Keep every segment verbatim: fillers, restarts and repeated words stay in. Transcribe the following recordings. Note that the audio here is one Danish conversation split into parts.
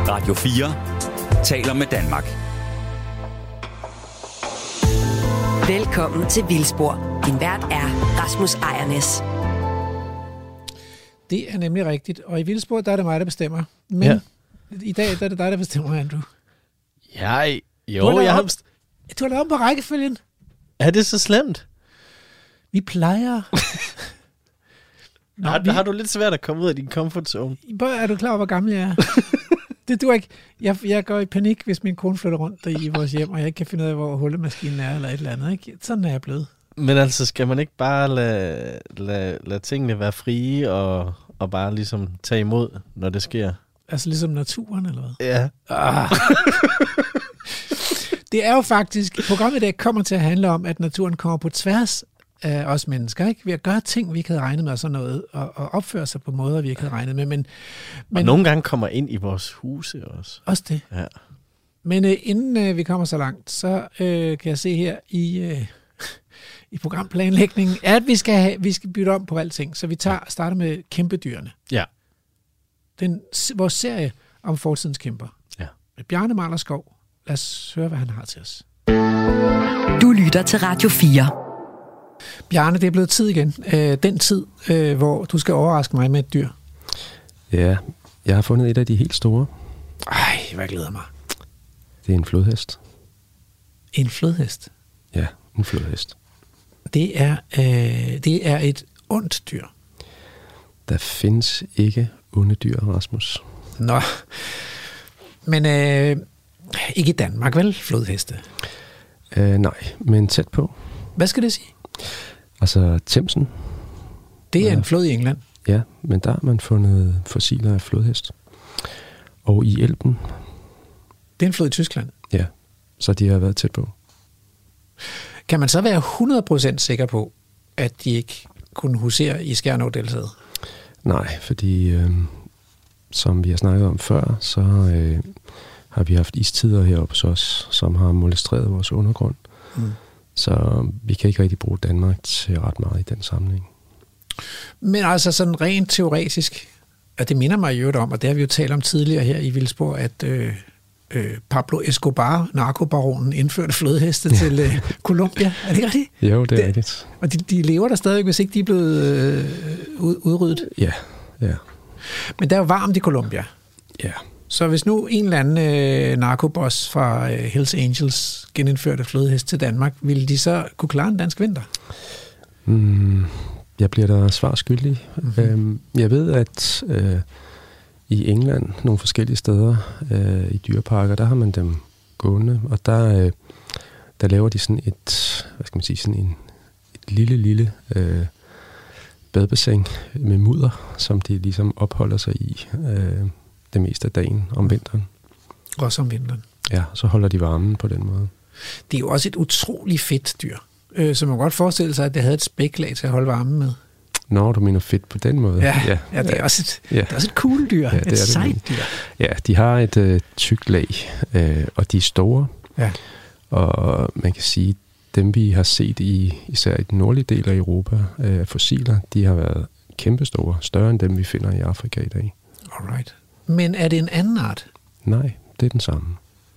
Radio fire taler med Danmark. Velkommen til Vildspor. Din vært er Rasmus Ejernes. Det er nemlig rigtigt, og i Vildspor, der er det mig, der bestemmer. Men ja. I dag, der er det dig, der bestemmer, Andrew. Jeg, jo, du har jeg har... Op, du har lavet om på rækkefølgen. Er det så slemt? Vi plejer... Nå, har, vi... har du lidt svært at komme ud af din comfort zone? Er du klar over, hvor gammel jeg er? Det duer ikke. Jeg, jeg går i panik, hvis min kone flytter rundt i vores hjem, og jeg ikke kan finde ud af, hvor hullemaskinen er, eller et eller andet. Ikke? Sådan er jeg blevet. Men altså, skal man ikke bare lade, lade, lade tingene være frie, og, og bare ligesom tage imod, når det sker? Altså ligesom naturen, eller hvad? Ja. Ah. Det er jo faktisk, programmet i dag kommer til at handle om, at naturen kommer på tværs af os mennesker, ikke? Ved at gøre ting, vi ikke havde regnet med, og sådan noget, og, og opføre sig på måder, vi ikke havde regnet med. Men, men, og nogle gange kommer ind i vores huse også. Også det. Ja. Men øh, inden øh, vi kommer så langt, så øh, kan jeg se her i, øh, i programplanlægningen, at vi skal, have, vi skal bytte om på alting. Så vi tager starter med kæmpedyrene. Ja. Den, vores serie om fortidens kæmper. Ja. Med Bjarne Malerskov. Lad os høre, hvad han har til os. Du lytter til Radio fire. Bjarne, det er blevet tid igen. Øh, den tid, øh, hvor du skal overraske mig med et dyr. Ja, jeg har fundet et af de helt store. Ej, hvad glæder mig. Det er en flodhest. En flodhest? Ja, en flodhest. Det er, øh, det er et ondt dyr. Der findes ikke onde dyr, Rasmus. Nå, men øh, ikke i Danmark, vel, flodheste? Øh, nej, men tæt på. Hvad skal det sige? Altså Themsen. Det er ja. en flod i England. Ja, men der har man fundet fossiler af flodhest. Og i Elben. Det er en flod i Tyskland? Ja, så de har været tæt på. Kan man så være hundrede procent sikker på, at de ikke kunne husere i Skjernå-deltaet? Nej, fordi øh, som vi har snakket om før, så øh, har vi haft istider heroppe hos os, som har molestreret vores undergrund. Mm. Så vi kan ikke rigtig bruge Danmark til ret meget i den sammenhæng. Men altså sådan rent teoretisk, og det minder mig i øvrigt om, og det har vi jo talt om tidligere her i Vildspor, at øh, øh, Pablo Escobar, narkobaronen, indførte flodheste ja. til øh, Colombia. Er det ikke rigtigt? Jo, det er det, rigtigt. Og de, de lever der stadig, hvis ikke de er blevet øh, udryddet. Ja, ja. Men der er jo varmt i Colombia. Ja. Så hvis nu en eller anden øh, narkoboss fra øh, Hells Angels genindførte flodhest til Danmark, ville de så kunne klare en dansk vinter? Mm, jeg bliver der svar skyldig. Mm-hmm. Øhm, jeg ved, at øh, i England, nogle forskellige steder øh, i dyreparker, der har man dem gående, og der, øh, der laver de sådan et, hvad skal man sige, sådan en, et lille, lille øh, badebassin med mudder, som de ligesom opholder sig i øh, det meste af dagen om vinteren. Også om vinteren. Ja, så holder de varmen på den måde. Det er jo også et utroligt fedt dyr, øh, så man kan godt forestille sig, at det havde et spæklag til at holde varmen med. Nå, du mener fedt på den måde? Ja, ja. ja det er også et, ja. det er også et cool dyr, ja, et sejt dyr. Ja, de har et øh, tykt lag, øh, og de er store. Ja. Og man kan sige, dem vi har set i især i den nordlige del af Europa, øh, fossiler, de har været kæmpestore, større end dem vi finder i Afrika i dag. Alright. Men er det en anden art? Nej, det er den samme.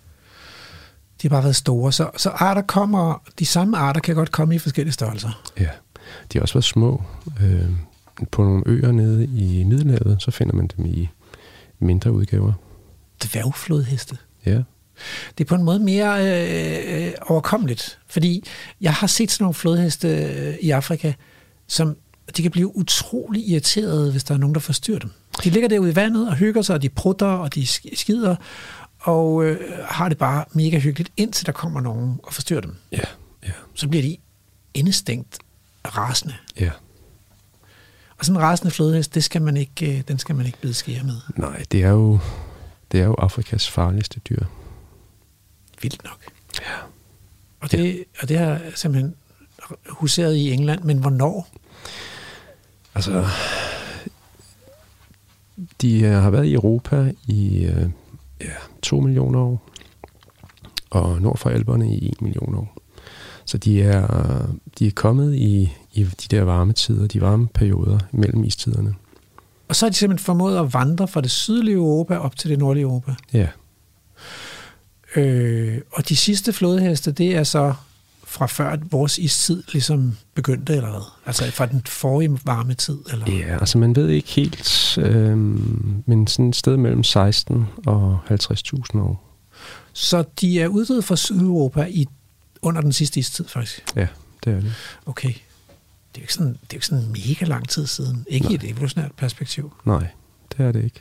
De har bare været store, så, så arter kommer, de samme arter kan godt komme i forskellige størrelser. Ja, de har også været små. Øh, på nogle øer nede i Middelhavet, så finder man dem i mindre udgaver. Dværgflodheste? Ja. Det er på en måde mere øh, overkommeligt, fordi jeg har set sådan nogle flodheste øh, i Afrika, som de kan blive utrolig irriterede, hvis der er nogen, der forstyrrer dem. De ligger derude i vandet og hygger sig, og de prutter, og de skider, og øh, har det bare mega hyggeligt, indtil der kommer nogen og forstyrrer dem. Ja, ja. Så bliver de indestængt rasende. Ja. Og sådan en rasende flodhest, det skal man ikke, den skal man ikke bide skære med. Nej, det er jo, det er jo Afrikas farligste dyr. Vildt nok. Ja. Og det, ja. og det har simpelthen huseret i England, men hvornår? Altså, de har været i Europa i øh, ja, to millioner år, og nord for Alperne i en million år. Så de er, de er kommet i, i de der varme tider, de varme perioder mellem istiderne. Og så har de simpelthen formået at vandre fra det sydlige Europa op til det nordlige Europa. Ja. Øh, og de sidste flodheste, det er så fra før vores istid ligesom begyndte, eller hvad? Altså fra den forrige varme tid? Eller? Ja, altså man ved ikke helt, øh, men sådan et sted mellem seksten og halvtreds tusind år. Så de er uddøde fra Sydeuropa i, under den sidste istid, faktisk? Ja, det er det. Okay. Det er jo ikke sådan, det er jo ikke sådan mega lang tid siden. Ikke Nej. i et evolutionært perspektiv. Nej, det er det ikke.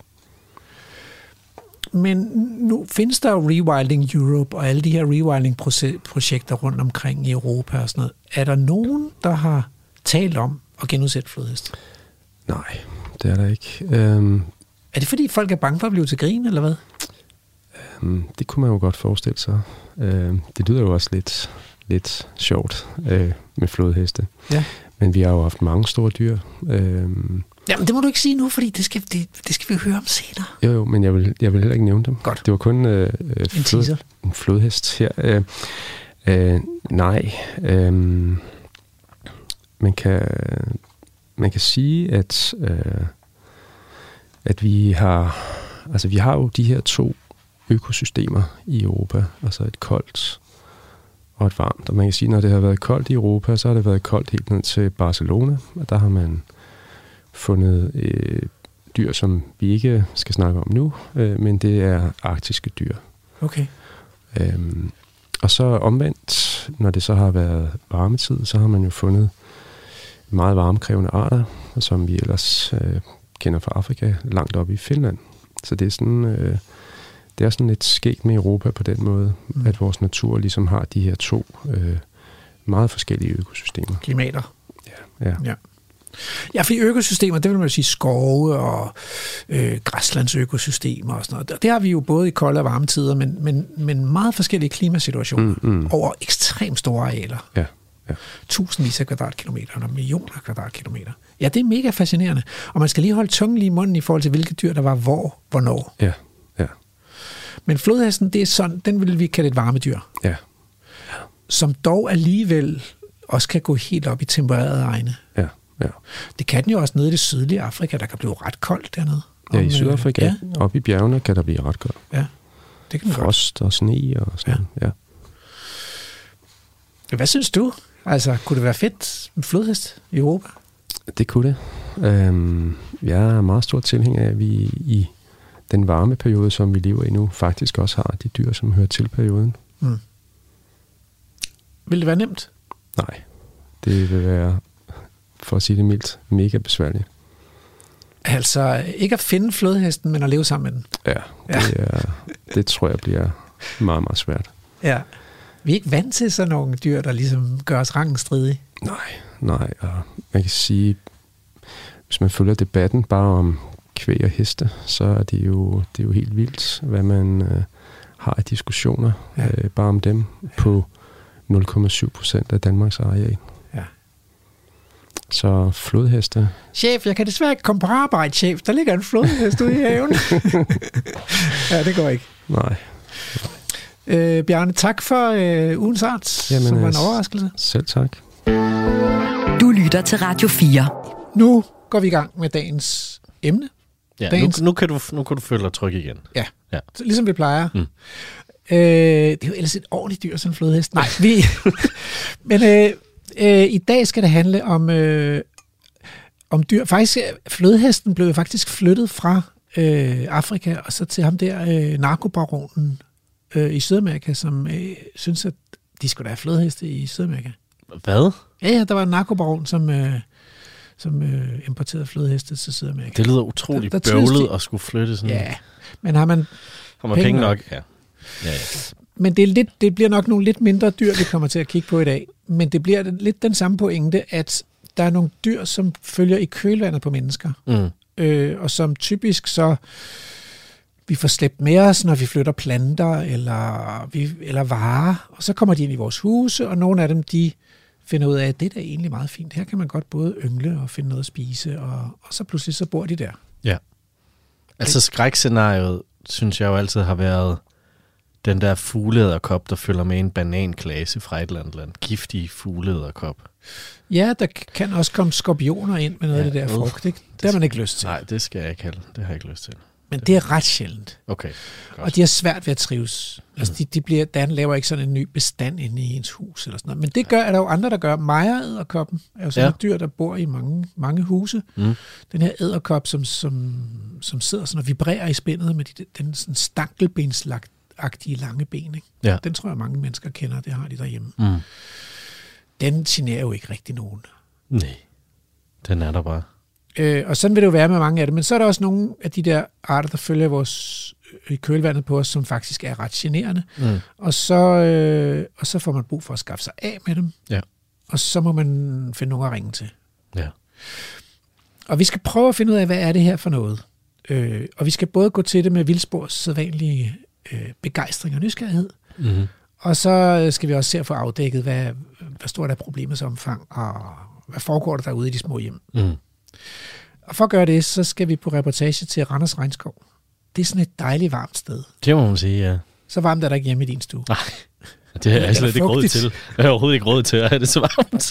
Men nu findes der jo Rewilding Europe og alle de her rewilding-projekter rundt omkring i Europa og sådan noget. Er der nogen, der har talt om at genudsætte flodheste? Nej, det er der ikke. Øhm, Er det fordi folk er bange for at blive til grin, eller hvad? øhm, det kunne man jo godt forestille sig. Øhm, det lyder jo også lidt, lidt sjovt øh, med flodheste. Ja. Men vi har jo haft mange store dyr. Øhm, Jamen, det må du ikke sige nu, fordi det skal, det, det skal vi høre om senere. jo, jo, men jeg vil, jeg vil heller ikke nævne dem. Godt. Det var kun øh, En flod, teaser. en flodhest her. Øh, øh, nej. Øh, man kan man kan sige, at øh, at vi har altså vi har jo de her to økosystemer i Europa, altså et koldt og et varmt. Og man kan sige, når det har været koldt i Europa, så har det været koldt helt ned til Barcelona, og der har man fundet øh, dyr, som vi ikke skal snakke om nu, øh, men det er arktiske dyr. Okay. Øhm, og så omvendt, når det så har været varmetid, så har man jo fundet meget varmekrævende arter, som vi ellers øh, kender fra Afrika, langt oppe i Finland. Så det er sådan, øh, det er sådan lidt skægt med Europa på den måde, mm. at vores natur ligesom har de her to øh, meget forskellige økosystemer. Klimater. Ja, ja. Ja. Ja, for økosystemer, det vil man jo sige skove og øh, græslandsøkosystemer og sådan noget. Det har vi jo både i kolde og varme tider, men, men, men meget forskellige klimasituationer Mm, mm. over ekstremt store arealer. Ja, ja. Tusindvis af kvadratkilometer og millioner af kvadratkilometer. Ja, det er mega fascinerende. Og man skal lige holde tungen lige i munden i forhold til, hvilke dyr der var hvor, hvornår. Ja, ja, Men flodhesten, det er sådan, den vil vi kalde et varmedyr, ja. som dog alligevel også kan gå helt op i tempererede egne. Ja, ja. Det kan den jo også nede i det sydlige Afrika, der kan blive ret koldt dernede. Ja, Om, i Sydafrika, Ja, ja. Oppe i bjergene, kan der blive ret godt. ja, det kan den godt. Frost og sne og sådan ja. ja. Hvad synes du? Altså, kunne det være fedt med flodhest i Europa? Det kunne det. Øhm, jeg er meget stor tilhænger af, at vi i den varme periode, som vi lever i nu, faktisk også har de dyr, som hører til perioden. Mm. Vil det være nemt? Nej, det vil være, for at sige det mildt, mega besværligt. Altså, ikke at finde flodhesten, men at leve sammen med den. Ja, det, er, det tror jeg bliver meget, meget svært. Ja. Vi er ikke vant til sådan nogle dyr, der ligesom gør os rangen stridige. Nej, nej, og man kan sige, hvis man følger debatten bare om kvæg og heste, så er det jo, det er jo helt vildt, hvad man øh, har af diskussioner Ja. øh, bare om dem ja. på nul komma syv procent af Danmarks areal. Ja. Så flodheste. Chef, jeg kan desværre ikke komme på arbejde, chef. Der ligger en flodhest ude i haven. Ja, det går ikke. Nej. Øh, Bjarne, tak for øh, ugens art, Jamen, som var en øh, overraskelse. Selv tak. Du lytter til Radio fire. Nu går vi i gang med dagens emne. Ja, nu, Dagens- nu, kan du, nu kan du føle dig tryg igen. Ja, Ja. Så, ligesom vi plejer. Mm. Øh, det er jo ellers et ordentligt dyr, sådan en flodhest. Nej, vi... Men øh, øh, i dag skal det handle om, øh, om dyr. Faktisk, flodhesten blev faktisk flyttet fra øh, Afrika, og så til ham der, øh, narkobaronen øh, i Sydamerika, som øh, synes, at de skulle da have flodheste i Sydamerika. Hvad? Ja, ja, der var en narkobaron, som, øh, som øh, importerede flodheste til Sydamerika. Det lyder utroligt Der- der trives bøvlet de- at skulle flytte sådan. Ja, men har man... Har man penge penge nok? nok? Ja. Ja, ja. Men det, er lidt, det bliver nok nogle lidt mindre dyr, vi kommer til at kigge på i dag. Men det bliver lidt den samme pointe, at der er nogle dyr, som følger i kølvandet på mennesker. Mm. Øh, og som typisk så vi får slæbt med os, når vi flytter planter eller, vi, eller varer. Og så kommer de ind i vores huse, og nogle af dem, de finder ud af, at det er da egentlig meget fint. Her kan man godt både yngle og finde noget at spise, og, og så pludselig så bor de der. Ja. Altså skrækscenariet, synes jeg jo altid har været den der fuglederkop, der følger med en bananklase fra et eller andet land. Giftig fuglederkop. Ja, der kan også komme skorpioner ind med noget ja, af det der frugt, ikke? Det, det har man ikke lyst til. Nej, det skal jeg ikke have. Det har jeg ikke lyst til. Men det er ret sjældent. Okay, godt. Og de har svært ved at trives. Mm. Altså, de, de bliver, Dan laver ikke sådan en ny bestand inde i ens hus eller sådan noget. Men det gør, er der jo andre, der gør. Majer-edderkoppen er jo sådan ja. et dyr, der bor i mange, mange huse. Mm. Den her edderkop, som, som, som sidder sådan og vibrerer i spændet med de, den sådan stankelbenslagtige lange ben. Ikke? Ja. Den tror jeg, mange mennesker kender, det har de derhjemme. Mm. Den generer jo ikke rigtig nogen. Nej, den er der bare. Øh, og sådan vil det jo være med mange af det. Men så er der også nogle af de der arter, der følger vores i kølvandet på os, som faktisk er ret generende. Mm. Og, så, øh, og så får man brug for at skaffe sig af med dem. Ja. Og så må man finde nogen at ringe til. Ja. Og vi skal prøve at finde ud af, hvad er det her for noget. Øh, og vi skal både gå til det med Vildspors sædvanlige øh, begejstring og nysgerrighed. Mm-hmm. Og så skal vi også se at få afdækket, hvad, hvad stort er problemets omfang, og hvad foregår der derude i de små hjem. Mm. Og for at gøre det, så skal vi på reportage til Randers Regnskov. Det er sådan et dejligt varmt sted. Det må man sige, ja. Så varmt er der ikke hjemme i din stue. Nej, det er jeg slet ikke råd til. Jeg har overhovedet ikke råd til at have det så varmt.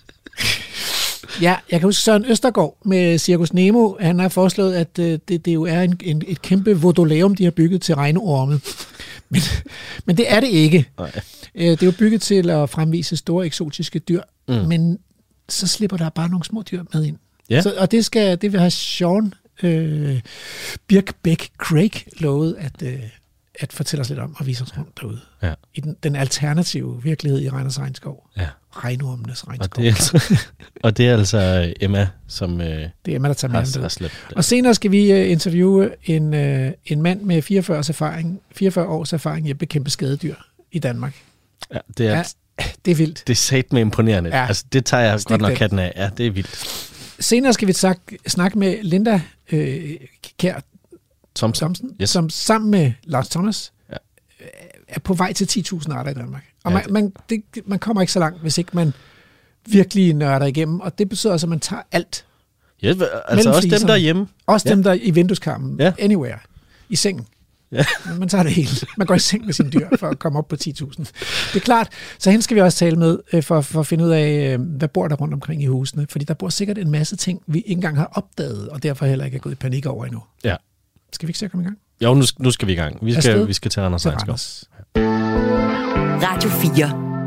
Ja, jeg kan huske Søren Østergaard med Cirkus Nemo. Han har foreslået, at øh, det, det jo er en, en, et kæmpe vodolæum, de har bygget til regnorme. Men, men det er det ikke. Nej. Øh, det er jo bygget til at fremvise store eksotiske dyr. Mm. Men så slipper der bare nogle små dyr med ind. Ja. Så, og det, skal, det vil have Sean øh, Birkbeck Craig lovet at, øh, at fortælle os lidt om og vise os rundt derude. Ja. I den, den alternative virkelighed i Randers Regnskov. Ja. Regnormenes Regnskov. Og det er altså, og det er altså Emma, som øh, det er Emma, der tager med har, har slæbt. Og senere skal vi øh, interviewe en, øh, en mand med fireogfyrre års erfaring, fireogfyrre års erfaring i at bekæmpe skadedyr i Danmark. Ja, det er, ja, det er vildt. Det er satme imponerende. Ja. Altså, det tager jeg Stik godt nok katten af. Ja, det er vildt. Senere skal vi snakke med Linda øh, Kjær Thomsen, Thomsen yes. som sammen med Lars Thomas ja. er på vej til ti tusind arter i Danmark. Og ja, man, man, det, man kommer ikke så langt, hvis ikke man virkelig nørder igennem. Og det betyder altså, at man tager alt. Ja, altså også dem, der er hjemme. Også ja. dem, der er i vindueskarmen. Ja. Anywhere. I sengen. Ja. Man tager det hele. Man går i seng med sine dyr for at komme op på ti tusind. Det er klart. Så hende skal vi også tale med for, for at finde ud af, hvad bor der rundt omkring i husene. Fordi der bor sikkert en masse ting, vi ikke engang har opdaget, og derfor heller ikke er gået i panik over endnu. Ja. Skal vi ikke se at komme i gang? Jo, nu, nu skal vi i gang. Vi skal, vi skal til Randers Regnskov. Radio fire.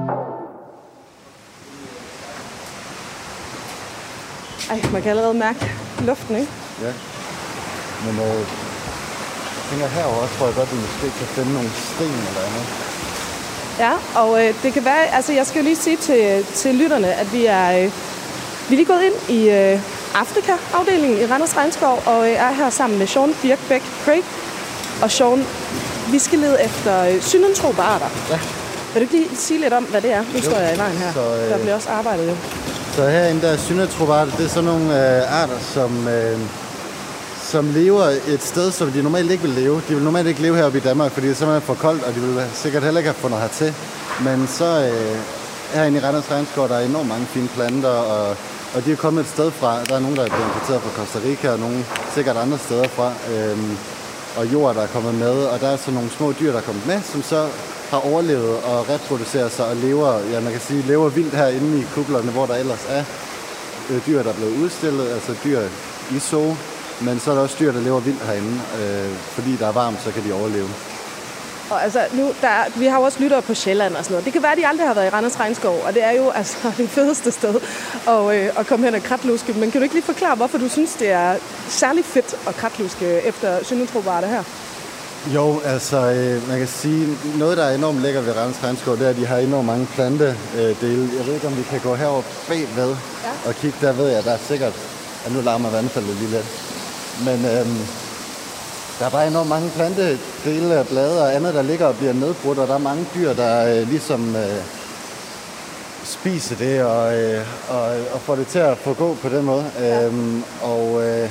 Ej, man kan allerede mærke luften, ikke? Ja. Men øh, jeg tænker herovre, tror jeg godt, at vi måske kan finde nogle sten eller andet. Ja, og øh, det kan være, altså jeg skal jo lige sige til, til lytterne, at vi er, øh, vi er lige gået ind i øh, Afrika-afdelingen i Randers Regnskov, og øh, er her sammen med Sean Birkbeck Craig. Og Sean, vi skal lede efter øh, synantrope arter. Ja. Vil du ikke lige sige lidt om, hvad det er? Nu står jeg i vejen her. Så, øh, der bliver også arbejdet jo. Så herinde der er synantrope arter, det er sådan nogle øh, arter, som... Øh, som lever et sted, som de normalt ikke vil leve. De vil normalt ikke leve heroppe i Danmark, fordi det er simpelthen for koldt, og de vil sikkert heller ikke have fundet hertil. Men så øh, herinde i Randers Regnskov, der er enormt mange fine planter, og, og de er kommet et sted fra. Der er nogen, der er blevet importeret fra Costa Rica, og nogle sikkert andre steder fra. Øhm, og jord, der er kommet med, og der er så nogle små dyr, der er kommet med, som så har overlevet og reproducerer sig og lever, ja, man kan sige, lever vildt herinde i kublerne, hvor der ellers er øh, dyr, der er blevet udstillet, altså dyr i zoo. Men så er der også dyr, der lever vildt herinde. Øh, fordi der er varmt, så kan de overleve. Og altså, nu, der er, vi har jo også lyttere på Sjælland og sådan noget. Det kan være, at de aldrig har været i Randers Regnskov, og det er jo altså det fedeste sted at, øh, at komme hen og kratluske. Men kan du ikke lige forklare, hvorfor du synes, det er særlig fedt at kratluske efter synantrope-arter her? Jo, altså, øh, man kan sige, noget, der er enormt lækkert ved Randers Regnskov, det er, at de har enormt mange plantedele. Jeg ved ikke, om vi kan gå herover bagved ja. og kigge. Der ved jeg, der er sikkert, at nu larmer vandfaldet lige lidt. Men øhm, der er bare enormt mange plantedele af blade og andet, der ligger og bliver nedbrudt, og der er mange dyr, der øh, ligesom øh, spiser det og, øh, og, og får det til at få gå på den måde. Ja. Øhm, og, øh,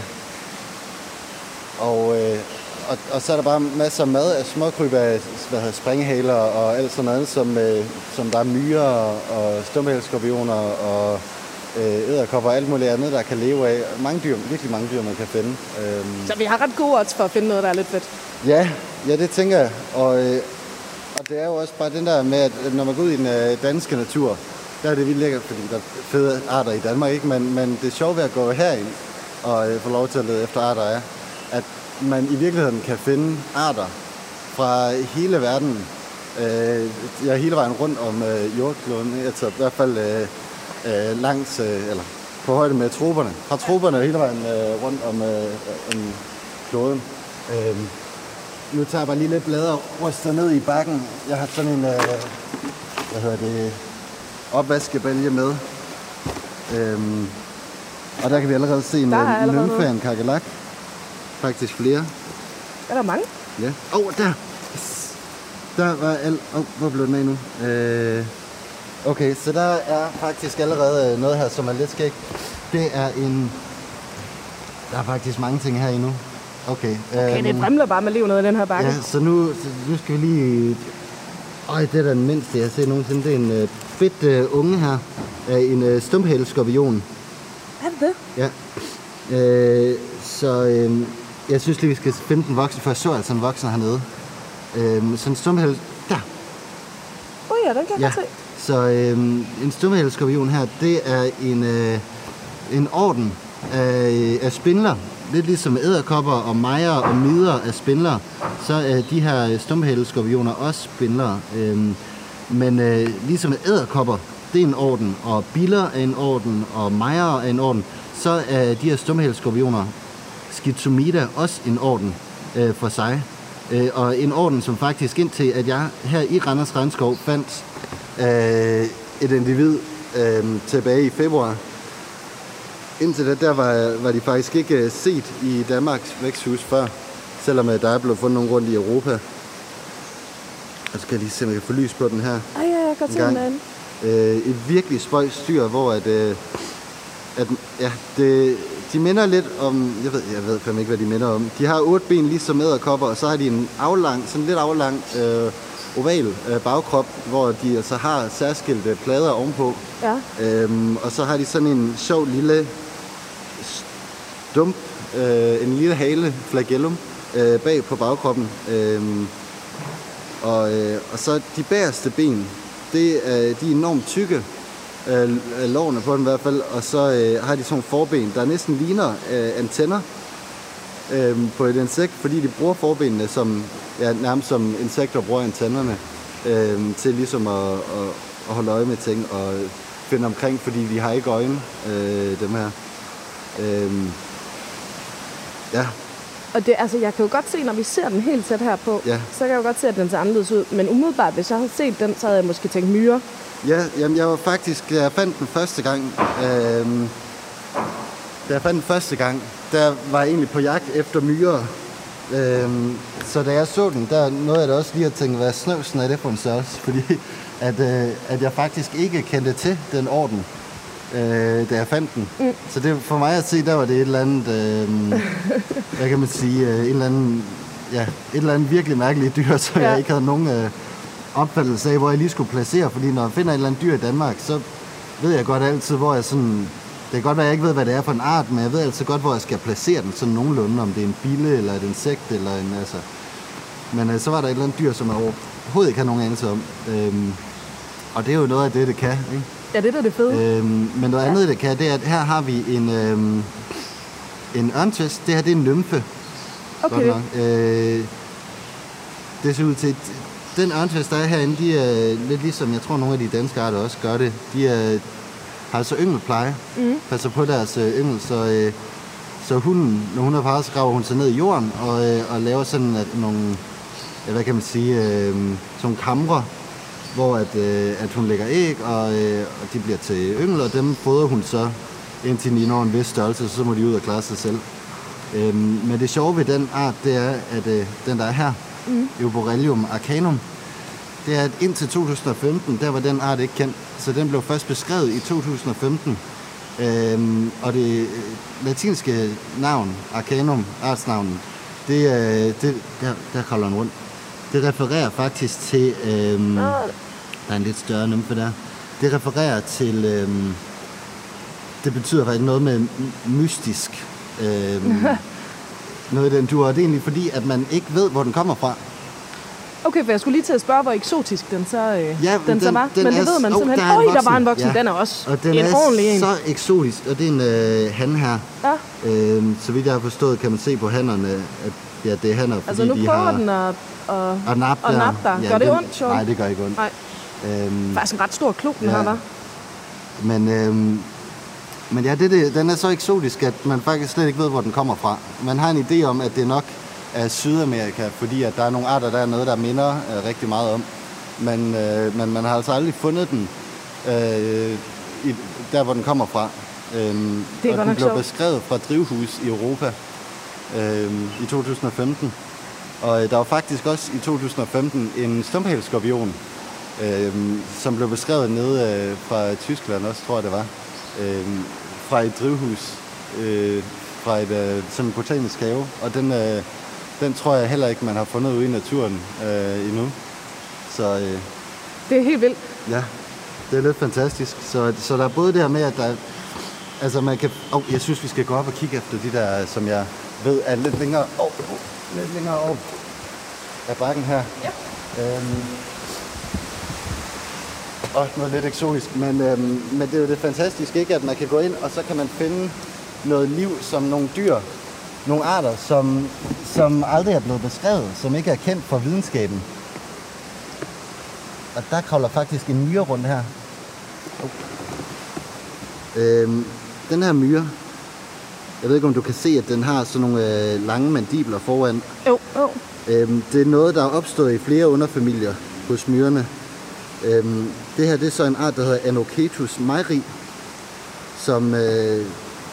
og, øh, og, og så er der bare masser af mad af småkryb af hvad hedder, springhaler og alt sådan noget, som, øh, som der er myrer og stumhælskorpioner og edderkopper og alt muligt andet, der kan leve af. Mange dyr, virkelig mange dyr, man kan finde. Så vi har ret gode odds for at finde noget, der er lidt fedt. Ja, ja det tænker jeg. Og, Og det er jo også bare den der med, at når man går ud i den øh, danske natur, der er det vildt lækkert, fordi der er fede arter i Danmark, ikke? Men, men det sjove ved at gå herind og øh, få lov til at lede efter arter er, at man i virkeligheden kan finde arter fra hele verden. Øh, jeg er hele vejen rundt om øh, jordkloden, altså i hvert fald øh, øh, langs, øh, eller på højde med troperne. Fra troperne hele vejen øh, rundt om, øh, om kloden. Øh, nu tager jeg bare lige lidt blade og ryster ned i bakken. Jeg har sådan en, øh, hvad hedder det, opvaskebælge med. Øh, og der kan vi allerede se en nymfe af en kakerlak. Faktisk flere. Er der mange? Ja. Åh, oh, der! Der var alt... Åh, oh, hvor blev den af nu? Øh... Okay, så der er faktisk allerede noget her, som er lidt skægt. Det er en... Der er faktisk mange ting her endnu. Okay. Okay, øhm... det brimler bare med liv nede i den her bakke. Ja, så nu, så nu skal vi lige... Øj, det er da den mindste, jeg har set nogensinde. Det er en uh, fedt uh, unge her. Uh, en uh, stumphæleskorpion. Er det det? Ja. Øh, så øh, jeg synes lige, vi skal finde den voksen, for jeg så altså en voksen hernede. Øh, så en stumphæl... Der! Åh oh ja, den kan jeg ja. se. Så øh, en stumphæleskorpion her, det er en, øh, en orden af, af spindler. Lidt ligesom edderkopper og mejer og mider af spindler, så er de her stumphæleskorpioner også spindler. Øh, men øh, ligesom edderkopper, det er en orden, og biller er en orden, og mejer er en orden, så er de her stumphæleskorpioner, Schizomida, også en orden øh, for sig. Øh, og en orden, som faktisk indtil, at jeg her i Randers Regnskov fandt øh, et individ øh, tilbage i februar. Indtil det, der var, var de faktisk ikke set i Danmarks væksthus før, selvom der er blevet fundet nogen rundt i Europa. Og så kan jeg lige se, om jeg kan få lys på den her. Ej, ja, jeg kan se den anden. Øh, et virkelig spøjst dyr, hvor at, øh, at ja, det, de minder lidt om, jeg ved, jeg ved fandme ikke, hvad de minder om. De har otte ben ligesom edderkopper, og så har de en aflang, sådan lidt aflang øh, oval øh, bagkrop, hvor de altså har særskilte plader ovenpå. Ja. Øhm, og så har de sådan en sjov lille stump, øh, en lille hale, flagellum, øh, bag på bagkroppen. Øh, og, øh, og så de bagerste ben, det er, de er enormt tykke, øh, lårene på dem i hvert fald, og så øh, har de sådan forben, der næsten ligner øh, antenner øh, på et insekt, fordi de bruger forbenene som, ja, nærmest som insekter bruger antennerne øh, til ligesom at, at, at holde øje med ting og finde omkring, fordi de har ikke øjne, øh, dem her. Øh, ja. Og det, altså, jeg kan jo godt se, når vi ser den helt tæt her på, ja. så kan jeg jo godt se, at den ser anderledes ud. Men umiddelbart, hvis jeg havde set den, så havde jeg måske tænkt myrer. Ja, jamen jeg var faktisk, da jeg fandt den første gang, øh, da jeg fandt den første gang, der var jeg egentlig på jagt efter myrer. Øh, så da jeg så den, der nåede jeg da også lige at tænke, hvad snøvsen er det for en størrelse? Fordi at, øh, at jeg faktisk ikke kendte til den orden, øh, da jeg fandt den. Mm. Så det, for mig at se, der var det et eller andet, øh, hvad kan man sige, øh, en eller anden, ja, et eller andet virkelig mærkeligt dyr, så ja. jeg ikke havde nogen øh, opfattelse af, hvor jeg lige skulle placere. Fordi når jeg finder et eller andet dyr i Danmark, så ved jeg godt altid, hvor jeg sådan... Det kan godt være, at jeg ikke ved, hvad det er for en art, men jeg ved altid godt, hvor jeg skal placere den sådan nogenlunde, om det er en bille, eller et insekt, eller en, altså... Men øh, så var der et eller andet dyr, som jeg overhovedet ikke har nogen anelse om. Øhm, og det er jo noget af det, det kan, ikke? Ja, det er det fede. Øhm, men noget ja. andet, det kan, det er, at her har vi en, øhm, en ørntvist. Det her, det er en nymfe. Okay. Øh, det ser ud til... Den ørntvist, der er herinde, de er lidt ligesom, jeg tror, nogle af de danske arter også gør det. De er... har altså yngelpleje, mm. passer på deres øh, yngel, så, øh, så hunden, når hun er parret, så graver hun sig ned i jorden og, øh, og laver sådan at nogle, ja, hvad kan man sige, øh, sådan nogle kamre, hvor at, øh, at hun lægger æg, og, øh, og de bliver til yngel, og dem fodrer hun så, indtil de når en vis størrelse, så må de ud og klare sig selv. Øh, men det sjove ved den art, det er, at øh, den der er her, mm. Euborrheium arcanum, det er, at indtil to tusind og femten, der var den art ikke kendt. Så den blev først beskrevet i to tusind og femten. Øhm, og det latinske navn, arcanum, artsnavnet, det, øh, det, der, der kolder den rundt. Det refererer faktisk til, øhm, der er en lidt større nymfe der, det refererer til, øhm, det betyder faktisk noget med mystisk. Øhm, noget i den tur, og det er egentlig fordi, at man ikke ved, hvor den kommer fra. Okay, for jeg skulle lige til at spørge, hvor eksotisk den så, øh, Ja, den, den så var. den Men det er, ved man oh, simpelthen. Der Øj, der voksen. var en voksen. Ja. Den er også og den en er ordentlig en. så eksotisk, og det er en øh, han her. Ja. Øhm, så vidt jeg har forstået, kan man se på hænderne, at ja, det er hanner, fordi Altså nu de prøver har... den at, at, at nappe at der. nappe dig. Gør det den, ondt, Sean? Nej, det gør ikke ondt. Nej. Øhm, Faktisk en ret stor klo, den ja. her, var. Men, øhm, men ja, det, det, den er så eksotisk, at man faktisk slet ikke ved, hvor den kommer fra. Man har en idé om, at det nok er Sydamerika, fordi at der er nogle arter, der er noget, der minder øh, rigtig meget om. Men, øh, men man har altså aldrig fundet den øh, i, der, hvor den kommer fra. Øhm, det er og godt den nok blev sjovt. beskrevet fra drivhus i Europa øh, i to tusind og femten. Og øh, der var faktisk også i to tusind og femten en stumphalsskorpion, øh, som blev beskrevet nede øh, fra Tyskland også, tror jeg det var. Øh, fra et drivhus, øh, fra et øh, sådan en botanisk have. Og den, øh, den tror jeg heller ikke, man har fundet ude i naturen øh, endnu. Så øh, Det er helt vildt. ja, det er lidt fantastisk. Så, så der er både det her med, at der altså man kan... Oh, jeg synes, vi skal gå op og kigge efter de der, som jeg ved er lidt længere... Oh, oh, lidt længere op af bakken her. Ja. Øhm, og noget lidt eksotisk, men, øhm, men det er jo det fantastiske, ikke? At man kan gå ind, og så kan man finde noget liv som nogle dyr, nogle arter, som, som aldrig er blevet beskrevet, som ikke er kendt for videnskaben. Og der kravler faktisk en myre rundt her. Oh. Øhm, den her myre, jeg ved ikke, om du kan se, at den har sådan nogle øh, lange mandibler foran. Jo, jo. Øhm, det er noget, der er opstået i flere underfamilier hos myrerne. Øhm, det her det er så en art, der hedder Anochetus mayri, som, øh,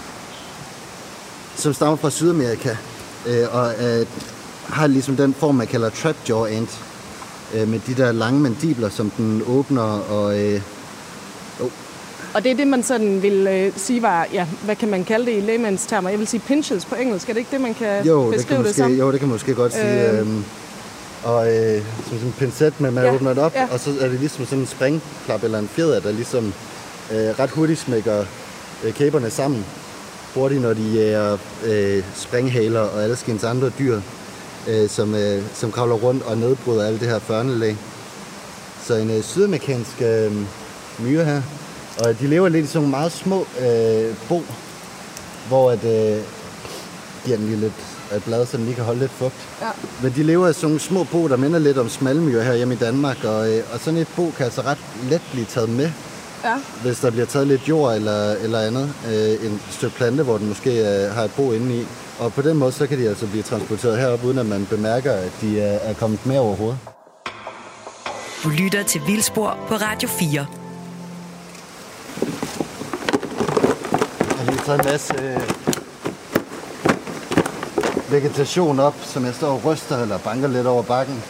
som stammer fra Sydamerika, øh, og øh, har ligesom den form, man kalder trapjaw ant, øh, med de der lange mandibler, som den åbner. Og, øh, oh. Og det er det, man sådan vil øh, sige var, ja, hvad kan man kalde det i lægemandstermer? Jeg vil sige pinches på engelsk. Er det ikke det, man kan jo, beskrive det, kan det, måske, som? jo, det kan man måske godt sige. Øh. Øhm, og øh, som sådan en pincet, men man Ja, åbner det op, ja. og så er det ligesom sådan en springklap eller en fjeder, der ligesom øh, ret hurtigt smækker øh, kæberne sammen. Hurtigt, når de jager øh, springhaler og alskens andre dyr, øh, som, øh, som kravler rundt og nedbryder alt det her førnelag. Så en øh, sydamerikansk øh, myre her. Og de lever lidt i sådan nogle meget små øh, bo, hvor at, øh, de er lige lidt af blad, så den lige kan holde lidt fugt. Ja. Men de lever i sådan nogle små bo, der minder lidt om smalmyre her hjemme i Danmark. Og, øh, og sådan et bo kan altså ret let blive taget med, Ja. hvis der bliver taget lidt jord eller, eller andet. Øh, en stykke plante, hvor den måske øh, har et bo inde i. Og på den måde, så kan de altså blive transporteret herop, uden at man bemærker, at de er, er kommet med overhovedet. Du lytter til Vildspor på Radio fire. Jeg har lige taget en masse øh, vegetation op, som jeg står og ryster eller banker lidt over bakken.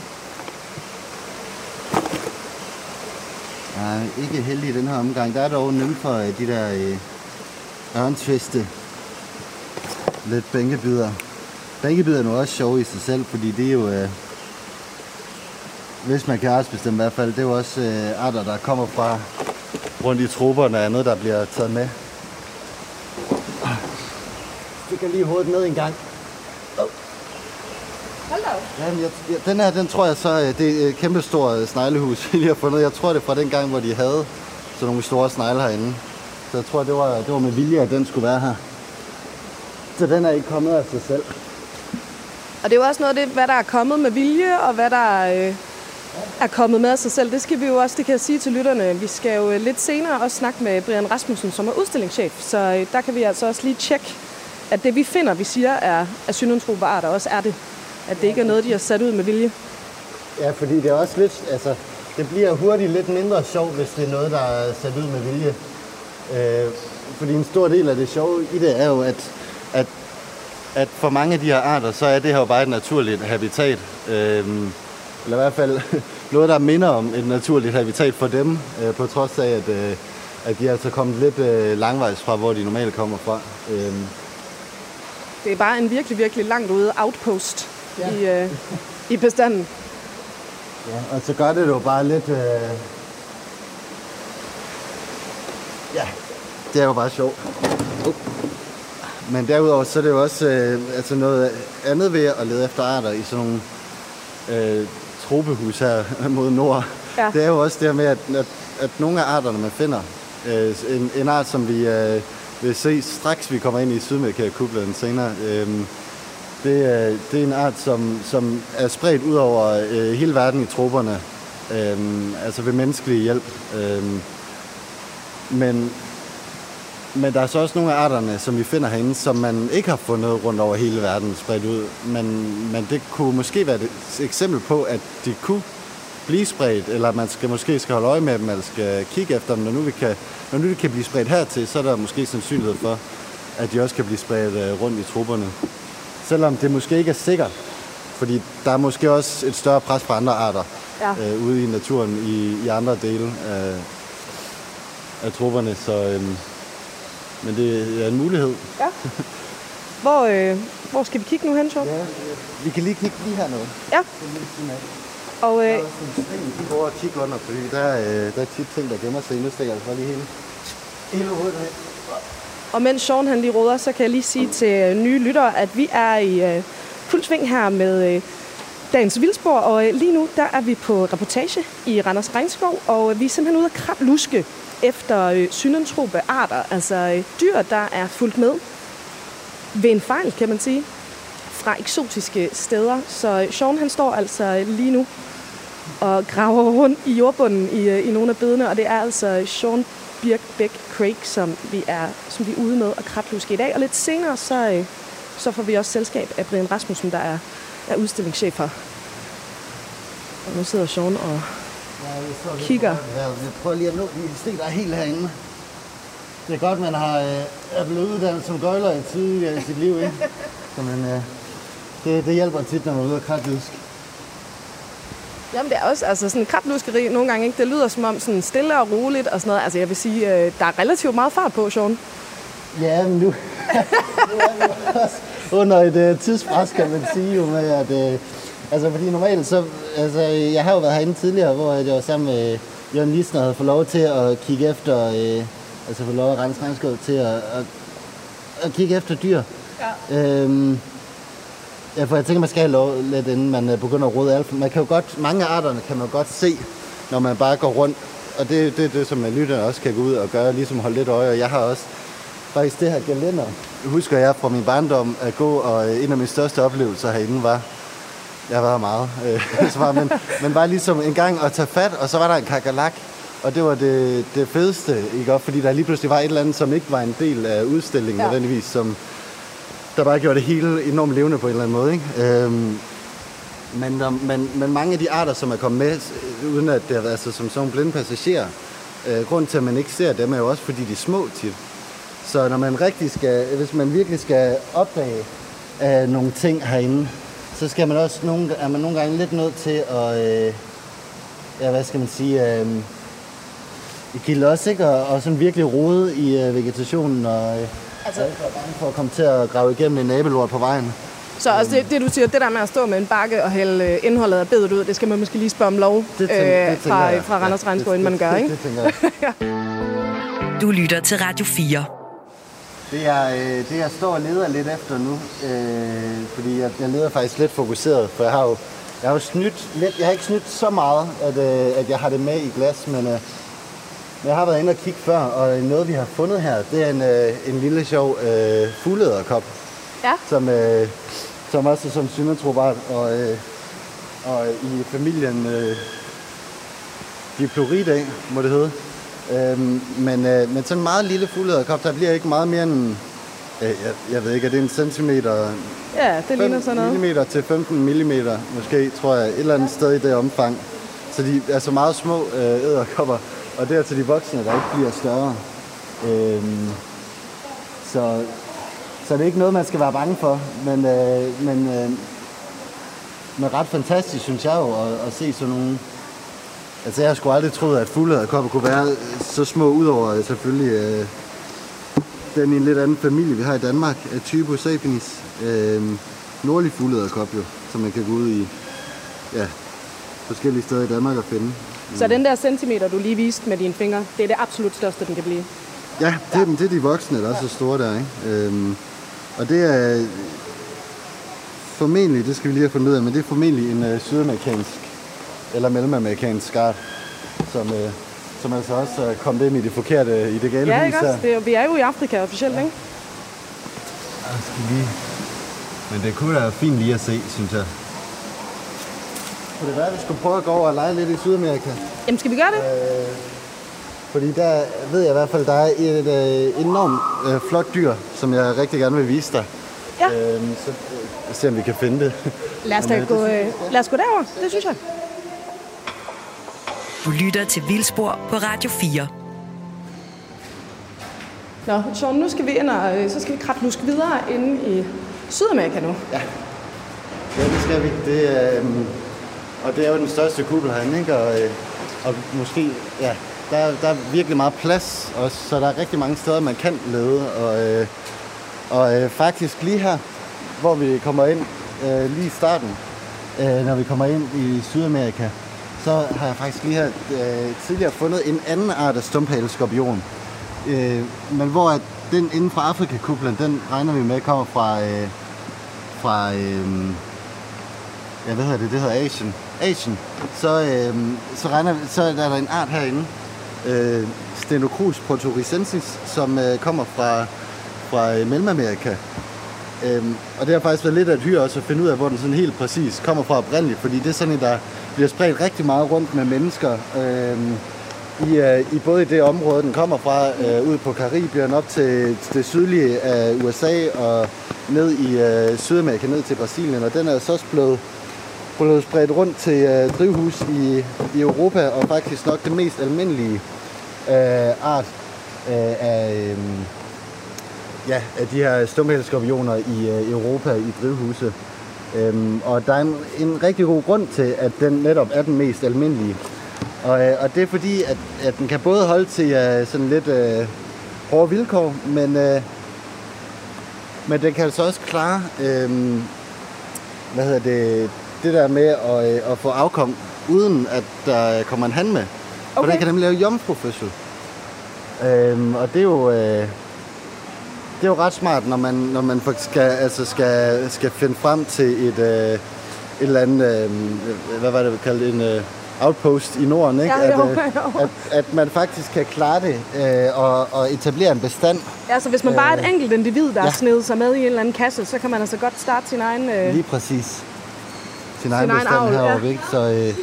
Jeg er ikke heldig i den her omgang. Der er dog en for øh, de der øh, ørntviste. Lidt bænkebider. Bænkebider er nu også sjove i sig selv, fordi det er jo, øh, hvis man kan artsbestemme i hvert fald, det er jo også øh, arter, der kommer fra rundt i troberne og andet, der bliver taget med. Jeg kan lige hovedet ned en gang. Oh. Hold da op. Jamen, jeg, jeg, den her, den tror jeg så, øh, det er et kæmpestort sneglehus, vi lige har fundet. Jeg tror, det er fra den gang, hvor de havde sådan nogle store snegle herinde. Så jeg tror, det var, det var med vilje, at den skulle være her. Så den er ikke kommet af sig selv. Og det er jo også noget af det, hvad der er kommet med vilje, og hvad der øh, er kommet med af sig selv. Det skal vi jo også, det kan jeg sige til lytterne. Vi skal jo lidt senere også snakke med Brian Rasmussen, som er udstillingschef. Så øh, der kan vi altså også lige tjekke, at det vi finder, vi siger, er, er synontrope arter, også er det. At det ikke er noget, de har sat ud med vilje. Ja, fordi det er også lidt, altså, det bliver hurtigt lidt mindre sjovt, hvis det er noget, der er sat ud med vilje. Øh, fordi en stor del af det sjove i det er jo, at, at, at for mange af de her arter, så er det her jo bare et naturligt habitat. Øh, eller i hvert fald noget, der minder om et naturligt habitat for dem, øh, på trods af, at, øh, at de er altså kommet lidt øh, langvejs fra, hvor de normalt kommer fra. Øh, Det er bare en virkelig, virkelig langt ude outpost ja. i, øh, i bestanden. Ja, og så gør det jo bare lidt... Øh... Ja, det er jo bare sjovt. Uh. Men derudover så er det jo også øh, altså noget andet ved at lede efter arter i sådan nogle øh, tropehus her mod nord. Ja. Det er jo også det med, at, at, at nogle af arterne, man finder, øh, en, en art, som vi øh, vil se straks, vi kommer ind i Sydamerika-kuplen senere, øh, det, er, det er en art, som, som er spredt ud over øh, hele verden i troperne, øh, altså ved menneskelig hjælp. Øh, men, men der er så også nogle af arterne, som vi finder herinde, som man ikke har fundet rundt over hele verden spredt ud. Men, men det kunne måske være et eksempel på, at de kunne blive spredt, eller man skal måske skal holde øje med dem, eller skal kigge efter dem. Når nu, vi kan, når nu de kan blive spredt hertil, så er der måske sandsynlighed for, at de også kan blive spredt rundt i trupperne. Selvom det måske ikke er sikkert, fordi der er måske også et større pres på andre arter ja. øh, ude i naturen i, i andre dele af, af trupperne. Så, øhm, men det er en mulighed. Ja. Hvor, øh, hvor skal vi kigge nu hen, Sean? Ja, vi kan lige kigge lige hernede. Ja. Og, øh, der er også en sten, de går og kigge under, fordi der, øh, der er tit ting, der gemmer sig. Nu stikker jeg lige hele, hele hovedet her. Og mens Sean han lige råder, så kan jeg lige sige til nye lyttere, at vi er i øh, fuld sving her med øh, dagens vildspor. Og øh, lige nu, der er vi på reportage i Randers Regnskov, og øh, vi er simpelthen ude at krabluske efter øh, synantrope arter, altså øh, dyr, der er fulgt med ved en fejl, kan man sige, fra eksotiske steder. Så øh, Sean han står altså lige nu og graver rundt i jordbunden i, øh, i nogle af bedene, og det er altså Sean Birkbeck Craig, som vi er, som vi er ude med at krabluske i dag. Og lidt senere, så, øh, så får vi også selskab af Brian Rasmussen, der er, er udstillingschef her. Og nu sidder Sean og ja, kigger. Ja, jeg prøver lige at nå de sten, der er helt herinde. Det er godt, man har, øh, er blevet uddannet som gøjler i tidligere i sit liv, ikke? Så man, øh, det, det hjælper tit, når man er ude og krabluske. Jamen det er også, altså sådan en krabluskeri nogle gange, ikke? Det lyder som om sådan stille og roligt og sådan noget. Altså jeg vil sige, øh, der er relativt meget fart på, Sean. Ja, men nu, nu er vi også under et uh, tidspres, kan man sige jo med, at... Uh, altså fordi normalt så... Altså jeg har jo været herinde tidligere, hvor jeg var sammen med Jørgen Lisner og havde fået lov til at kigge efter... Uh, altså få lov at rense regnskov til at, at, at kigge efter dyr. Ja. Um, Ja, for jeg tænker, man skal have lov lidt, inden man begynder at rode alt. Man kan jo godt, mange af arterne kan man godt se, når man bare går rundt. Og det er det, det, som man lytterne også kan gå ud og gøre, ligesom holde lidt øje. Og jeg har også faktisk det her gelænder. Jeg husker jeg fra min barndom at gå, og en af mine største oplevelser herinde var, jeg var meget, øh, så var, men, men bare ligesom en gang at tage fat, og så var der en kakerlak. Og det var det, det fedeste, ikke? Fordi der lige pludselig var et eller andet, som ikke var en del af udstillingen, ja. nødvendigvis, som... der bare gjorde det hele enormt levende på en eller anden måde, ikke? Øhm, men, der, men, men mange af de arter, som er kommet med, uden at det er altså, som sådan blinde passagerer, øh, grunden til, at man ikke ser dem, er jo også, fordi de er små tit. Så når man rigtig skal, hvis man virkelig skal opdage øh, nogle ting herinde, så skal man også nogle, er man nogle gange lidt nødt til at, øh, ja, hvad skal man sige, øh, i kilde også, ikke? Og, og sådan virkelig rode i øh, vegetationen og... Øh, Altså, jeg er bange for at komme til at grave igennem en nabelort på vejen. Så også det, det, du siger, det der med at stå med en bakke og hælde indholdet af bedet ud, det skal man måske lige spørge om lov det tænker, øh, fra, det fra Randers Regnskov, inden man gør, ikke? Det, det tænker jeg. Ja. Du lytter til Radio fire. Det er det, jeg står og leder lidt efter nu, øh, fordi jeg, jeg leder faktisk lidt fokuseret, for jeg har jo, jeg har jo snydt lidt, jeg har ikke snydt så meget, at, øh, at jeg har det med i glas, men... Øh, Jeg har været inde og kigge før, og noget vi har fundet her, det er en, øh, en lille sjov øh, fugleæderkop, ja. som, øh, som også er som synantropart, og, øh, og i familien øh, Diploridae, må det hedde. Øh, men, øh, men sådan en meget lille fugleæderkop, der bliver ikke meget mere end, øh, jeg, jeg ved ikke, er det en centimeter? Ja, det ligner sådan noget. Millimeter til femten millimeter, måske, tror jeg, et eller andet sted i det omfang. Så de er så meget små øh, æderkopper. Og det er til de voksne, der ikke bliver større. Øhm, så, så det er ikke noget, man skal være bange for. Men, øh, men, øh, men ret fantastisk, synes jeg jo, at, at se sådan nogle... Altså, jeg har sgu aldrig troet, at fugleæderkopper kunne være så små, udover selvfølgelig øh, den i en lidt anden familie, vi har i Danmark, af Typo sapiens. Øh, nordlig fugleæderkop jo, som man kan gå ud i ja, forskellige steder i Danmark og finde. Så den der centimeter, du lige viste med dine fingre, det er det absolut største, den kan blive? Ja, det er, ja. det er de voksne, der er ja. så store der, ikke? Øhm, og det er formentlig, det skal vi lige have fundet ud af, men det er formentlig en uh, sydamerikansk eller mellemamerikansk art, som, øh, som altså også er kommet ind i det forkerte, i det gale Ja, hus ikke også? Det er, vi er jo i Afrika officielt, ja. Ikke? Ja, skal lige... Men det kunne være fint lige at se, synes jeg. Kunne det være, at vi skulle prøve at gå over og lege lidt i Sydamerika? Jamen, skal vi gøre det? Øh, fordi der ved jeg i hvert fald, der er et øh, enormt øh, flot dyr, som jeg rigtig gerne vil vise dig. Ja. Øh, så øh, se om vi kan finde det. Lad os da Men, gå, det, øh, lad os gå derover. Det synes jeg. Du lytter til Vildspor på Radio fire. Nå, Sean, nu skal vi ind og øh, så skal vi kratluske videre inde i Sydamerika nu. Ja. Ja, det skal vi. Det, øh, og det er jo den største kuppel herinde, ikke? Og, øh, og måske, ja, der er, der er virkelig meget plads, og så der er rigtig mange steder, man kan lede. Og, øh, og øh, faktisk lige her, hvor vi kommer ind, øh, lige i starten, øh, når vi kommer ind i Sydamerika, så har jeg faktisk lige her øh, tidligere fundet en anden art af stumphæleskorpion. Øh, men hvor at den inden for Afrika-kuplen, den regner vi med kommer fra, øh, fra øh, ja, hvad hedder det, det hedder Asien. Asien. Så, øh, så, regner, så er der en art herinde, øh, Stenocrus protoricensis, som øh, kommer fra, fra øh, Mellemamerika. Øh, og det har faktisk været lidt af et hyr også at finde ud af, hvor den sådan helt præcis kommer fra oprindeligt, fordi det er sådan, at der bliver spredt rigtig meget rundt med mennesker, øh, I, uh, i både i det område, den kommer fra, uh, ud på Karibien, op til det sydlige af U S A og ned i uh, Sydamerika, ned til Brasilien. Og den er så også blevet, blevet spredt rundt til uh, drivhus i, i Europa, og faktisk nok det mest almindelige uh, art uh, af, um, ja, af de her stumphæleskorpioner i uh, Europa i drivhuse. Um, og der er en, en rigtig god grund til, at den netop er den mest almindelige. Og, og det er fordi, at, at den kan både holde til uh, sådan lidt uh, hårde vilkår, men, uh, men den kan altså også klare uh, hvad hedder det, det der med at, uh, at få afkom, uden at der kommer en han med. Okay. Og den kan nemlig lave jomfrufødsel. Uh, og det er jo... Uh, Det er jo ret smart, når man, når man skal, altså skal, skal finde frem til et, øh, et eller andet, øh, hvad var det, vi kaldte en øh, outpost i Norden, ikke? Ja, jo, at, øh, at, at man faktisk kan klare det øh, og, og etablere en bestand. Ja, så hvis man bare er et enkelt individ, der ja. er snedet sig med i en eller anden kasse, så kan man altså godt starte sin egen... Øh, Lige præcis. Sin, sin egen egen bestand avl, heroppe, ja. ikke? Så, øh,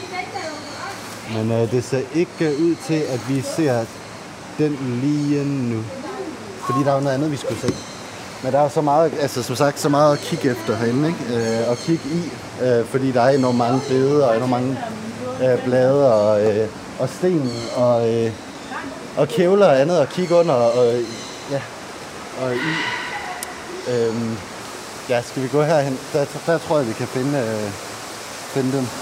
men øh, det ser ikke ud til, at vi ser den lige nu. Fordi der er jo noget andet, vi skulle se. Men der er jo så meget, altså som sagt, så meget at kigge efter herinde, ikke? Øh, og kigge i, øh, fordi der er enormt mange blade og enormt mange øh, blade og, øh, og sten og, øh, og kævler og andet at kigge under og, ja, og i. Øhm, ja, skal vi gå herhen? Der, der tror jeg, vi kan finde, øh, finde dem.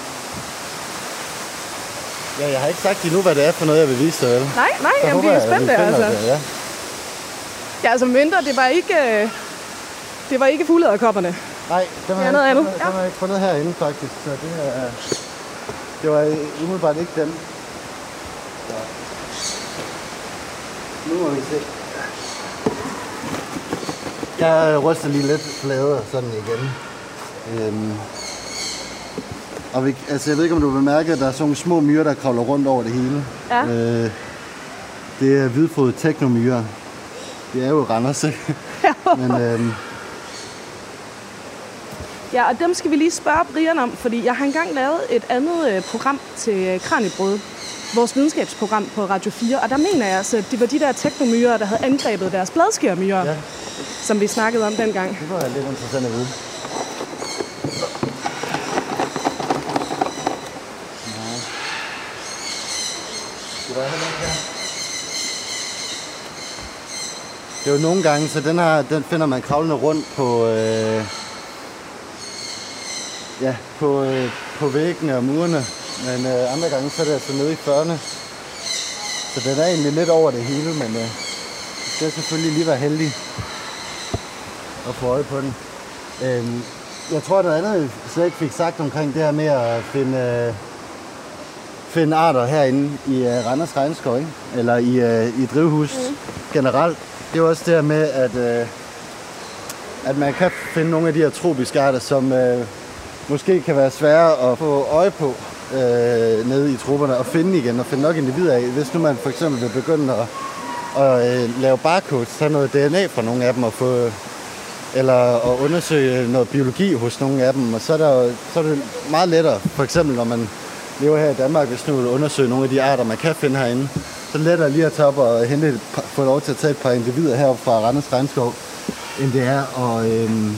Ja, jeg har ikke sagt endnu, hvad det er for noget, jeg vil vise dig, vel? Nej, nej, jamen, det er spændende, altså. Det, ja. Ja, altså mindre, det var ikke, det var ikke fuldæderkopperne. Nej, det var, det er noget andet. Det var ikke fundet herinde, faktisk. Så det, er, det var umiddelbart ikke dem. Så. Nu må vi se. Jeg ryster lige lidt flader sådan igen. Øhm. Og vi, altså, jeg ved ikke, om du vil mærke, at der er sådan nogle små myrer, der kravler rundt over det hele. Ja. Øh, det er hvidfodet teknomyrer. Det er jo Randers, ikke? Men, øhm... ja, og dem skal vi lige spørge Brian om, fordi jeg har engang lavet et andet øh, program til Kraniebrød, vores videnskabsprogram på Radio fire, og der mener jeg altså, at det var de der teknomyrer, der havde angrebet deres bladskærmyrer, ja. Som vi snakkede om dengang. Det var lidt interessant at vide. Det er jo nogle gange, så den her, den finder man kravlende rundt på, øh, ja, på, øh, på væggene og murene, men øh, andre gange så er det altså nede i førne. Så den er egentlig lidt over det hele, men øh, det skal selvfølgelig lige være heldig at få øje på den. Øh, jeg tror, der er andet, jeg slet ikke fik sagt omkring det her med at finde, øh, finde arter herinde i øh, Randers Regnskov, ikke? Eller i, øh, i drivhus mm. generelt. Det er også det her med, at, øh, at man kan finde nogle af de her tropiske arter, som øh, måske kan være svære at få øje på øh, nede i trupperne og finde igen og finde nok individer af. Hvis nu man for eksempel vil begynde at, at øh, lave barcodes, tage noget D N A fra nogle af dem og få, eller at undersøge noget biologi hos nogle af dem, og så er, der, så er det meget lettere. For eksempel når man lever her i Danmark, hvis nu vil undersøge nogle af de arter, man kan finde herinde, så er det lettere lige at tage op og hente et par, få lov til at tage et par individer heroppe fra Randers Regnskov, end det er og øhm,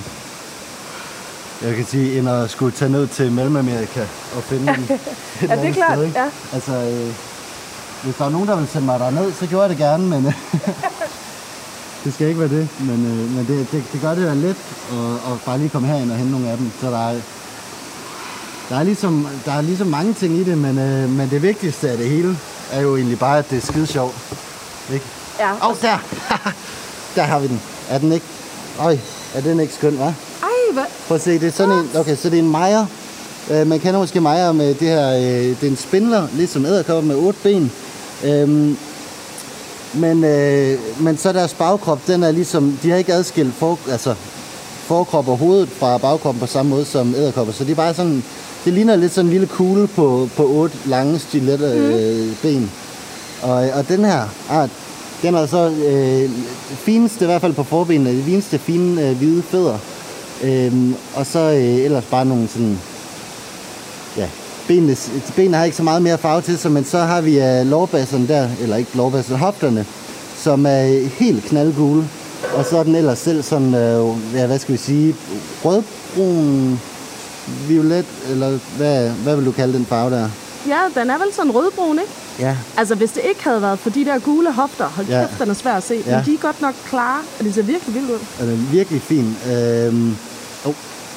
jeg kan sige, end at skulle tage ned til Mellemamerika og finde dem. Ja, det er klart, sted, ja. Altså, øh, hvis der er nogen, der vil sende mig derned, så gjorde jeg det gerne, men det skal ikke være det. Men, øh, men det, det, det gør det jo let at, at bare lige komme herind og hente nogle af dem. Så der er, der er, ligesom, der er ligesom mange ting i det, men, øh, men det vigtigste af det hele er jo egentlig bare, at det er skide sjovt. Ikke? Ja. Åh, oh, der! Der har vi den. Er den ikke? Øj, er den ikke skøn, hva'? Ej, hvad? Prøv at se, det er sådan en, okay, så det er en mejer. Uh, man kender måske mejer med det her, uh, det er en spindler, ligesom edderkopper med otte ben. Um, men, uh, men så deres bagkrop, den er ligesom, de har ikke adskilt for, altså, forkrop og hovedet fra bagkroppen på samme måde som edderkopper, så det er bare sådan, det ligner lidt sådan en lille kugle på, på otte lange stilette uh, ben. Og, og den her art, den er så øh, fineste, i hvert fald på forbenene, de fineste fine øh, hvide fødder. Øhm, og så øh, ellers bare nogle sådan, ja, benene, benene har ikke så meget mere farve til sig, men så har vi øh, lårbasserne der, eller ikke lårbasserne, hofterne, som er helt knaldgule. Og så er den ellers selv sådan, øh, ja, hvad skal vi sige, rødbrun, violet, eller hvad, hvad vil du kalde den farve der? Ja, den er vel sådan rødbrun, ikke? Ja. Altså, hvis det ikke havde været for de der gule hofter, hold kæft, Ja. den er svær at se, Ja. men de er godt nok klare, og det ser virkelig vildt ud. Og den er virkelig fin. Øhm, oh.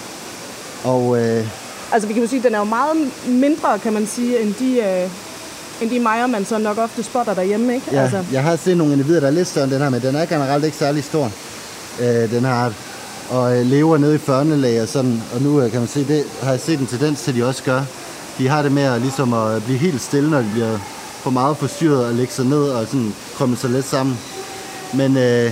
Og øh, Altså, vi kan jo sige, at den er jo meget mindre, kan man sige, end de, øh, end de mejer, man så nok ofte spotter derhjemme, ikke? ja, Altså, jeg har set nogle individer, der er lidt større end den her, men den er generelt ikke særlig stor, øh, den her art. Og øh, lever nede i førnelag og sådan, og nu øh, kan man se, det har jeg set en tendens til, de også gør. De har det med at, ligesom at blive helt stille, når de bliver for meget forstyrret og lægge sig ned og sådan krømme sig lidt sammen. Men, øh,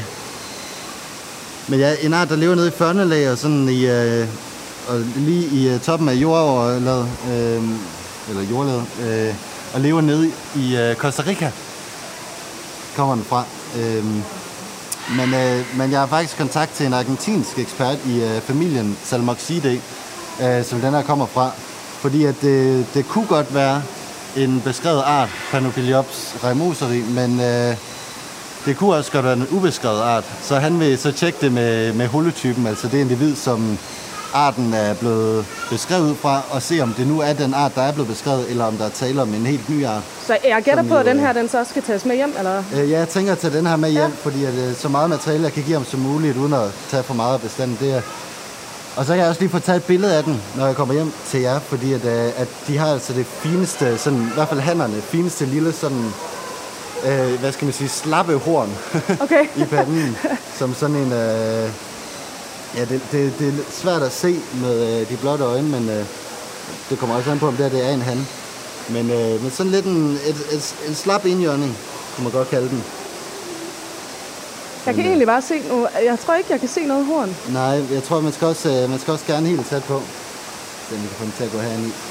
men ja, en art, der lever nede i førnelag og sådan i, øh, og lige i øh, toppen af jordoverlaget, øh, eller jordlaget, øh, og lever nede i øh, Costa Rica, kommer den fra. Øh, men, øh, men jeg har faktisk kontakt til en argentinsk ekspert i øh, familien Salmoxidae, øh, som den her kommer fra. Fordi at det, det kunne godt være en beskrevet art, Panopiliops raimoseri, men øh, det kunne også godt være en ubeskrevet art. Så han vil så tjekke det med, med holotypen, altså det individ, som arten er blevet beskrevet ud fra, og se om det nu er den art, der er blevet beskrevet, eller om der er tale om en helt ny art. så jeg gætter som på, at jo, den her, den så skal tages med hjem, eller? Øh, ja, jeg tænker at tage den her med hjem, Ja. fordi at, øh, så meget materiale, jeg kan give ham som muligt, uden at tage for meget af bestanden, det er. Og så kan jeg også lige få taget et billede af den, når jeg kommer hjem til jer, fordi at, øh, at de har altså det fineste, sådan, i hvert fald hannerne, fineste lille sådan, øh, hvad skal man sige, slappe horn Okay. i panden, som sådan en, øh, ja, det, det, det er svært at se med øh, de blotte øjne, men øh, det kommer også an på, om det, her, det er en han. Men, øh, men sådan lidt en, et, et, en slap indjørning, kunne man godt kalde den. Jeg kan egentlig bare se nu. Jeg tror ikke, jeg kan se noget horn. Nej, jeg tror, man skal også, øh, man skal også gerne helt tæt på, så vi kan få den til at gå herind i.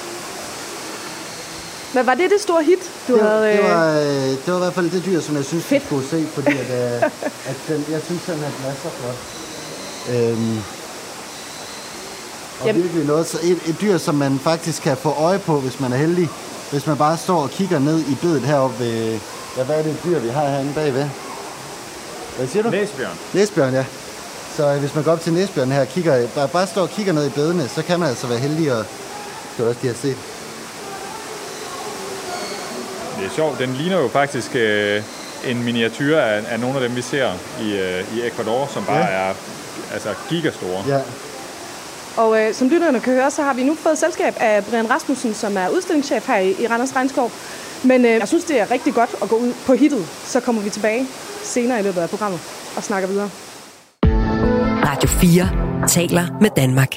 Men var det det store hit, du det, havde? det, øh, var, øh, det var i hvert fald det dyr, som jeg synes, vi Fedt. skulle se, fordi at, øh, at den, jeg synes, den er så flot. Øhm, og Jamen. virkelig noget, så et, et dyr, som man faktisk kan få øje på, hvis man er heldig. Hvis man bare står og kigger ned i bedet heroppe ved, ja, hvad er det dyr, vi har herinde bagved? Hvad siger du? Næsbjørn. Næsbjørn, ja. Så øh, hvis man går op til næsbjørn her og kigger, bare, bare står og kigger ned i bedene, så kan man altså være heldig, og det er også de har set. Det er sjovt. Den ligner jo faktisk øh, en miniature af, af nogle af dem, vi ser i, øh, i Ecuador, som bare Ja. er altså gigastore. Ja, Og øh, som lytterne kan høre, så har vi nu fået selskab af Brian Rasmussen, som er udstillingschef her i, i Randers Regnskov. Men øh, jeg synes, det er rigtig godt at gå ud på hittet. Så kommer vi tilbage senere i løbet af programmet og snakker videre. Radio fire taler med Danmark.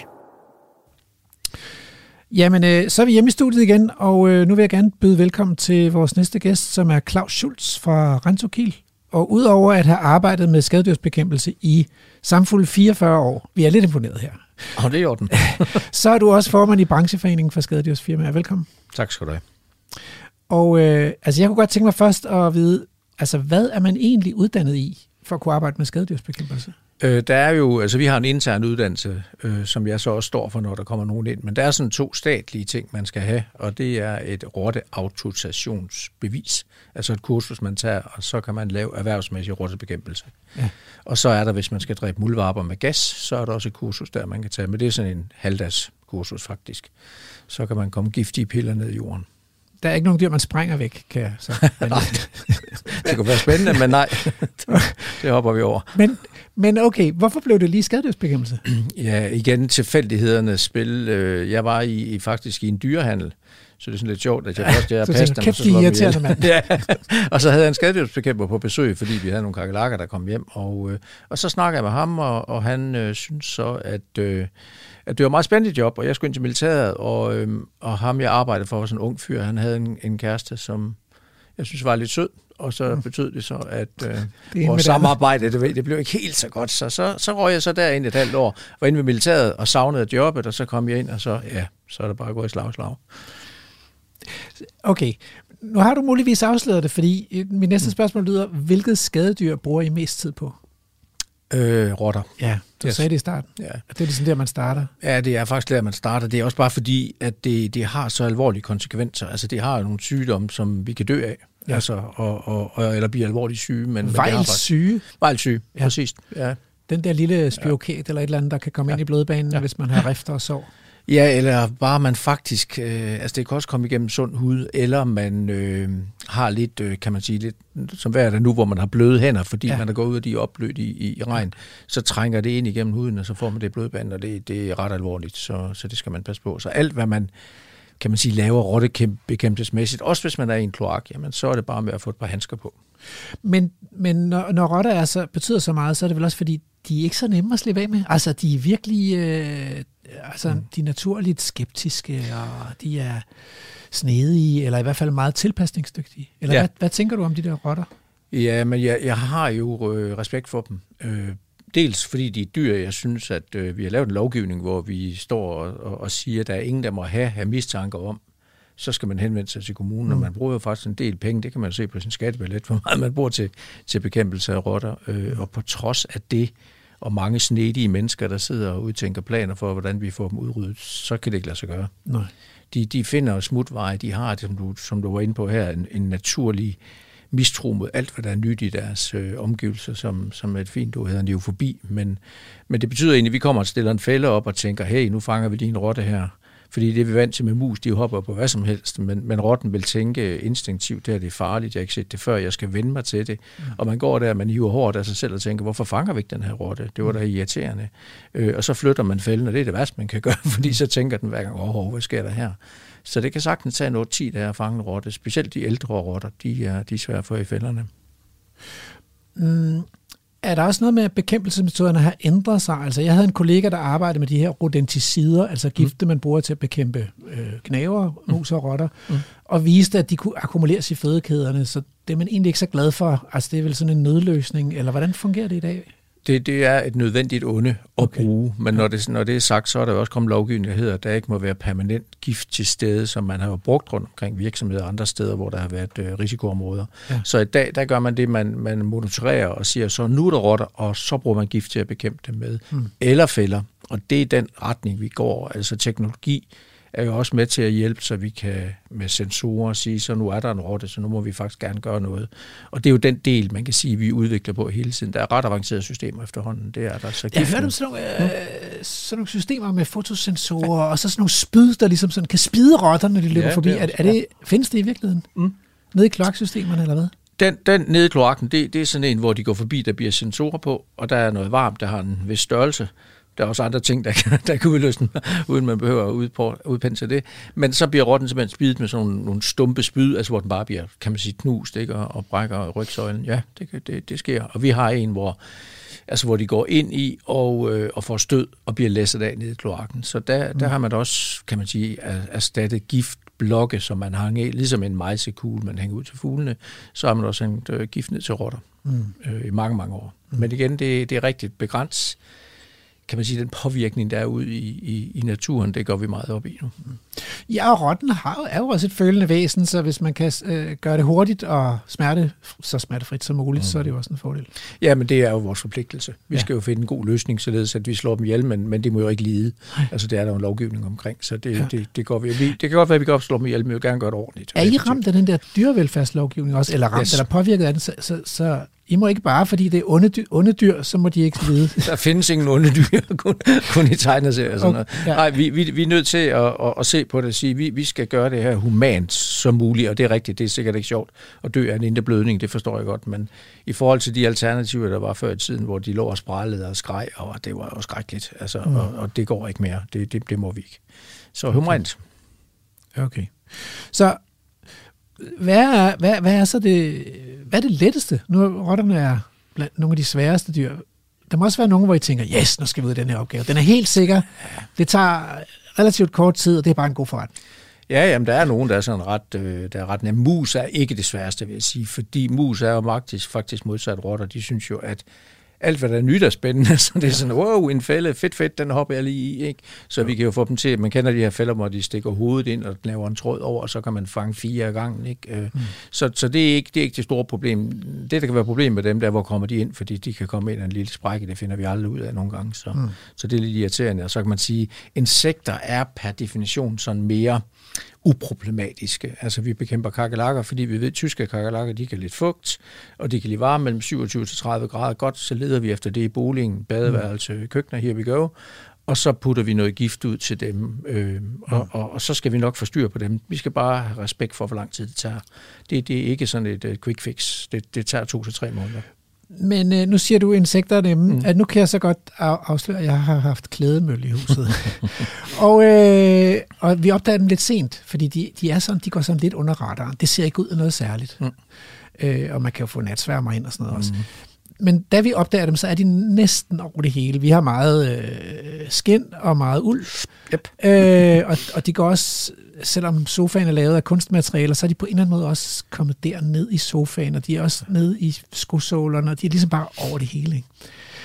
Jamen, øh, så er vi hjemme i studiet igen, og øh, nu vil jeg gerne byde velkommen til vores næste gæst, som er Claus Schultz fra Rentokil. og udover at have arbejdet med skadedyrsbekæmpelse i samfulde fireogfyrre år, vi er lidt imponeret her. Og det er i orden. Så er du også formand i brancheforeningen for skadedyrsfirmaer. Velkommen. Tak skal du have. Og øh, altså jeg kunne godt tænke mig først at vide, altså hvad er man egentlig uddannet i for at kunne arbejde med skadedyrsbekæmpelse? Øh, der er jo, altså vi har en intern uddannelse, øh, som jeg så også står for, når der kommer nogen ind, men der er sådan to statlige ting, man skal have, og det er et rotteautorisationsbevis, altså et kursus, man tager, og så kan man lave erhvervsmæssig rottebekæmpelse. Ja. Og så er der, hvis man skal dræbe muldvarper med gas, så er der også et kursus der, man kan tage, men det er sådan en halvdags kursus faktisk. Så kan man komme giftige piller ned i jorden. Der er ikke nogen dyr, man sprænger væk, kan jeg så. Nej, det kunne være spændende, men nej, det hopper vi over. Men, men okay, hvorfor blev det lige skadedyrsbekæmpelse? Ja, igen tilfældighedernes spil. Jeg var i, i faktisk i en dyrehandel, så det er sådan lidt sjovt, at jeg først jeg passede dem, så slår dem ihjel. Ja. Og så havde jeg en skadedyrsbekæmper på besøg, fordi vi havde nogle kakelakker, der kom hjem, og, og så snakkede jeg med ham, og, og han øh, synes så, at øh, at det var et meget spændende job, og jeg skulle ind til militæret, og, øhm, og ham, jeg arbejdede for, var sådan en ung fyr. Han havde en, en kæreste, som jeg synes var lidt sød, og så betød det så, at øh, vores samarbejde, det, det blev ikke helt så godt. Så, så, så røg jeg så derind et halvt år, var inde ved militæret og savnede jobbet, og så kom jeg ind, og så, ja, så er det bare gået i slag og slag. Okay, nu har du muligvis afsløret det, fordi mit næste spørgsmål lyder, hvilket skadedyr bruger I mest tid på? Øh, rotter. Ja, du yes. sagde det i starten. Ja. Det er ligesom der, man starter. Ja, det er faktisk der, man starter. Det er også bare fordi, at det, det har så alvorlige konsekvenser. Altså, det har nogle sygdomme, som vi kan dø af. Ja. Altså, og, og, og, eller blive alvorligt syge. Men Vejlsyge? Vejlsyge, ja. Præcis. Ja. Den der lille spioket ja. eller et eller andet, der kan komme ja. ind i blodbanen, ja. hvis man har rifter og sår. Ja, eller bare man faktisk, øh, altså det kan også komme igennem sund hud, eller man øh, har lidt, øh, kan man sige, lidt, som hvad er det nu, hvor man har bløde hænder, fordi ja. man er gået ud og de er opblødt i, i, i regn, så trænger det ind igennem huden, og så får man det blodband, og det, det er ret alvorligt, så, så det skal man passe på. Så alt, hvad man, kan man sige, laver rottekæmpelsesmæssigt, også hvis man er i en kloak, jamen så er det bare med at få et par handsker på. Men, men når, når rotter er så, betyder så meget, så er det vel også fordi, de er ikke så nemme at slippe af med. Altså, de er virkelig øh, altså, mm. de er naturligt skeptiske, og de er snedige, eller i hvert fald meget tilpasningsdygtige. Eller ja. hvad, hvad tænker du om de der rotter? Ja, men jeg, jeg har jo øh, respekt for dem. Øh, dels fordi de er dyr. Jeg synes, at øh, vi har lavet en lovgivning, hvor vi står og, og, og siger, at der er ingen, der må have, have mistanker om, så skal man henvende sig til kommunen, og man bruger jo faktisk en del penge, det kan man se på sin skattebillet, hvor meget man bruger til, til bekæmpelse af rotter, øh, og på trods af det, og mange snedige mennesker, der sidder og udtænker planer for, hvordan vi får dem udryddet, så kan det ikke lade sig gøre. Nej. De, de finder smutveje, de har, som du, som du var inde på her, en, en naturlig mistro mod alt, hvad der er nyt i deres øh, omgivelser, som, som et fint ord hedder en neofobi, men, men det betyder egentlig, at vi kommer og stiller en fælde op og tænker, hey, nu fanger vi lige en rotte her. Fordi det er vi vant til med mus, de hopper på hvad som helst, men, men rotten vil tænke instinktivt, det er det er farligt, jeg har ikke set det før, jeg skal vende mig til det. Mm. Og man går der, man hiver hårdt af sig selv og tænker, hvorfor fanger vi ikke den her rotte? Det var da irriterende. Øh, og så flytter man fælden, og det er det værste, man kan gøre, fordi så tænker den hver gang, åh, hvad sker der her? Så det kan sagtens tage noget tid der at fange en rotte, specielt de ældre rotter, de er, de er svære for i fælderne. Mm. Er der også noget med, at bekæmpelsesmetoderne har ændret sig? Altså, jeg havde en kollega, der arbejdede med de her rodenticider, altså gifte, mm. man bruger til at bekæmpe øh, gnaver, mus og rotter, mm. og viste, at de kunne akkumuleres i fødekæderne, så det er man egentlig ikke så glad for. Altså, det er vel sådan en nødløsning, eller hvordan fungerer det i dag? Det, det er et nødvendigt onde at okay. bruge, men når det, når det er sagt, så er der også kommet lovgivning, der hedder, at der ikke må være permanent gift til stede, som man har jo brugt rundt omkring virksomheder og andre steder, hvor der har været øh, risikoområder. Ja. Så i dag, der gør man det, man, man monitorerer og siger, så nu er der rotter, og så bruger man gift til at bekæmpe det med. Hmm. Eller fælder, og det er den retning, vi går. Altså teknologi er jo også med til at hjælpe, så vi kan med sensorer sige, så nu er der en rotte, så nu må vi faktisk gerne gøre noget. Og det er jo den del, man kan sige, vi udvikler på hele tiden. Der er ret avancerede systemer efterhånden. Det er der så jeg har hørt om sådan nogle, øh, sådan nogle systemer med fotosensorer, ja. og så sådan nogle spyd, der ligesom sådan kan spide rotter, når de løber ja, forbi. Er, er det, findes det i virkeligheden? Mm. Nede i kloaksystemerne, eller hvad? Den, den nede i kloakken, det, det er sådan en, hvor de går forbi, der bliver sensorer på, og der er noget varmt, der har en vis størrelse. Der er også andre ting, der kan, der kan udløse den, uden man behøver at udpensle det. Men så bliver rotten simpelthen spidet med sådan nogle, nogle stumpe spyd, altså hvor den bare bliver, kan man sige, knust, ikke? Og, og brækker rygsøjlen. Ja, det, det, det sker. Og vi har en, hvor, altså hvor de går ind i og, øh, og får stød og bliver læsset af nede i kloakken. Så der, mm. der har man også, kan man sige, erstattet giftblokke, som man hang af, ligesom en mejsekugle, man hænger ud til fuglene, så har man også hængt øh, gift ned til rotter. Mm. øh, i mange, mange år. Mm. Men igen, det, det er rigtigt begrænset. Kan man sige, den påvirkning, der er ude i, i, i naturen, det går vi meget op i nu. Ja, og rotten har, er jo også et følende væsen, så hvis man kan øh, gøre det hurtigt og smerte, så smertefrit som muligt, mm. så er det jo også en fordel. Ja, men det er jo vores forpligtelse. Vi ja. skal jo finde en god løsning, således at vi slår dem ihjel, men, men det må jo ikke lide. Nej. Altså, det er der jo en lovgivning omkring, så det, ja. det, det går vi. vi. Det kan godt være, at vi kan opslå dem ihjel, men vi vil gerne gøre det ordentligt. Er I ramt af den der dyrevelfærdslovgivning også, eller ramt, yes. eller påvirket af den, så, så, så I må ikke bare, fordi det er onde dyr, onde dyr, så må de ikke lide. Der findes ingen onde dyr, kun, kun i tegneserier og sådan noget. Okay, ja. Nej, vi, vi, vi er nødt til at, at, at se på det og sige, vi, vi skal gøre det her humant som muligt, og det er rigtigt, det er sikkert ikke sjovt at dø af en indre blødning, det forstår jeg godt, men i forhold til de alternativer, der var før i tiden, hvor de lå og sprælede og skreg, og det var jo skrækkeligt, altså, mm. og, og det går ikke mere, det, det, det må vi ikke. Så humant. Okay. okay. Så hvad er, hvad, hvad er så det, hvad er det letteste? Nu rotterne er blandt nogle af de sværeste dyr. Der må også være nogen, hvor I tænker, yes, nu skal vi ud af den her opgave. Den er helt sikker. Det tager relativt kort tid, og det er bare en god forretning. Ja, jamen, der er nogen, der er sådan ret, øh, der er ret nem. Mus er ikke det sværeste, vil jeg sige, fordi mus er jo faktisk, faktisk modsat rotter. De synes jo, at alt, hvad der er nyt er spændende, så det er sådan, wow, en fælde, fedt, fedt, den hopper jeg lige i, ikke? Så ja. Vi kan jo få dem til, man kender de her fælder, hvor de stikker hovedet ind og laver en tråd over, og så kan man fange fire af gangen, ikke? Mm. Så, så det, er ikke, det er ikke det store problem. Det, der kan være problem med dem, der hvor kommer de ind, fordi de kan komme ind af en lille sprække, det finder vi aldrig ud af nogle gange, så, mm. så det er lidt irriterende. Og så kan man sige, insekter er per definition sådan mere uproblematiske. Altså vi bekæmper kakelakker, fordi vi ved, at tyske kakelakker, de kan lidt fugt, og de kan lide varme mellem syvogtyve til tredive grader. Godt, så leder vi efter det i boligen, badeværelse, mm. køkkener, here we go. Og så putter vi noget gift ud til dem, øh, og, og, og så skal vi nok få styr på dem. Vi skal bare have respekt for, hvor lang tid det tager. Det, det er ikke sådan et uh, quick fix. Det, det tager to til tre måneder. Men øh, nu siger du insekter er nemme, mm. at nu kan jeg så godt afsløre, at jeg har haft klædemøl i huset. og, øh, og vi opdager dem lidt sent, fordi de, de, er sådan, de går sådan lidt under radaren. Det ser ikke ud af noget særligt. Mm. Øh, og man kan jo få natsværmer ind og sådan noget mm. også. Men da vi opdager dem, så er de næsten over det hele. Vi har meget øh, skind og meget uld. Yep. Øh, og, og de går også, selvom sofaen er lavet af kunstmaterialer, så er de på en eller anden måde også kommet derned i sofaen, og de er også nede i skosålerne, og de er ligesom bare over det hele. Ikke?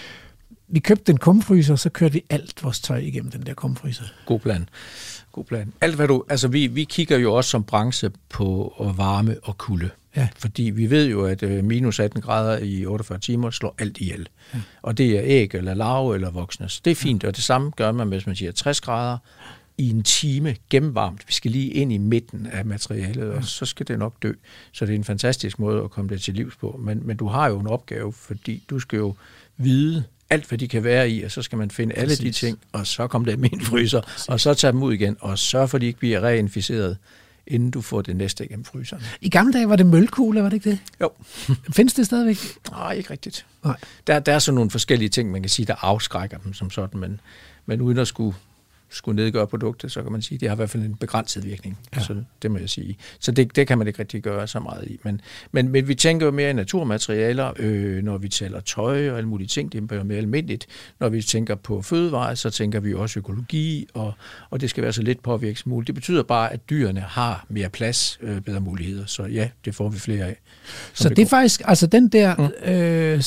Vi købte en kumfryser, og så kørte vi alt vores tøj igennem den der kumfryser. God plan. God plan. Alt hvad du, altså vi, vi kigger jo også som branche på varme og kulde. Ja. Fordi vi ved jo, at minus atten grader i otteogfyrre timer slår alt ihjel. Ja. Og det er æg, eller larve, eller voksne. Det er fint, og det samme gør man, hvis man siger tres grader i en time gennemvarmt. Vi skal lige ind i midten af materialet, og så skal det nok dø. Så det er en fantastisk måde at komme det til livs på. Men, men du har jo en opgave, fordi du skal jo vide alt, hvad de kan være i, og så skal man finde alle Præcis. De ting, og så komme dem i en fryser, Præcis. Og så tage dem ud igen, og sørge for, at de ikke bliver reinficeret, inden du får det næste igennem fryseren. I gamle dage var det mølkugler, var det ikke det? Jo. Findes det stadigvæk? Nej, ikke rigtigt. Nej. Der, der er så nogle forskellige ting, man kan sige, der afskrækker dem som sådan, men, men uden at skulle, skulle nedgøre produktet, så kan man sige, at det har i hvert fald en begrænset virkning. Ja. Så det må jeg sige. Så det, det kan man ikke rigtig gøre så meget i. Men, men, men vi tænker jo mere i naturmaterialer, øh, når vi taler tøj og alle mulige ting, det er mere almindeligt. Når vi tænker på fødevarer, så tænker vi også økologi, og, og det skal være så lidt påvirket som muligt. Det betyder bare, at dyrene har mere plads, øh, bedre muligheder. Så ja, det får vi flere af. Så det, det er faktisk, altså den der mm. øh,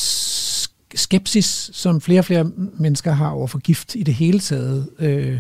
skepsis, som flere og flere mennesker har over for gift i det hele taget, øh,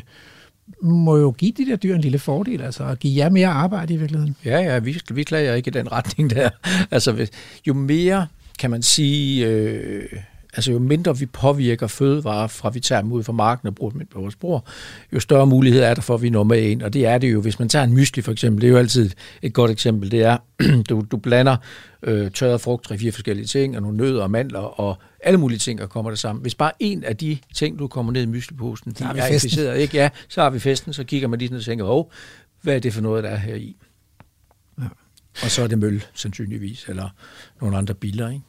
må jo give de der dyr en lille fordel, altså at give jer mere arbejde i virkeligheden. Ja, ja, vi, vi klager ikke i den retning der. Altså, jo mere, kan man sige, øh, altså jo mindre vi påvirker fødevarer, fra vi tager dem ud fra marken og bruger dem på vores bord, jo større mulighed er der for, at vi når med ind. Og det er det jo, hvis man tager en mysli for eksempel, det er jo altid et godt eksempel, det er, du, du blander øh, tørret frugt, tre, fire forskellige ting, og nogle nødder og mandler, og alle mulige ting, der kommer der sammen. Hvis bare en af de ting, du kommer ned i mysliposen, de er inficeret, ikke? Ja, så har vi festen, så kigger man lige sådan og tænker, åh, hvad er det for noget, der er her i? Ja. Og så er det møl, sandsynligvis, eller nogle andre biler, ikke?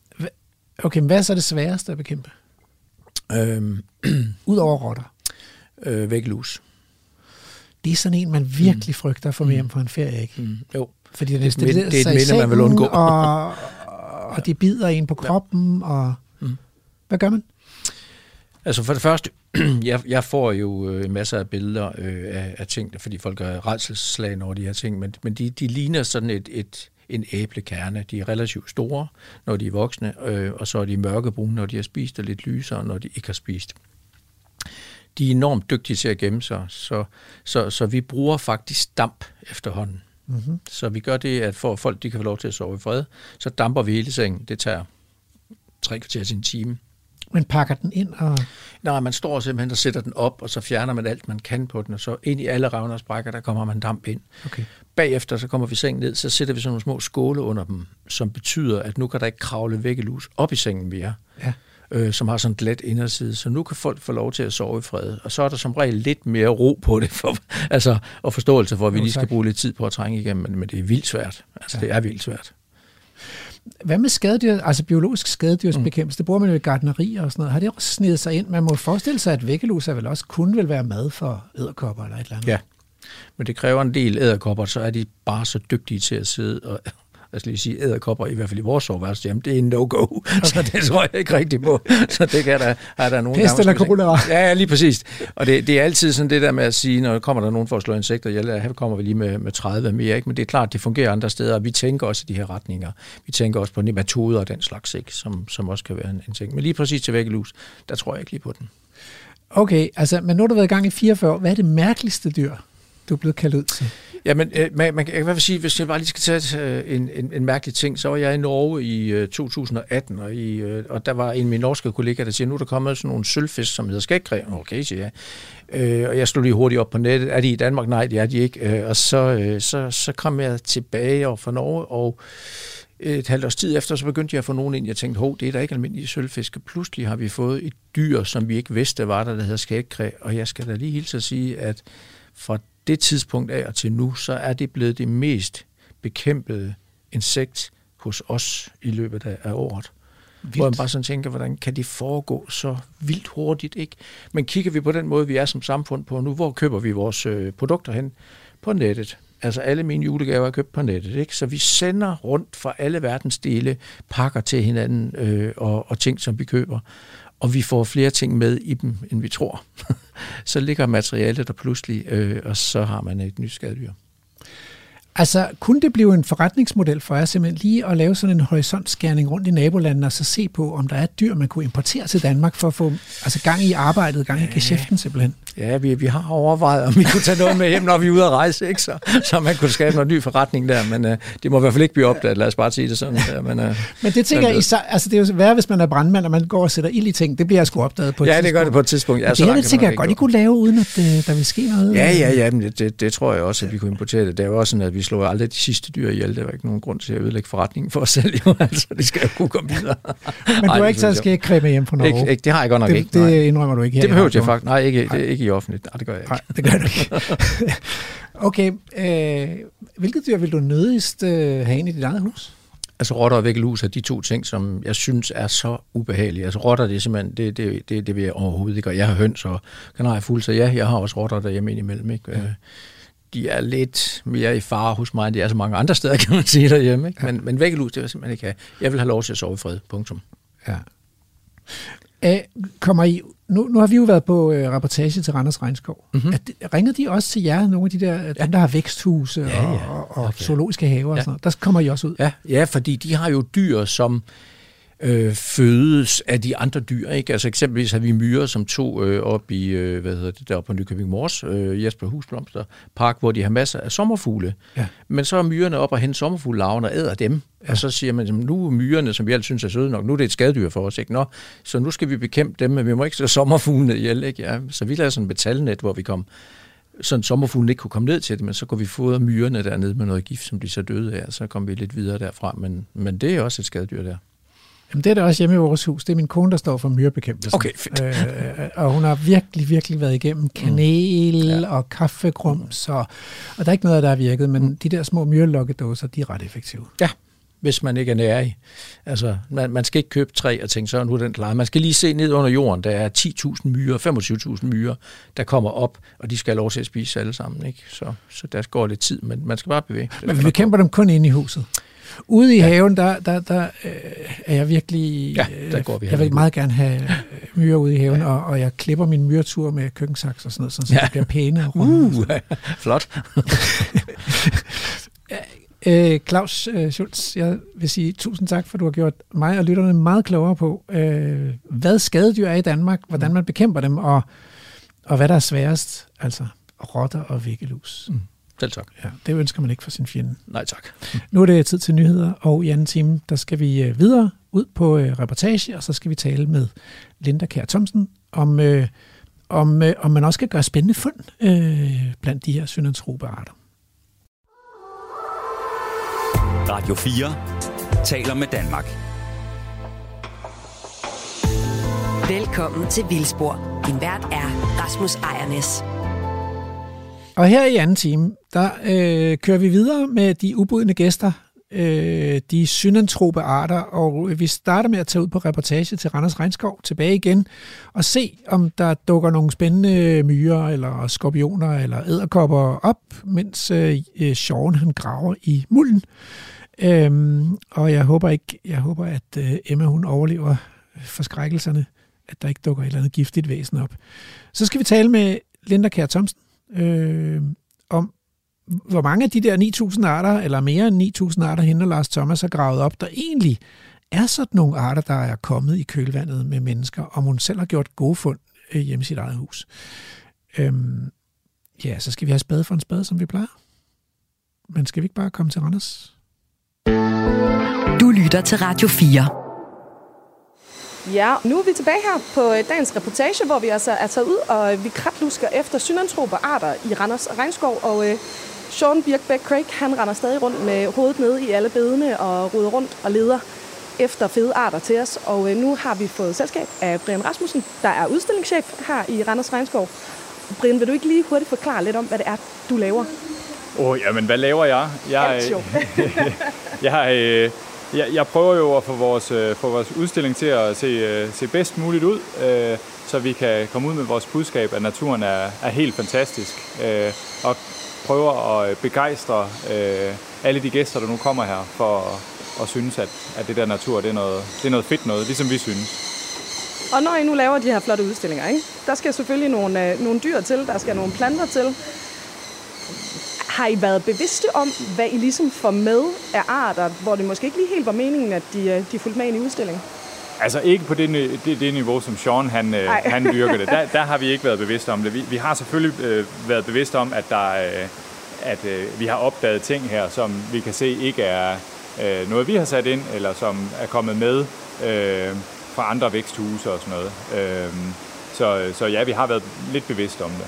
Okay, men hvad er så det sværeste at bekæmpe? Øhm, Udover rotter? Øh, væggelus. Det er sådan en, man virkelig frygter at få med hjem på en ferie, ikke? Mm. Jo. Fordi det, det, det, det, det er et minde, man vil undgå. Og, og de bider en på kroppen, ja. Og mm. hvad gør man? Altså for det første, jeg, jeg får jo øh, masser af billeder øh, af, af ting, fordi folk er rædselsslagne over de her ting, men, men de, de ligner sådan et, et, en æblekerne. De er relativt store, når de er voksne, øh, og så er de mørkebrune, når de har spist, og lidt lysere, når de ikke har spist. De er enormt dygtige til at gemme sig, så, så, så vi bruger faktisk damp efterhånden. Mm-hmm. Så vi gør det, at for at folk de kan få lov til at sove i fred, så damper vi hele sengen. Det tager tre kvarter til en time. Men pakker den ind? Og... Nej, man står simpelthen og sætter den op, og så fjerner man alt, man kan på den, og så ind i alle revner og sprækker, der kommer man damp ind. Okay. Bagefter så kommer vi sengen ned, så sætter vi sådan nogle små skåle under dem, som betyder, at nu kan der ikke kravle væggelus op i sengen mere. Ja. Øh, som har sådan en glat inderside, så nu kan folk få lov til at sove i fred. Og så er der som regel lidt mere ro på det, for, altså, og forståelse for, at vi lige skal bruge lidt tid på at trænge igennem, men, men det er vildt svært. Altså, ja. Det er vildt svært. Hvad med skadedyr, altså biologisk skadedyrsbekæmpelse, mm. det bruger man jo i gartnerier og sådan noget. Har det også snedet sig ind? Man må forestille sig, at væggeluser vel også kun vil være mad for edderkopper eller et eller andet. Ja, men det kræver en del edderkopper, så er de bare så dygtige til at sidde og... Jeg skal lige sige, edderkopper, i hvert fald i vores soveværelse, jamen det er en no-go, okay. Så det tror jeg ikke rigtig på. Så det kan der, har der nogen Pest eller kolera. Ja, ja, lige præcis. Og det, det er altid sådan det der med at sige, når kommer der nogen for at slå insekter ihjel, her kommer vi lige med, med tredive mere, ikke? Men det er klart, det fungerer andre steder, og vi tænker også i de her retninger. Vi tænker også på nematoder og den slags, ikke? Som, som også kan være en, en ting. Men lige præcis til væggelus, der tror jeg ikke lige på den. Okay, altså, men nu har du været i gang i fireogfyrre år. Hvad er det mærkeligste dyr, du er blevet kaldt ud til? Ja, men øh, man, man, jeg kan sige, hvis jeg bare lige skal tage øh, en, en, en mærkelig ting, så var jeg i Norge i øh, to tusind og atten, og, i, øh, og der var en af mine norske kollegaer, der siger, nu er der kommet sådan nogle sølvfisk, som hedder skægkræ. Okay, siger jeg. Øh, og jeg slog lige hurtigt op på nettet. Er de i Danmark? Nej, det er de ikke. Øh, og så, øh, så, så kom jeg tilbage over fra Norge, og et halvt års tid efter, så begyndte jeg at få nogen ind. Jeg tænkte, hov, det er da ikke almindelige sølvfiske. Pludselig har vi fået et dyr, som vi ikke vidste, var der, der hedder skægkræ. Og jeg skal da lige hilse at sige, at fra det tidspunkt af og til nu, så er det blevet det mest bekæmpede insekt hos os i løbet af året. Vildt. Hvor man bare sådan tænker, hvordan kan det foregå så vildt hurtigt, ikke? Men kigger vi på den måde, vi er som samfund på nu, hvor køber vi vores øh, produkter hen? På nettet. Altså alle mine julegaver er købt på nettet, ikke? Så vi sender rundt fra alle verdens dele pakker til hinanden øh, og, og ting, som vi køber. Og vi får flere ting med i dem, end vi tror. Så ligger materialet der pludselig, øh, og så har man et nyt skadedyr. Altså, kunne det blive en forretningsmodel for jer simpelthen lige at lave sådan en horisontskærning rundt i nabolandene, og så se på, om der er et dyr, man kunne importere til Danmark for at få altså, gang i arbejdet, gang i geschæften simpelthen? Ja, vi, vi har overvejet, om vi kunne tage noget med hjem, når vi er ude at rejse, ikke? Så, så man kunne skabe noget ny forretning der, men uh, det må i hvert fald ikke blive opdaget, lad os bare sige det sådan. Der, men, uh, men det tænker jeg, altså det er jo værre, hvis man er brandmand, og man går og sætter ild i ting, det bliver sgu opdaget på et ja, tidspunkt. Ja, det gør det på et tidspunkt. Ja, det her, det tænker jeg godt, I kunne lave, uden at uh, der vil ske noget. Ja, ja, ja, men det, det, det tror jeg også, at vi kunne importere det. Det er jo også sådan, at vi slår aldrig de sidste dyr ihjel. Det var ikke nogen grund til at ødelægge forretningen for os selv, jo. Altså, det skal jo kunne komme videre. Men du har ikke taget skægkræ med hjem fra Norge? Ikke, ikke, det har jeg godt nok det, ikke. Nej. Det indrømmer du ikke her? Det behøver jeg faktisk. Nej, ikke, det, ikke i offentligt. Nej, det gør jeg ikke. Nej, det gør du ikke. Okay, øh, hvilket dyr vil du nødigst øh, have ind i dit eget hus? Altså rotter og væggelus er de to ting, som jeg synes er så ubehagelige. Altså rotter, det er simpelthen, det, det, det, det vil jeg overhovedet ikke. Og jeg har høns og kanariefugl, så ja, jeg har også rotter derhjemme indimellem, ikke? Ja. De er lidt mere i fare hos mig, end de er så mange andre steder, kan man sige derhjemme. Ikke? Men, ja. men væggelus, det vil jeg simpelthen ikke have. Jeg vil have lov til at sove i fred. Punktum. Ja. Æ, kommer I, nu, nu har vi jo været på øh, rapportage til Randers Regnskov. Mm-hmm. At, ringer de også til jer, nogle af de der, ja. dem, der har væksthuse ja, ja. og, og okay. zoologiske haver ja. og sådan noget? Der kommer I også ud? Ja, ja, fordi de har jo dyr, som øh, fødes af de andre dyr, ikke? Altså eksempelvis har vi myrer, som tog øh, op i, øh, hvad hedder det, der på Nykøbing Mors, øh, Jesper Husblomster Park, hvor de har masser af sommerfugle. Ja. Men så er myrerne op og hente sommerfuglelarven og æder dem. Ja. Og så siger man, nu er myrerne, som vi altid synes er søde nok, nu er det et skadedyr for os, ikke? Nå, så nu skal vi bekæmpe dem, men vi må ikke slå sommerfuglene ihjel, ikke? Ja, så vi lavede sådan et metalnet, hvor vi kom, sådan sommerfuglen ikke kunne komme ned til det, men så kunne vi fodre myrerne dernede med noget gift, som de så døde af, og så kom vi lidt videre derfra, men, men det er også et skadedyr der. Jamen, det er der også hjemme i vores hus. Det er min kone, der står for myrebekæmpelsen. Okay, fedt. Øh, og hun har virkelig, virkelig været igennem kanel mm. ja. og kaffegrums, og, og der er ikke noget, der har virket, men mm. de der små myrelokkedåser, de er ret effektive. Ja, hvis man ikke er nærig. Altså, man, man skal ikke købe træ og tænke, så nu er den klar. Man skal lige se ned under jorden. Der er ti tusind myrer, femogtyve tusind myrer, der kommer op, og de skal have lov til at spise alle sammen, ikke? Så, så der går lidt tid, men man skal bare bevæge. Men vi bekæmper dem kun inde i huset. Ude i ja. haven, der, der, der øh, er jeg virkelig... Ja, der går vi jeg vil meget gerne have myrer ude i haven, ja. og, og jeg klipper min myretur med køkkensaks og sådan noget, så ja. det bliver pæne. Uh, flot. Øh, Claus øh, Schultz, jeg vil sige tusind tak, for du har gjort mig og lytterne meget klogere på, øh, hvad skadedyr er i Danmark, hvordan man bekæmper dem, og, og hvad der er sværest, altså rotter og væggelus. Mm. Selv tak. Ja, det ønsker man ikke for sin fjende. Nej tak. Nu er det tid til nyheder, og i anden time, der skal vi øh, videre ud på øh, reportage, og så skal vi tale med Linda Kjær Thomsen om, øh, om, øh, om man også skal gøre spændende fund øh, blandt de her synantrubearter. Radio fire taler med Danmark. Velkommen til Vildspor. Din vært er Rasmus Ejernes. Og her i anden time, der øh, kører vi videre med de ubudne gæster, øh, de synantrope arter, og vi starter med at tage ud på reportage til Randers Regnskov, tilbage igen, og se, om der dukker nogle spændende myrer, eller skorpioner, eller edderkopper op, mens øh, Sean han graver i mulden. Øhm, og jeg håber ikke, jeg håber, at øh, Emma hun overlever forskrækkelserne, at der ikke dukker et eller andet giftigt væsen op. Så skal vi tale med Linda Kjær Thomsen øh, om, hvor mange af de der ni tusind arter, eller mere end ni tusind arter, hende og Lars Thomas har gravet op, der egentlig er sådan nogle arter, der er kommet i kølvandet med mennesker, om hun selv har gjort gode fund øh, hjemme i sit eget hus. Øhm, ja, så skal vi have spade for en spade, som vi plejer. Men skal vi ikke bare komme til Randers? Du lytter til Radio fire. Ja, nu er vi tilbage her på dagens reportage, hvor vi altså er taget ud, og vi kratlusker efter synantrope arter i Randers Regnskov, og øh, Sean Birkbeck Craig, han render stadig rundt med hovedet nede i alle bedene og roder rundt og leder efter fede arter til os. Og øh, nu har vi fået selskab af Brian Rasmussen, der er udstillingschef her i Randers Regnskov. Brian, vil du ikke lige hurtigt forklare lidt om, hvad det er, du laver? Åh, oh, jamen, hvad laver jeg? Jeg, Alt jo. jeg, øh, jeg, jeg prøver jo at få vores, få vores udstilling til at se, se bedst muligt ud, øh, så vi kan komme ud med vores budskab, at naturen er, er helt fantastisk. Øh, og prøver at begejstre øh, alle de gæster, der nu kommer her, for at, at synes, at, at det der natur, det er, noget, det er noget fedt noget, ligesom vi synes. Og når I nu laver de her flotte udstillinger, ikke? Der skal selvfølgelig nogle, øh, nogle dyr til, der skal nogle planter til. Har I været bevidste om, hvad I ligesom får med af arter, hvor det måske ikke lige helt var meningen, at de, de fulgte med ind i udstillingen? Altså ikke på det, det, det niveau, som Sean han, han dyrker det. Der, der har vi ikke været bevidste om det. Vi, vi har selvfølgelig øh, været bevidste om, at, der, øh, at øh, vi har opdaget ting her, som vi kan se ikke er øh, noget, vi har sat ind, eller som er kommet med øh, fra andre væksthuse og sådan noget. Øh, så, så ja, vi har været lidt bevidste om det.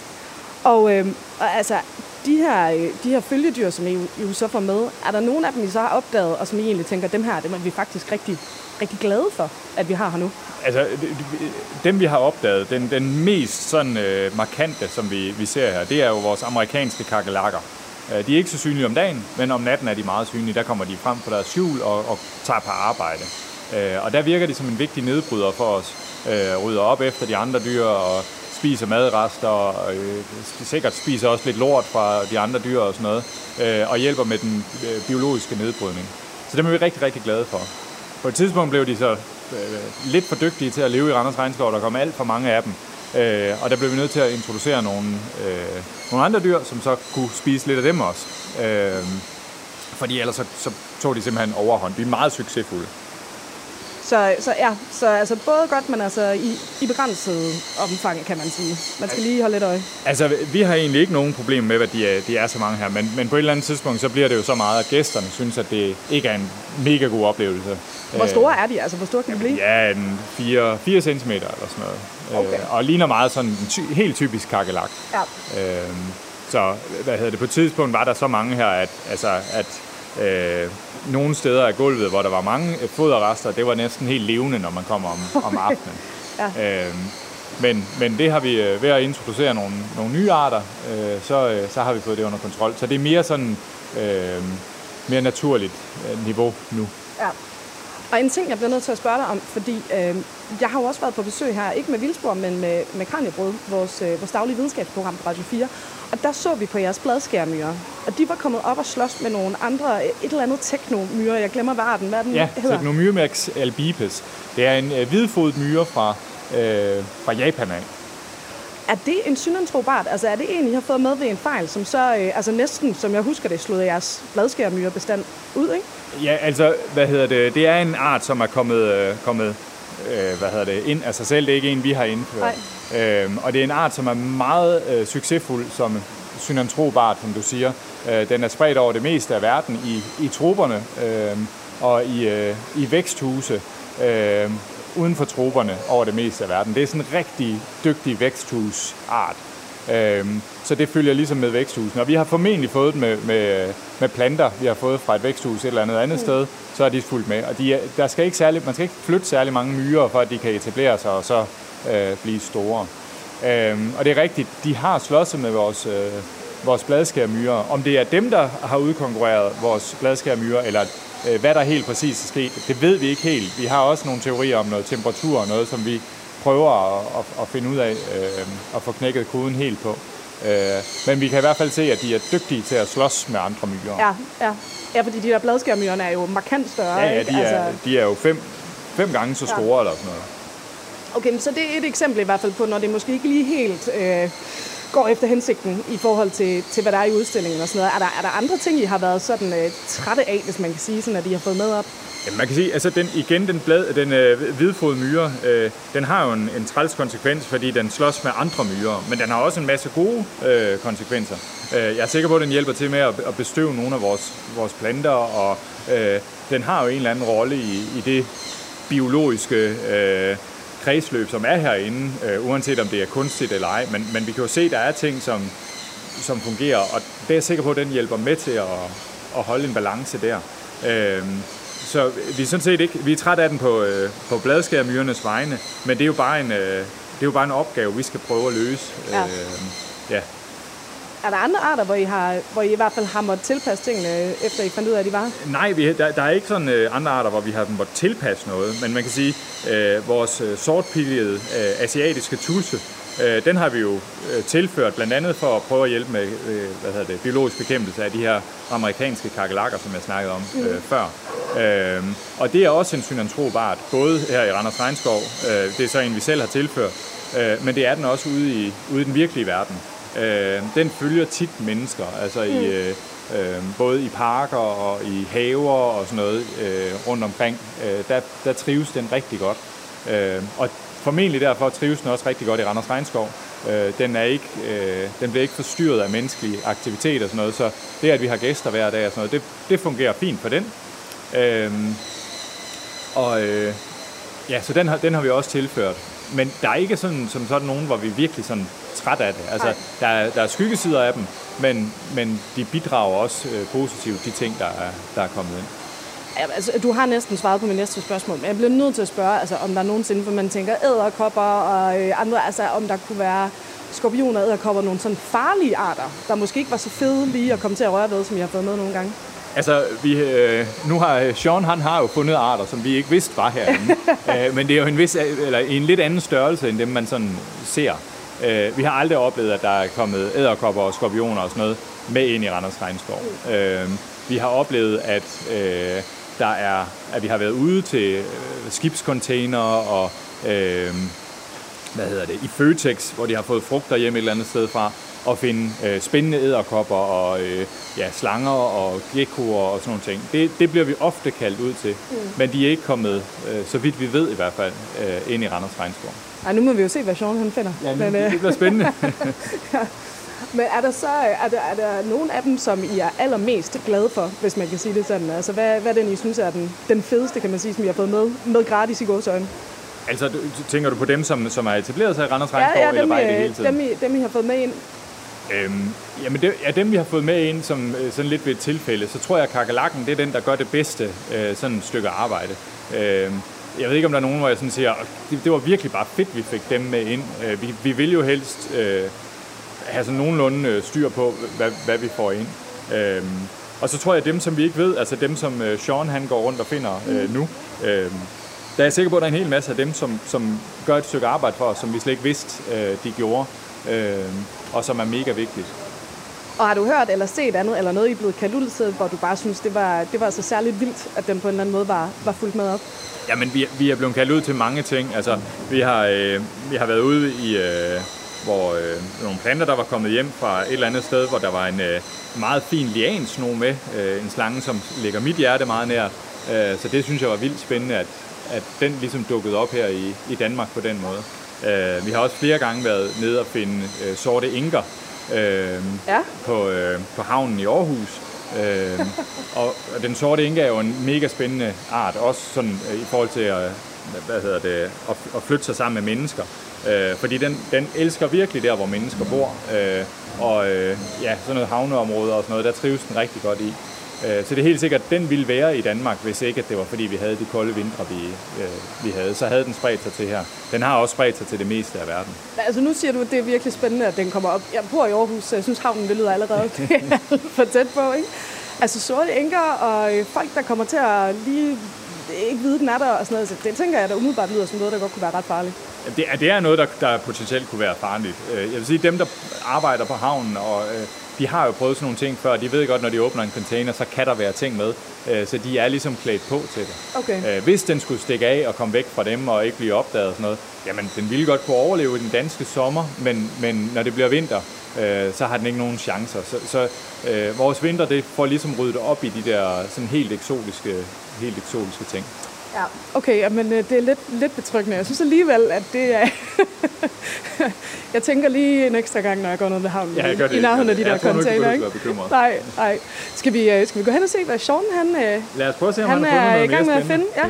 Og, øh, og altså, de her, de her følgedyr, som I, I jo så får med, er der nogen af dem, I så har opdaget, og som I egentlig tænker, dem her, dem er vi faktisk rigtig, rigtig glade for, at vi har her nu? Altså, dem vi har opdaget, den, den mest sådan øh, markante, som vi, vi ser her, det er jo vores amerikanske kakerlakker. De er ikke så synlige om dagen, men om natten er de meget synlige. Der kommer de frem på deres skjul og, og tager på arbejde. Øh, og der virker de som en vigtig nedbryder for os. Øh, rydder op efter de andre dyr og spiser madrester, og øh, sikkert spiser også lidt lort fra de andre dyr og sådan noget, øh, og hjælper med den øh, biologiske nedbrydning. Så dem er vi rigtig, rigtig glade for. På et tidspunkt blev de så øh, lidt for dygtige til at leve i Randers Regnskov, der kom alt for mange af dem, øh, og der blev vi nødt til at introducere nogle, øh, nogle andre dyr, som så kunne spise lidt af dem også. Øh, fordi ellers så, så tog de simpelthen overhånd. De er meget succesfulde. Så, så ja, så altså både godt, men altså i, i begrænset omfang, kan man sige. Man skal lige holde lidt øje. Altså, vi har egentlig ikke nogen problem med, at de er, de er så mange her, men, men på et eller andet tidspunkt, så bliver det jo så meget, at gæsterne synes, at det ikke er en mega god oplevelse. Hvor store er de? Altså, hvor store kan de blive? Ja, en fire centimeter eller sådan noget. Okay. Øh, og ligner meget sådan en ty- helt typisk kakerlak. Ja. Øh, så, hvad hedder det, på et tidspunkt var der så mange her, at, altså, at øh, nogle steder af gulvet, hvor der var mange foderrester, det var næsten helt levende, når man kommer om, om aftenen. Ja. Øh, men, men det har vi ved at introducere nogle, nogle nye arter, øh, så, så har vi fået det under kontrol. Så det er mere sådan øh, mere naturligt øh, niveau nu. Ja. Og en ting, jeg bliver nødt til at spørge dig om, fordi øh, jeg har jo også været på besøg her, ikke med Vildspor, men med, med Kranjebrød, vores, øh, vores daglige videnskabsprogram på Radio fire. Og der så vi på jeres bladskærmyrer, og de var kommet op og slås med nogle andre, et eller andet teknomyre. Jeg glemmer, hvad den, hvad den ja, hedder. Ja, Technomyrmex albipes. Det er en øh, hvidfodet myre fra, øh, fra Japan af. Er det en synantrobart? Altså er det en, I har fået med ved en fejl, som så, øh, altså næsten, som jeg husker det, slået jeres bladskærmyrebestand ud, ikke? Ja, altså, hvad hedder det? Det er en art, som er kommet, øh, kommet øh, hvad hedder det, ind af sig selv. Det er ikke en, vi har indført. Øhm, og det er en art, som er meget øh, succesfuld som synantrobart, som du siger. Øh, den er spredt over det meste af verden i, i troperne øh, og i, øh, i væksthuse. Øh, uden for troperne over det meste af verden. Det er sådan en rigtig dygtig væksthusart. Øhm, så det følger ligesom med væksthusene. Og vi har formentlig fået det med, med, med planter, vi har fået fra et væksthus et eller andet andet mm. sted, så er de fulgt med. Og de er, der skal ikke særlig, man skal ikke flytte særlig mange myrer, for at de kan etablere sig og så øh, blive store. Øhm, og det er rigtigt, de har slåsset med vores, øh, vores bladskærmyrer. Om det er dem, der har udkonkurreret vores bladskærmyrer, eller hvad der helt præcis er sket, det ved vi ikke helt. Vi har også nogle teorier om noget temperatur og noget, som vi prøver at, at, at finde ud af øh, og få knækket koden helt på. Øh, men vi kan i hvert fald se, at de er dygtige til at slås med andre myrer. Ja, ja. Ja, fordi de der bladskærmyrerne er jo markant større. Ja, ja, ikke? de er, altså... de er jo fem, fem gange så store ja. eller sådan noget. Okay, så det er et eksempel i hvert fald på, når det måske ikke lige helt øh, går efter hensigten i forhold til, til, hvad der er i udstillingen og sådan noget. Er der, er der andre ting, I har været sådan øh, trætte af, hvis man kan sige, sådan, at I har fået med op? Jamen, man kan sige, altså den, igen, den, blad, den øh, hvidfodede myre, øh, den har jo en, en træls konsekvens, fordi den slås med andre myrer, men den har også en masse gode øh, konsekvenser. Øh, jeg er sikker på, at den hjælper til med at, at bestøve nogle af vores, vores planter, og øh, den har jo en eller anden rolle i, i det biologiske øh, kredsløb, som er herinde, øh, uanset om det er kunstigt eller ej, men, men vi kan jo se, at der er ting, som, som fungerer, og det er jeg sikker på, at den hjælper med til at, at holde en balance der. Øh, Så vi er sådan set ikke, vi er trætte af den på, øh, på bladskærmyrernes vegne, men det er jo bare en, øh, det er jo bare en opgave, vi skal prøve at løse. Ja. Øh, ja. Er der andre arter, hvor I, har, hvor I i hvert fald har måttet tilpasse tingene, efter I fandt ud af, at de var? Nej, vi, der, der er ikke sådan øh, andre arter, hvor vi har måttet tilpasse noget, men man kan sige, øh, vores øh, sortpilede øh, asiatiske tudse, øh, den har vi jo øh, tilført, blandt andet for at prøve at hjælpe med øh, hvad hedder det, biologisk bekæmpelse af de her amerikanske kakelakker, som jeg snakkede om øh, mm. før. Øh, og det er også en synantrobart, både her i Randers Regnskov, øh, det er så en, vi selv har tilført, øh, men det er den også ude i, ude i den virkelige verden. Øh, den følger tit mennesker, altså mm. i, øh, øh, både i parker og i haver og sådan noget øh, rundt omkring. Øh, der, der trives den rigtig godt. Øh, og formentlig derfor trives den også rigtig godt i Randers Regnskov. Øh, den, er ikke, øh, den bliver ikke forstyrret af menneskelig aktivitet og sådan noget, så det, at vi har gæster hver dag og sådan noget, det, det fungerer fint for den. Øh, og øh, ja, så den har, den har vi også tilført. Men der er ikke sådan, som sådan nogen, hvor vi er virkelig sådan træt af det. Altså, der er, der er skyggesider af dem, men, men de bidrager også øh, positivt, de ting, der er, der er kommet ind. Ja, altså, du har næsten svaret på min næste spørgsmål, men jeg bliver nødt til at spørge, altså, om der er nogensinde, for man tænker edderkopper og øh, andre, altså om der kunne være skorpioner og edderkopper, nogle sådan farlige arter, der måske ikke var så fede lige at komme til at røre ved, som jeg har fået med nogle gange. Altså, vi, øh, nu har Sean, han har jo fundet arter, som vi ikke vidste var herinde. øh, men det er jo en, vis, eller en lidt anden størrelse, end dem man sådan ser. Øh, vi har aldrig oplevet, at der er kommet edderkopper og skorpioner og sådan noget med ind i Randers Regnskov. Mm. Øh, vi har oplevet, at, øh, der er, at vi har været ude til øh, skibscontainer og øh, hvad hedder det, i Føtex, hvor de har fået frugter hjem et eller andet sted fra, og finde øh, spændende edderkopper og øh, ja, slanger og geckoer og sådan nogle ting. Det, det bliver vi ofte kaldt ud til, mm. men de er ikke kommet, øh, så vidt vi ved i hvert fald, øh, ind i Randers Regnskov. Ej, nu må vi jo se, hvad Sean han finder. Ja, men, det, det bliver spændende. Ja. Men er der så er der, er der nogen af dem, som I er allermest glade for, hvis man kan sige det sådan? Altså, hvad, hvad er den, I synes er den, den fedeste, kan man sige, som I har fået med, med gratis i gåseøjne? Altså, tænker du på dem, som, som er etableret sig i Randers Regnskov, ja, ja, eller dem, bare i det hele tiden? Dem, I, dem, I har fået med ind? Øhm, jamen, det, ja, dem vi har fået med ind, som sådan lidt ved et tilfælde, så tror jeg, at kakelakken, det er den, der gør det bedste øh, sådan et stykke arbejde. Øh, jeg ved ikke, om der er nogen, hvor jeg sådan siger, det, det var virkelig bare fedt, vi fik dem med ind. Øh, vi, vi vil jo helst øh, have sådan nogenlunde øh, styr på, hvad, hvad vi får ind. Øh, og så tror jeg, at dem, som vi ikke ved, altså dem, som øh, Sean han går rundt og finder øh, nu, øh, der er jeg sikker på, at der er en hel masse af dem, som, som gør et stykke arbejde for os, som vi slet ikke vidste, øh, de gjorde. Øh, og som er mega vigtigt. Og har du hørt eller set andet, eller noget, I er blevet kaldt ud til, hvor du bare synes, det var, det var så særligt vildt, at den på en eller anden måde var, var fuldt med op? Jamen, vi, vi er blevet kaldt ud til mange ting. Altså, vi har, øh, vi har været ude i, øh, hvor øh, nogle planter, der var kommet hjem fra et eller andet sted, hvor der var en øh, meget fin liansno med, øh, en slange, som ligger mit hjerte meget nær. Øh, så det synes jeg var vildt spændende, at, at den ligesom dukkede op her i, i Danmark på den måde. Øh, vi har også flere gange været nede og finde øh, sorte enker øh, ja. på, øh, på havnen i Aarhus. øh, og, og den sorte enke er jo en mega spændende art, også sådan øh, i forhold til at, hvad hedder det, at, at flytte sig sammen med mennesker. Øh, fordi den, den elsker virkelig der, hvor mennesker bor. Øh, og øh, ja, sådan noget havneområder og sådan noget, der trives den rigtig godt i. Øh, så det er helt sikkert, at den ville være i Danmark, hvis ikke at det var fordi vi havde de kolde vintre, vi, øh, vi havde. Så havde den spredt sig til her. Den har også spredt sig til det meste af verden. Altså nu siger du, at det er virkelig spændende, at den kommer op. Jeg bor i Aarhus, så jeg synes, havnen det lyder allerede for tæt på, ikke? Altså sorte enker og folk, der kommer til at lige ikke vide, den er der og sådan noget. Så det tænker jeg, der umiddelbart lyder som noget, der godt kunne være ret farligt. Det er, det er noget, der, der potentielt kunne være farligt. Jeg vil sige, dem, der arbejder på havnen, og de har jo prøvet sådan nogle ting før. De ved godt, når de åbner en container, så kan der være ting med. Så de er ligesom klædt på til det. Okay. Hvis den skulle stikke af og komme væk fra dem og ikke blive opdaget og sådan noget, jamen den ville godt kunne overleve i den danske sommer, men, men når det bliver vinter, så har den ikke nogen chancer. Så, så øh, vores vinter, det får ligesom ryddet op i de der sådan helt eksotiske, helt eksotiske ting. Ja, okay, men det er lidt, lidt betryggende. Jeg synes alligevel, at det er... jeg tænker lige en ekstra gang, når jeg går ned ved havnen. Ja, jeg gør det. I nærheden af de jeg der container, ikke? Nej, nej. Skal vi, skal vi gå hen og se, hvad Sean, han, Lad os prøve at se, om han, han er i gang med at finde? Ja.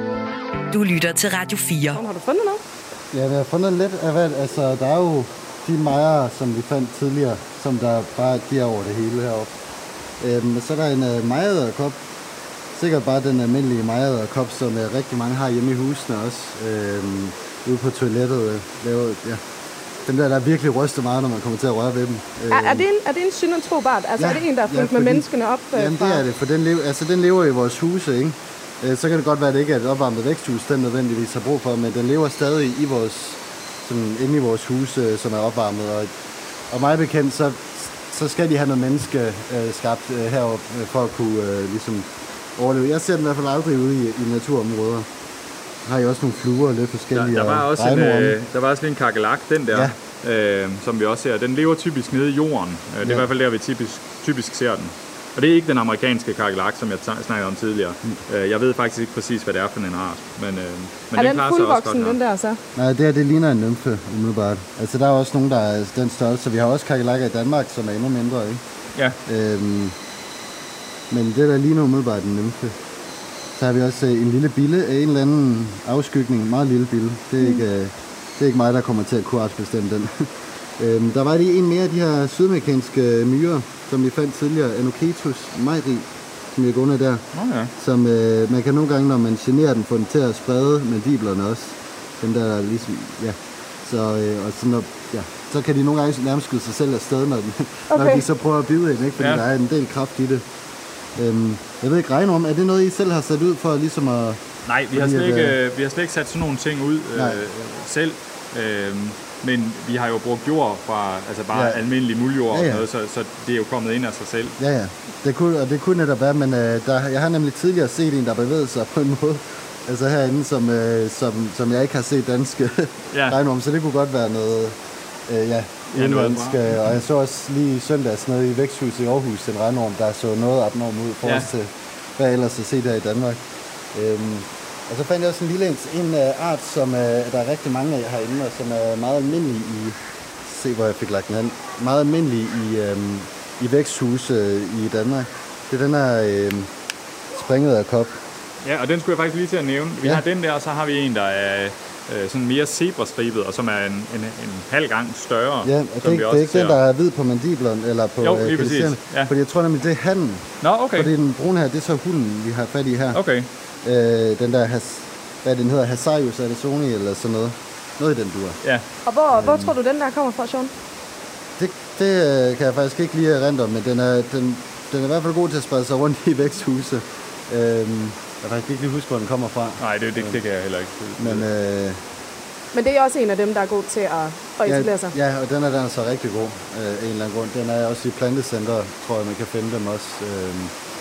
Du lytter til Radio fire. Sean, har du fundet noget? Ja, vi har fundet lidt af hvad. Altså, der er jo de mejer, som vi fandt tidligere, som der bare giver over det hele heroppe. Øhm, så er der en uh, mejeræderkop. Sikkert bare den almindelige mejeræderkop, som uh, rigtig mange har hjemme i husene også. Øhm, ude på toilettet. Uh, lavet, ja. Dem der, der virkelig ryster meget, når man kommer til at røre ved dem. Er, er, det, en, er det en synontrobart? Altså ja, er det en, der er fulgt ja, fordi, med menneskene op? Uh, jamen det er det, for den lever, altså, den lever i vores huse, ikke? Uh, så kan det godt være, at det ikke er et opvarmet væksthus, den nødvendigvis har brug for, men den lever stadig i vores, sådan, inde i vores huse, som er opvarmet. Og, og mig bekendt, så, så skal de have noget menneske uh, skabt uh, heroppe, uh, for at kunne uh, ligesom overleve. Jeg ser dem i hvert fald aldrig ude i, i naturområder. Har I også nogle fluer, lidt forskellige. Der, der var også en, øh, der var også en kakelak, den der, ja. øh, som vi også ser. Den lever typisk nede i jorden. Det er ja. i hvert fald der, vi typisk, typisk ser den. Og det er ikke den amerikanske kakelak, som jeg snakkede om tidligere. Mm. Jeg ved faktisk ikke præcis, hvad det er for en art. Men, øh, men er den, den fuldvoksen, den der så? Nej, det, her, det ligner en nymfe, umiddelbart. Altså, der er også nogen, der er den størrelse. Vi har også kakelakker i Danmark, som er endnu mindre, ikke? Ja. Øhm, men det der ligner umiddelbart en nymfe. Så har vi også en lille bille af en eller anden afskygning. Meget lille bille. Det er, mm. ikke, det er ikke mig, der kommer til at kunne artsbestemme den. øhm, der var lige en mere af de her sydamerikanske myrer, som vi fandt tidligere. Anoketus mairi, som vi går under der. Okay. Som øh, man kan nogle gange, når man generer den, få den til at sprede mandiblerne også. Den der, der ligesom, ja. Så, øh, og så, når, ja. så kan de nogle gange nærmest skyde sig selv afsted, når, den, okay. når de så prøver at bide ind, ikke? Fordi ja. der er en del kraft i det. Øhm, jeg ved ikke, Regnorm, er det noget, I selv har sat ud for ligesom at... Nej, vi har slet ikke, at, vi har slet ikke sat sådan nogle ting ud øh, selv. Øh, men vi har jo brugt jord fra, altså bare ja. almindelig muldjord ja, ja. og noget, så, så det er jo kommet ind af sig selv. Ja, ja. Det kunne, og det kunne netop være, men øh, der, jeg har nemlig tidligere set en, der bevægede sig på en måde, altså herinde, som, øh, som, som jeg ikke har set danske ja. Regnorm, så det kunne godt være noget, øh, ja, indlandsk. Ja, og jeg så også lige søndags nede i væksthuset i Aarhus, en regnorm, der så noget abnormt ud for ja. os til, hvad jeg ellers har set der i Danmark. Øhm, og så fandt jeg også en lille en uh, art, som uh, der er rigtig mange af herinde, og som er meget almindelig i, se hvor jeg fik lagt den hen, meget almindelig i, um, i væksthuse uh, i Danmark. Det er den her uh, springæderkop. Ja, og den skulle jeg faktisk lige til at nævne. Vi ja. har den der, og så har vi en, der er øh, sådan mere zebrastribet, og som er en, en, en halv gang større. Ja, og det er ikke, det er ikke den, der er hvid på mandiblerne, eller på jo, lige præcis. Ja. Fordi jeg tror nemlig, det er hannen. Nå, okay. Fordi den brune her, det er så hunden, vi har fat i her. Okay. Øh, den der, has, hvad den hedder, Hasarius arizoni, eller sådan noget. Noget i den dur. Ja. Og hvor, øhm. hvor tror du, den der kommer fra, Sean? Det, det kan jeg faktisk ikke lige erindre, men den er, den, den er i hvert fald god til at sprede sig rundt i væksthuse. Øhm, jeg kan ikke lige huske, hvor den kommer fra. Nej, det, det, det kan jeg heller ikke. Men, øh, Men det er også en af dem, der er god til at, at etablere sig. Ja, og den er, den er så rigtig god øh, en eller anden grund. Den er også i plantecenter, tror jeg, man kan finde dem også. Øh,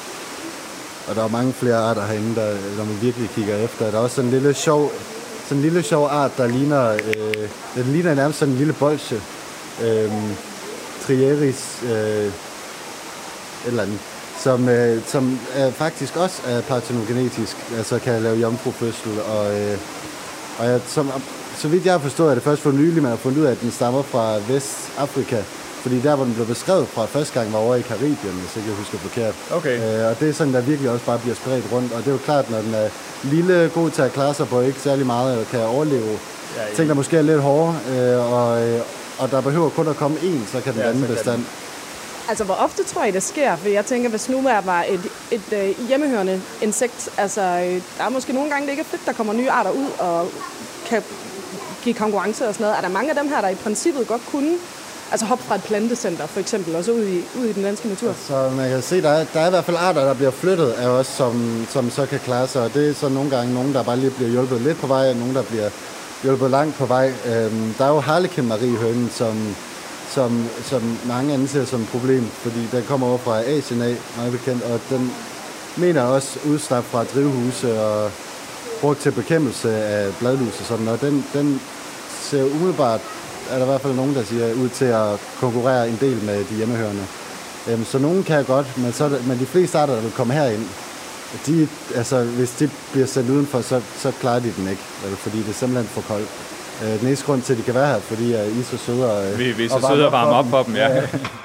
og der er mange flere arter herinde, der, der man virkelig kigger efter. Der er også sådan en lille sjov, sådan en lille sjov art, der ligner, øh, den ligner nærmest sådan en lille bolsje. øh, Trieris, øh, et eller andet, som, øh, som er faktisk også er partenogenetisk, altså kan lave jomfrufødsel, og, øh, og jeg, som, så vidt jeg har forstået, er det først for nylig, man har fundet ud af, at den stammer fra Vestafrika, fordi der, hvor den blev beskrevet fra første gang, var over i Karibien, hvis ikke jeg husker forkert. Okay. Øh, og det er sådan, der virkelig også bare bliver spredt rundt, og det er jo klart, når den er lille, god til at klare sig på, ikke særlig meget, og kan overleve ja, ja. ting, der måske er lidt hårdere, øh, og, øh, og der behøver kun at komme én, så kan den ja, anden bestand. Altså, hvor ofte tror I, det sker? For jeg tænker, hvis nu er var et, et, et hjemmehørende insekt, altså, der er måske nogle gange, det ikke er fedt, der kommer nye arter ud og kan give konkurrence og sådan noget. Er der mange af dem her, der i princippet godt kunne altså hoppe fra et plantecenter, for eksempel, og så ud i, ud i den danske natur? Så man kan se, der er, der er i hvert fald arter, der bliver flyttet af os, som, som så kan klare sig. Og det er så nogle gange nogen, der bare lige bliver hjulpet lidt på vej, og nogen, der bliver hjulpet langt på vej. Øhm, der er jo harlekin-mariehønen, som Som, som mange anser som et problem, fordi den kommer over fra Asien af, meget bekendt, og den mener også udslap fra drivhuse og brugt til bekæmpelse af bladlus og sådan, og den, den ser umiddelbart, er der i hvert fald nogen, der siger, ud til at konkurrere en del med de hjemmehørende. Øhm, så nogen kan godt, men, så, men de fleste arter, der vil komme herind, de, altså, hvis de bliver sendt udenfor, så, så klarer de den ikke, fordi det er simpelthen for koldt. Den eneste grund til, at de kan være her, fordi I er så søde og Vi, vi er så søde og varme op for dem, ja.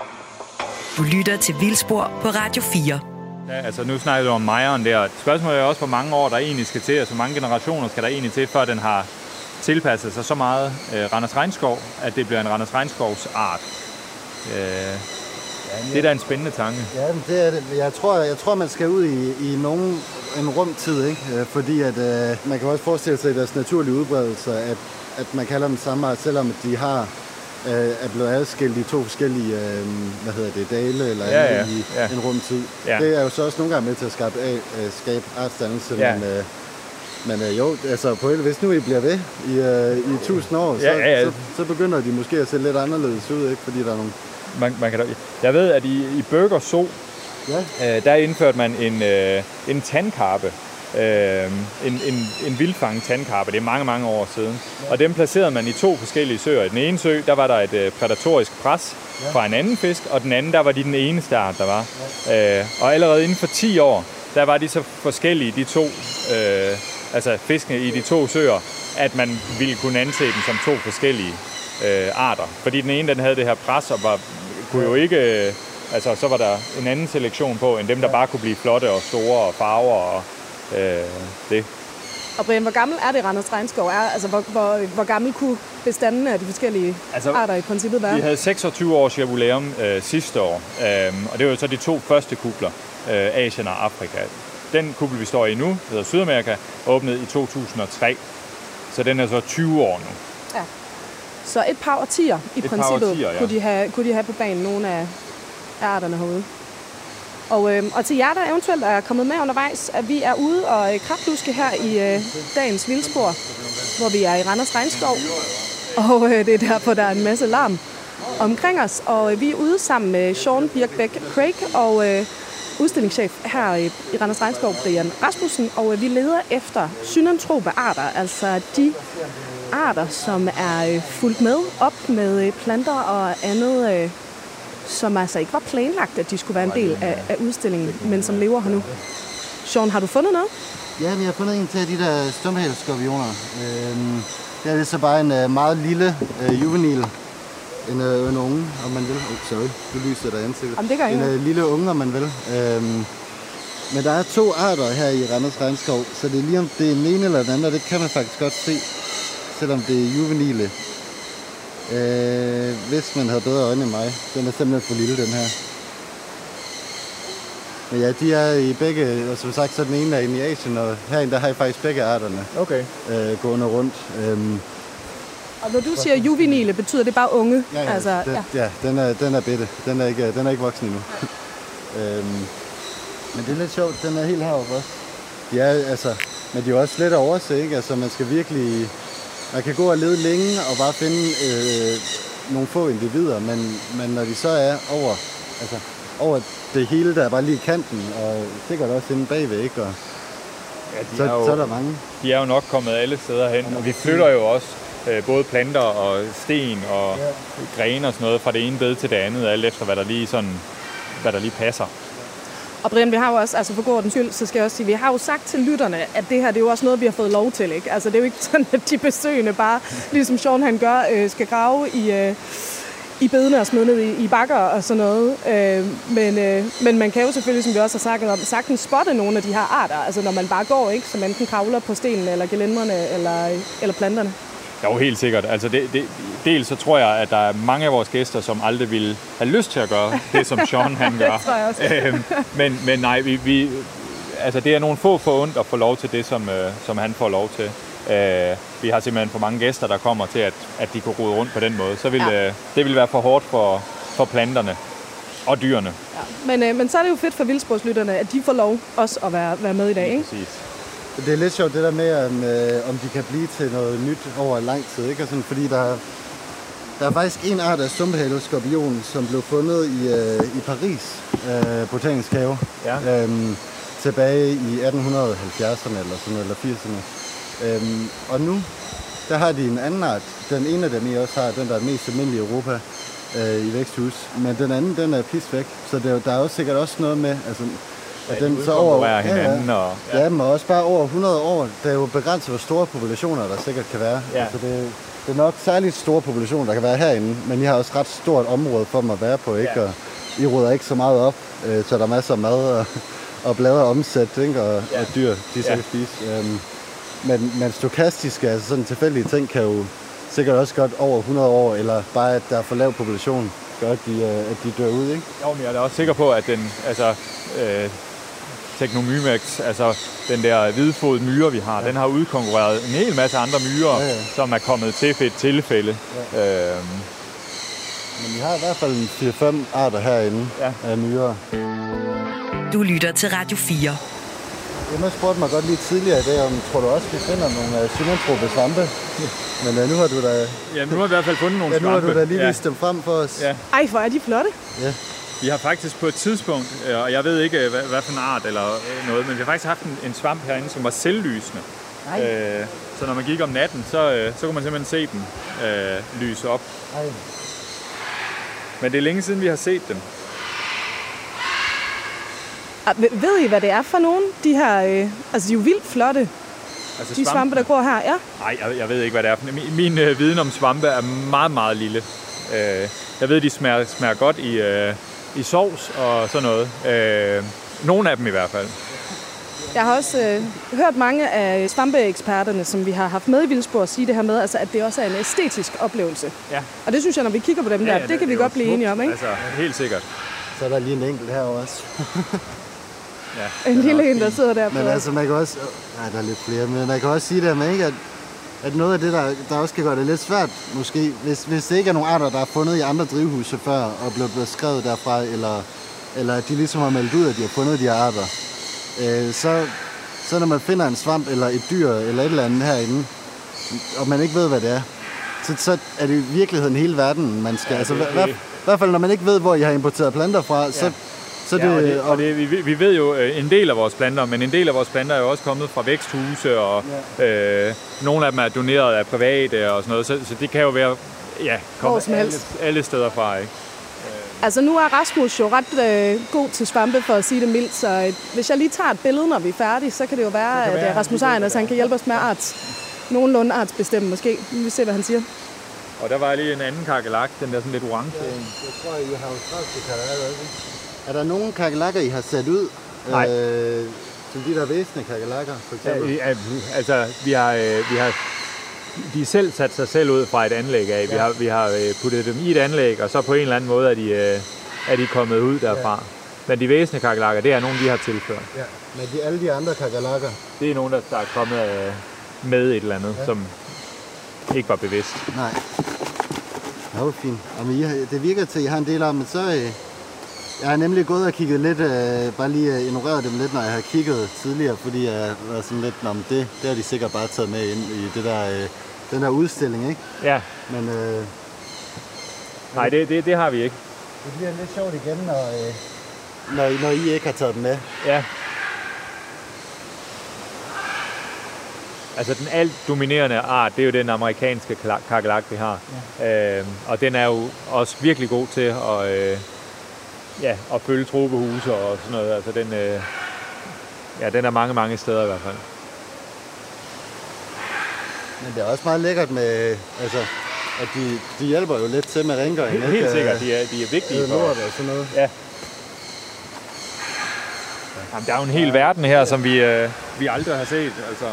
Du lytter til Vildspor på Radio fire. Ja, altså nu snakker du om mejeren der. Spørgsmålet er også, hvor mange år der egentlig skal til, og så mange generationer skal der egentlig til, før den har tilpasset sig så meget øh, Randers Regnskov, at det bliver en Randers Regnskovs art. Øh, det er da en spændende tanke. Ja, det er det. Jeg tror, jeg tror man skal ud i, i nogen, en rumtid, ikke? Fordi at, øh, man kan også forestille sig i deres naturlige udbredelse, at, at man kalder dem samme art, selvom de har øh, er blevet adskilt i to forskellige øh, hvad hedder det, dale eller ja, ja, i ja. en rumtid. Ja. Det er jo så også nogle gange med til at skabe, af, øh, skabe artsdannelse, ja. men, øh, men øh, jo, altså på et, hvis nu I bliver ved i, øh, i tusind år, så, ja, ja, ja. Så, så begynder de måske at se lidt anderledes ud, ikke? Fordi der er nogle... Man, man kan da, jeg ved, at i, i Burger Zoo, ja. øh, der indførte man en, øh, en tandkarpe. Øh, en, en, en vildfanget tandkarpe. Det er mange, mange år siden. Ja. Og dem placerede man i to forskellige søer. I den ene sø, der var der et øh, prædatorisk pres ja. fra en anden fisk, og den anden, der var de den eneste art, der var. Ja. Øh, og allerede inden for ti år, der var de så forskellige, de to, øh, altså fiskene i de to søer, at man ville kunne anse dem som to forskellige øh, arter. Fordi den ene, den havde det her pres, og var, kunne jo ikke... Øh, altså, så var der en anden selektion på, end dem, der bare kunne blive flotte og store og farver og øh, det. Og Brian, hvor gammel er det, Randers Regnskov er? Altså, hvor, hvor, hvor gammel kunne bestandene af de forskellige altså, arter i princippet være? Vi havde seksogtyve års jubilæum øh, sidste år, øh, og det var jo så de to første kupler, øh, Asien og Afrika. Den kuppel, vi står i nu, hedder Sydamerika, åbnede i to tusind og tre, så den er så tyve år nu. Ja. Så et par årtier i et princippet årtier, ja. kunne, de have, kunne de have på banen, nogle af arterne herude. Og, øh, og til jer, der eventuelt er kommet med undervejs, at vi er ude og øh, krabluske her i øh, dagens vildspor, hvor vi er i Randers Regnskov. Og øh, det er derfor, der er en masse larm omkring os. Og øh, vi er ude sammen med Sean Birkbeck Craig og øh, udstillingschef her øh, i Randers Regnskov, Brian Rasmussen. Og øh, vi leder efter synantrope arter, altså de arter, som er øh, fulgt med op med øh, planter og andet... Øh, som altså ikke var planlagt, at de skulle være en del af, af udstillingen, men som lever her nu. Sean, har du fundet noget? Ja, men jeg har fundet en til af de der stumhælsskorpioner. Øhm, det er det så bare en uh, meget lille uh, juvenil, en, uh, en unge, om man vil. Oh, sorry, du lyser der ansigtet. Jamen, det gør en uh, lille unge, om man vil. Øhm, men der er to arter her i Randers Regnskov, så det er lige om det er den ene eller den anden, og det kan man faktisk godt se, selvom det er juvenile. Øh, hvis man havde bedre øjne end mig. Den er simpelthen for lille, den her. Men ja, de er i begge, og som sagt, så den ene er inde i Asien, og herinde, der har I faktisk begge arterne okay. øh, gående rundt. Øhm. Og når du siger juvenile, betyder det bare unge? Ja, ja, altså, den, ja. ja den, er, den er bitte. Den er ikke, den er ikke voksen endnu. øhm. Men det er lidt sjovt, den er helt heroppe også. De er, altså, men de er også let at overse, ikke? Altså, man skal virkelig... Man kan gå og lede længe og bare finde øh, nogle få individer, men, men når de så er over, altså, over det hele, der er bare lige kanten, og sikkert også inde bagved, ikke? Og ja, de så, er jo, så er der mange. De er jo nok kommet alle steder hen, og vi flytter jo også øh, både planter og sten og ja. grene og sådan noget fra det ene bed til det andet, alt efter hvad der lige sådan, hvad der lige passer. Og Brian, vi har jo også, altså for god ordens skyld, så skal jeg også sige, vi har jo sagt til lytterne, at det her, det er jo også noget, vi har fået lov til, ikke? Altså det er jo ikke sådan, at de besøgende bare, ligesom Sean han gør, øh, skal grave i, øh, i bedene og smide ned i, i bakker og sådan noget. Øh, men, øh, men man kan jo selvfølgelig, som vi også har sagt om, sagtens spotte nogle af de her arter, altså når man bare går, ikke? Som enten kravler på stenene, eller gelændrene, eller, eller planterne. Jo, helt sikkert. Altså det, det, dels så tror jeg, at der er mange af vores gæster, som aldrig ville have lyst til at gøre det, som Sean han gør. Det tror jeg også. Øhm, men, men nej, vi, vi, altså det er nogle få forundt at få lov til det, som, øh, som han får lov til. Øh, vi har simpelthen for mange gæster, der kommer til, at, at de kan rode rundt på den måde. Så vil, ja. øh, det vil være for hårdt for, for planterne og dyrene. Ja. Men, øh, men så er det jo fedt for vildsportslytterne, at de får lov også at være, være med i dag, ikke? Præcis. Det er lidt sjovt det der med, om, øh, om de kan blive til noget nyt over lang tid, ikke? Og sådan, fordi der, der er faktisk en art af stumphæleskorpion, som blev fundet i, øh, i Paris øh, Botanisk Have ja. øhm, tilbage i atten halvfjerdserne eller sådan eller firserne. Øhm, og nu der har de en anden art. Den ene af dem I også har, den der er mest almindelig i Europa øh, i væksthus, men den anden den er pis væk. Så der, der er også sikkert også noget med, altså at den så over hinanden ja, ja. og ja. ja, men også bare over hundrede år. Der er jo begrænset hvor store populationer der sikkert kan være. Ja. Altså det, det er nok særligt store populationer der kan være herinde, men I har også ret stort område for dem at være på, ikke? Ja. Og I ruder ikke så meget op, øh, så der er masser af mad og, og blader omsat, ikke? Og, ja. og dyr, de skal ja. spise. Um, men, men stokastiske, altså sådan tilfældige ting, kan jo sikkert også godt over hundrede år, eller bare at der er for lav population, gør at de, at de dør ud, ikke? Jo, men jeg er da også sikker på, at den, altså, øh, Technomymex, altså den der hvidfod myre, vi har, ja. den har udkonkurreret en hel masse andre myrer, ja, ja. som er kommet til for et tilfælde. Ja. Øhm. Men vi har i hvert fald fire fem arter herinde ja. af myrer. Du lytter til Radio fire. Jeg spurgte mig godt lige tidligere i dag, om tror du også, vi finder nogle synantrope svampe? Men uh, nu har du da... Ja, nu har vi i hvert fald fundet nogle ja, nu svampe. har du da lige ja. vist dem frem for os. Ja. Ej, hvor er de flotte. Ja. Vi har faktisk på et tidspunkt, og jeg ved ikke, hvad, hvad for en art eller noget, men vi har faktisk haft en, en svamp herinde, som var selvlysende. Øh, så når man gik om natten, så, øh, så kunne man simpelthen se dem øh, lyse op. Ej. Men det er længe siden, vi har set dem. Ved I, hvad det er for nogen? De her, øh, altså de er jo vildt flotte. Altså, de svampe, der går her, ja? Nej, jeg, jeg ved ikke, hvad det er. Min, min øh, viden om svampe er meget, meget lille. Øh, jeg ved, de smager, smager godt i, øh, i sovs og sådan noget. Øh, nogle af dem i hvert fald. Jeg har også øh, hørt mange af svampeeksperterne, som vi har haft med i Vildspor, sige det her med, altså, at det også er en æstetisk oplevelse. Ja. Og det synes jeg, når vi kigger på dem ja, der, ja, det, det kan vi godt blive enige om, ikke? Altså, helt sikkert. Så er der lige en enkelt herovre også. Ja, en lille en, der sidder der på. Men altså, man kan også... Nej, der er lidt flere, men man kan også sige der med, ikke, at, at noget af det, der, der også kan gøre det lidt svært, måske, hvis, hvis det ikke er nogle arter, der er fundet i andre drivhuse før, og blevet beskrevet derfra, eller, eller at de ligesom har meldt ud, at de har fundet de her arter, øh, så, så når man finder en svamp, eller et dyr, eller et eller andet herinde, og man ikke ved, hvad det er, så, så er det i virkeligheden hele verden, man skal... Ja, altså, det, det. I hvert fald, når man ikke ved, hvor I har importeret planter fra, ja. så... Så det, ja, og det, og det, vi, vi ved jo en del af vores planter, men en del af vores planter er jo også kommet fra væksthuse, og ja. øh, nogle af dem er doneret af private og sådan noget, så, så det kan jo være ja, komme alle, alle steder fra, ikke? Altså nu er Rasmus jo ret øh, god til svampe, for at sige det mildt, så øh, hvis jeg lige tager et billede, når vi er færdige, så kan det jo være, at være, Rasmus Ejrnes, han kan hjælpe os med arts, nogenlunde artsbestemme måske. Nu vil se, hvad han siger. Og der var lige en anden kakelak, den der sådan lidt orange. Ja, jeg tror, I har australske kakelakker. Er der nogle kakelakker, I har sat ud? Nej. Øh, som de der væsne kakelakker, for eksempel? Ja, ja, altså, vi har, øh, vi har de har selv sat sig selv ud fra et anlæg af. Ja. Vi har, vi har puttet dem i et anlæg, og så på en eller anden måde er de, øh, er de kommet ud derfra. Ja. Men de væsne kakelakker, det er nogle, vi har tilført. Ja. Men de, alle de andre kakelakker? Det er nogle, der er kommet øh, med et eller andet, ja. som ikke var bevidst. Nej. Det var fint. Jamen, I, det virker til, at I har en del af, men så... Øh, jeg har nemlig gået og kigget lidt, øh, bare lige ignoreret dem lidt, når jeg har kigget tidligere, fordi jeg var sådan lidt, om det, det har de sikkert bare taget med ind i det der, øh, den der udstilling, ikke? Ja. Men, øh, Nej, det, det, det har vi ikke. Det bliver lidt sjovt igen, når, øh, når, I, når I ikke har taget dem med. Ja. altså den alt dominerende art, det er jo den amerikanske kakerlak, vi har. Ja. Øh, og den er jo også virkelig god til at, øh, ja, at følge tropehuse og sådan noget. Altså den, øh, ja, den er mange, mange steder i hvert fald. Men det er også meget lækkert med, altså, at de, de hjælper jo lidt til med rengøring. Helt, helt sikkert, de er, de er vigtige for os. Og sådan noget. Ja. Jamen, der er jo en hel verden her, som vi, øh, vi aldrig har set. Altså.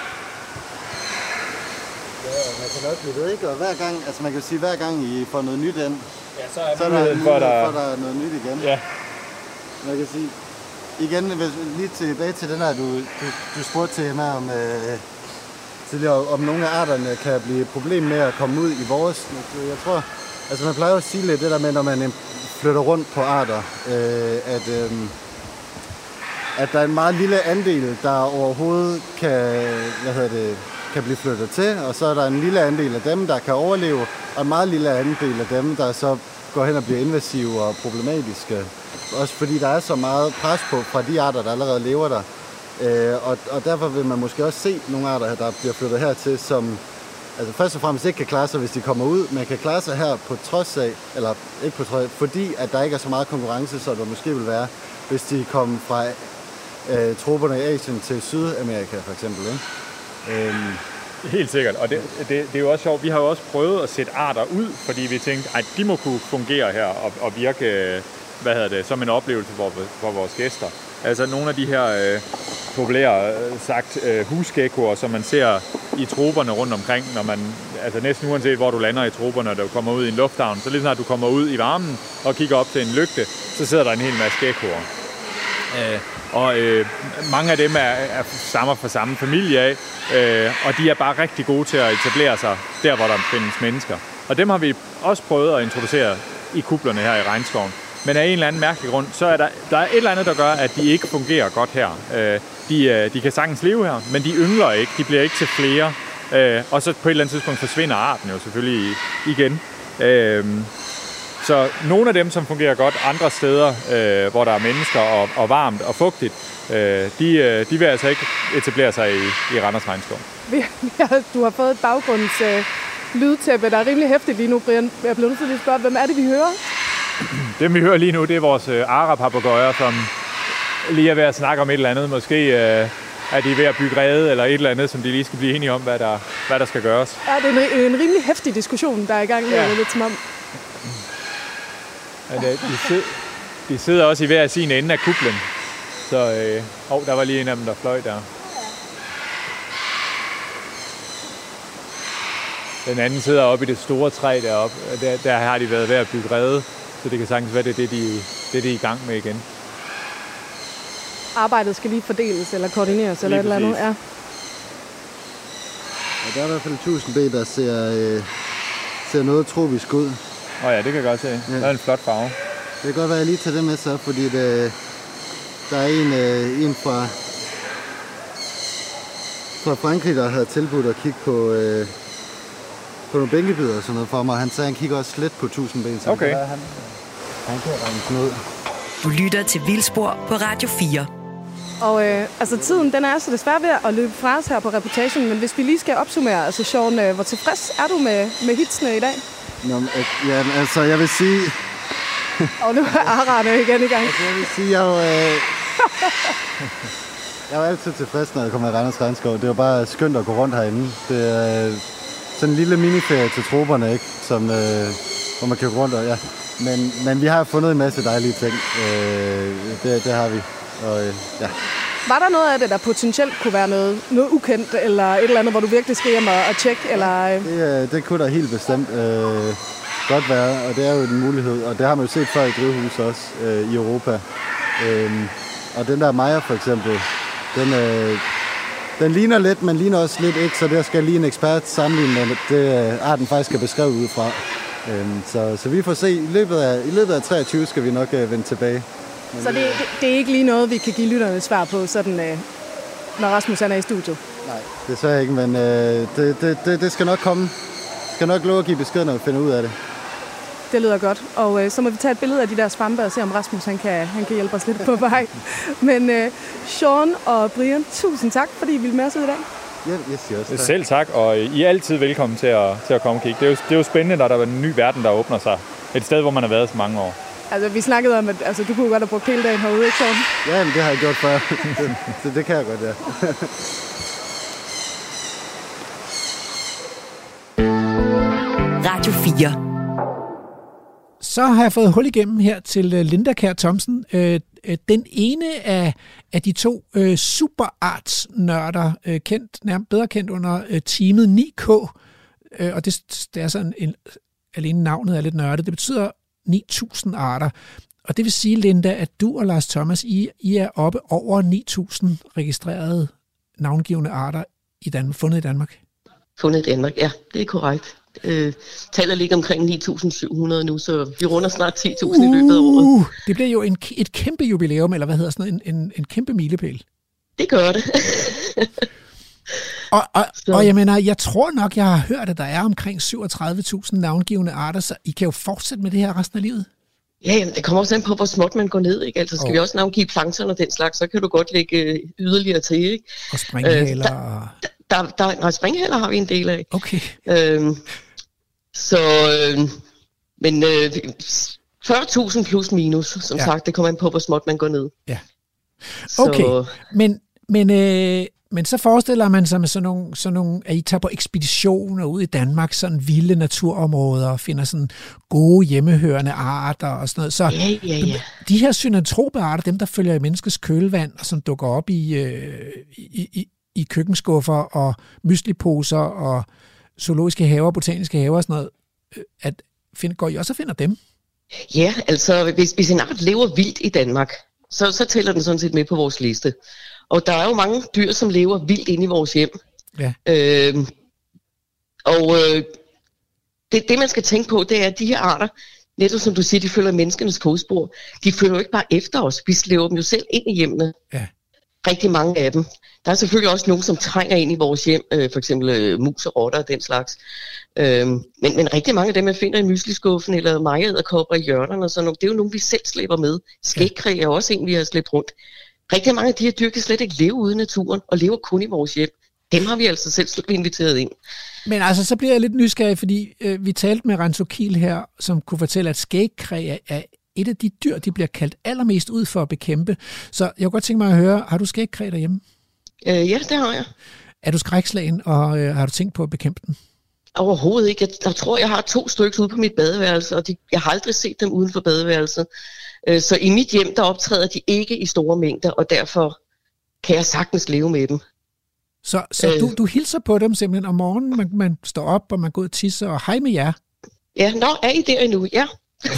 Ja, man kan godt blive ved, ikke? Og hver gang, altså man kan sige, hver gang I får noget nyt ind, ja, så er, så er der mulighed for, der... for, der er noget nyt igen. Ja. Man kan sige, igen, hvis, lige tilbage til den her, du, du, du spurgte til mig om, øh, tidligere, om nogle af arterne kan blive et problem med at komme ud i vores. Jeg tror, altså man plejer at sige lidt det der med, når man flytter rundt på arter, øh, at, øh, at der er en meget lille andel, der overhovedet kan, hvad hedder det, kan blive flyttet til, og så er der en lille andel af dem, der kan overleve, og en meget lille andel af dem, der så går hen og bliver invasive og problematiske. Også fordi der er så meget pres på fra de arter, der allerede lever der. Øh, og, og derfor vil man måske også se nogle arter, der bliver flyttet hertil, som altså først og fremmest ikke kan klare sig, hvis de kommer ud, men kan klare sig her på trods af, eller ikke på trods af, fordi at der ikke er så meget konkurrence, så der måske vil være, hvis de kommer fra øh, troperne i Asien til Sydamerika for eksempel. Ikke? Øhm. Helt sikkert, og det, det, det er jo også sjovt. Vi har jo også prøvet at sætte arter ud, fordi vi tænkte, at de må kunne fungere her og, og virke, hvad hedder det, som en oplevelse for, for vores gæster. Altså nogle af de her øh, populære sagt øh, husgekkoer, som man ser i troperne rundt omkring, når man, altså næsten uanset hvor du lander i troperne, når du kommer ud i en lufthavn, så lige snart du kommer ud i varmen og kigger op til en lygte, så sidder der en hel masse gekkoer. Øh, og øh, mange af dem er, er stammer fra samme familie af, øh, og de er bare rigtig gode til at etablere sig der, hvor der findes mennesker. Og dem har vi også prøvet at introducere i kuplerne her i regnskoven. Men af en eller anden mærkelig grund, så er der, der er et eller andet, der gør, at de ikke fungerer godt her. Øh, de, de kan sagtens leve her, men de yngler ikke, de bliver ikke til flere. Øh, og så på et eller andet tidspunkt forsvinder arten jo selvfølgelig igen. Øh, Så nogle af dem, som fungerer godt andre steder, øh, hvor der er mennesker og, og varmt og fugtigt, øh, de, de vil altså ikke etablere sig i, i Randers Regnskov. Du har fået et baggrunds øh, lydtæppe, der er rimelig hæftigt lige nu, Brian. Jeg bliver nødt til at spørge, hvem er det, vi hører? Dem, vi hører lige nu, det er vores øh, arapapagøjer, som lige er ved at snakke om et eller andet. Måske øh, er de ved at bygge rede eller et eller andet, som de lige skal blive enige om, hvad der, hvad der skal gøres. Ja, det er en, en rimelig heftig diskussion, der er i gang med, ja. Lidt som om. Men, øh, de, sid, de sidder også i hver sin ende af kuplen. Så øh, oh, der var lige en af dem, der fløj der. Den anden sidder oppe i det store træ deroppe. Der, der har de været ved at bygge rede, så det kan sagtens være, det er det, de, det, de er i gang med igen. Arbejdet skal lige fordeles eller koordineres eller et eller andet, ja. Ja, der er i hvert fald tusindben, der ser, øh, ser noget tropisk ud. Åh oh ja, det kan jeg godt se. Ja. Der er en flot farve. Det kan godt være, at jeg lige tager det med så, fordi det, der er en, øh, en fra, fra Frankrig, der havde tilbudt at kigge på, øh, på nogle bænkebider og sådan noget for mig. Han sagde, han kigger også slet på tusindben. Så okay. Han, han kan regne sådan ud. Du lytter til Vildspor på Radio fire. Og øh, altså tiden, den er så desværre ved at løbe fra os her på reportagen, men hvis vi lige skal opsummere, altså Sean, øh, hvor tilfreds er du med, med hitsene i dag? Nå, ja, altså jeg vil sige... Og nu er Arane igen i gang. Altså, jeg vil sige, jeg er jo, øh... jeg er altid tilfreds, når jeg kommer i Randers Regnskov. Det er jo bare skønt at gå rundt herinde. Det er sådan en lille miniferie til troperne, ikke? Som, øh... hvor man kan gå rundt og ja. Men, men vi har fundet en masse dejlige ting. Øh... Det, det har vi. Og, øh... ja. Var der noget af det, der potentielt kunne være noget, noget ukendt, eller et eller andet, hvor du virkelig skal hjem og, og tjekke? Eller... Det, det kunne der helt bestemt øh, godt være, og det er jo en mulighed. Og det har man jo set før i drivhus også øh, i Europa. Øh, og den der Maja for eksempel, den, øh, den ligner lidt, men ligner også lidt ikke, så der skal lige en ekspert sammenligne med det, øh, arten faktisk er beskrevet udefra. Øh, så, så vi får se, i løbet af, i løbet af treogtyve skal vi nok øh, vende tilbage. Så det, det, det er ikke lige noget, vi kan give lytterne svar på, sådan, øh, når Rasmus er i studiet? Nej, det er ikke, men øh, det, det, det, det skal nok komme. Jeg skal nok love at give besked, når vi finder ud af det. Det lyder godt, og øh, så må vi tage et billede af de der svampe og se, om Rasmus han kan, han kan hjælpe os lidt på vej. Men øh, Sean og Brian, tusind tak, fordi I ville med os ud i dag. Ja, jeg siger også tak. Selv tak, og I er altid velkommen til at, til at komme og kigge. Det er, jo, det er jo spændende, når der er en ny verden, der åbner sig. Et sted, hvor man har været så mange år. Altså, vi snakkede om, at altså, du kunne godt have brugt hele dagen herude, ikke sådan? Ja, men det har jeg gjort før. det, det, det kan jeg godt, ja. Radio fire. Så har jeg fået hul igennem her til Linda Kjær Thomsen. Den ene af, af de to øh, superartsnørder, øh, kendt, nærmest bedre kendt under øh, teamet ni K, øh, og det, det er sådan en, alene navnet er lidt nørdet, det betyder ni tusind arter. Og det vil sige, Linda, at du og Lars Thomas, I, I er oppe over ni tusind registrerede navngivende arter i Danmark, fundet i Danmark. Fundet i Danmark, ja, det er korrekt. Øh, tallet ligger omkring ni tusind syv hundrede nu, så vi runder snart ti tusind uh, i løbet af året. Det bliver jo en, et kæmpe jubilæum, eller hvad hedder sådan noget, en, en, en kæmpe milepæl. Det gør det. og, og, og jeg mener, jeg tror nok, jeg har hørt, at der er omkring syvogtredive tusind navngivende arter, så I kan jo fortsætte med det her resten af livet. Ja, jamen, det kommer også an på, hvor småt man går ned, ikke? Altså skal oh. vi også navngive plankton og den slags, så kan du godt lægge yderligere til, ikke? Og springhæler. Øh, der, der, der, der, nej, springhæler har vi en del af. Okay. Øhm, så, øh, men øh, fyrre tusind plus minus, som ja. sagt, det kommer an på, hvor småt man går ned. Ja. Okay, så, men, men, øh, men så forestiller man sig med sådan nogle, sådan nogle, at I tager på ekspeditioner ud i Danmark, sådan vilde naturområder, og finder sådan gode hjemmehørende arter og sådan noget. Så ja, ja, ja. De her synotrope arter, dem der følger i menneskets kølvand, og som dukker op i, øh, i, i, i køkkenskuffer og mysliposer og zoologiske haver, botaniske haver og sådan noget, at find, går I også og finder dem? Ja, altså hvis, hvis en art lever vildt i Danmark, så, så tæller den sådan set med på vores liste. Og der er jo mange dyr, som lever vildt inde i vores hjem. Ja. Øh, og øh, det, det man skal tænke på, det er, at de her arter, netop som du siger, de følger menneskenes fodspor. De følger jo ikke bare efter os, vi slæver dem jo selv ind i hjemmene. Ja. Rigtig mange af dem. Der er selvfølgelig også nogen, som trænger ind i vores hjem, øh, for eksempel øh, mus og rotter og den slags. Øh, men, men rigtig mange af dem, jeg finder i mysliskuffen eller mejeræderkopper i hjørnerne og sådan noget, det er jo nogen, vi selv slæber med. Skægkræ er også en, vi har slæbt rundt. Rigtig mange af de her dyr kan slet ikke leve ude i naturen og lever kun i vores hjem. Dem har vi altså selv inviteret ind. Men altså, så bliver jeg lidt nysgerrig, fordi øh, vi talte med Renzo Kiel her, som kunne fortælle, at skægkræ er et af de dyr, de bliver kaldt allermest ud for at bekæmpe. Så jeg kunne godt tænke mig at høre, har du skægkræ derhjemme? Øh, ja, det har jeg. Er du skrækslagen, og øh, har du tænkt på at bekæmpe den? Overhovedet ikke. Jeg, jeg tror, jeg har to stykker ude på mit badeværelse, og de, jeg har aldrig set dem uden for badeværelset. Øh, så i mit hjem, der optræder de ikke i store mængder, og derfor kan jeg sagtens leve med dem. Så, så øh, du, du hilser på dem simpelthen om morgenen, man, man står op, og man går ud og tisser, og hej med jer. Ja, nå, er I der endnu? Ja.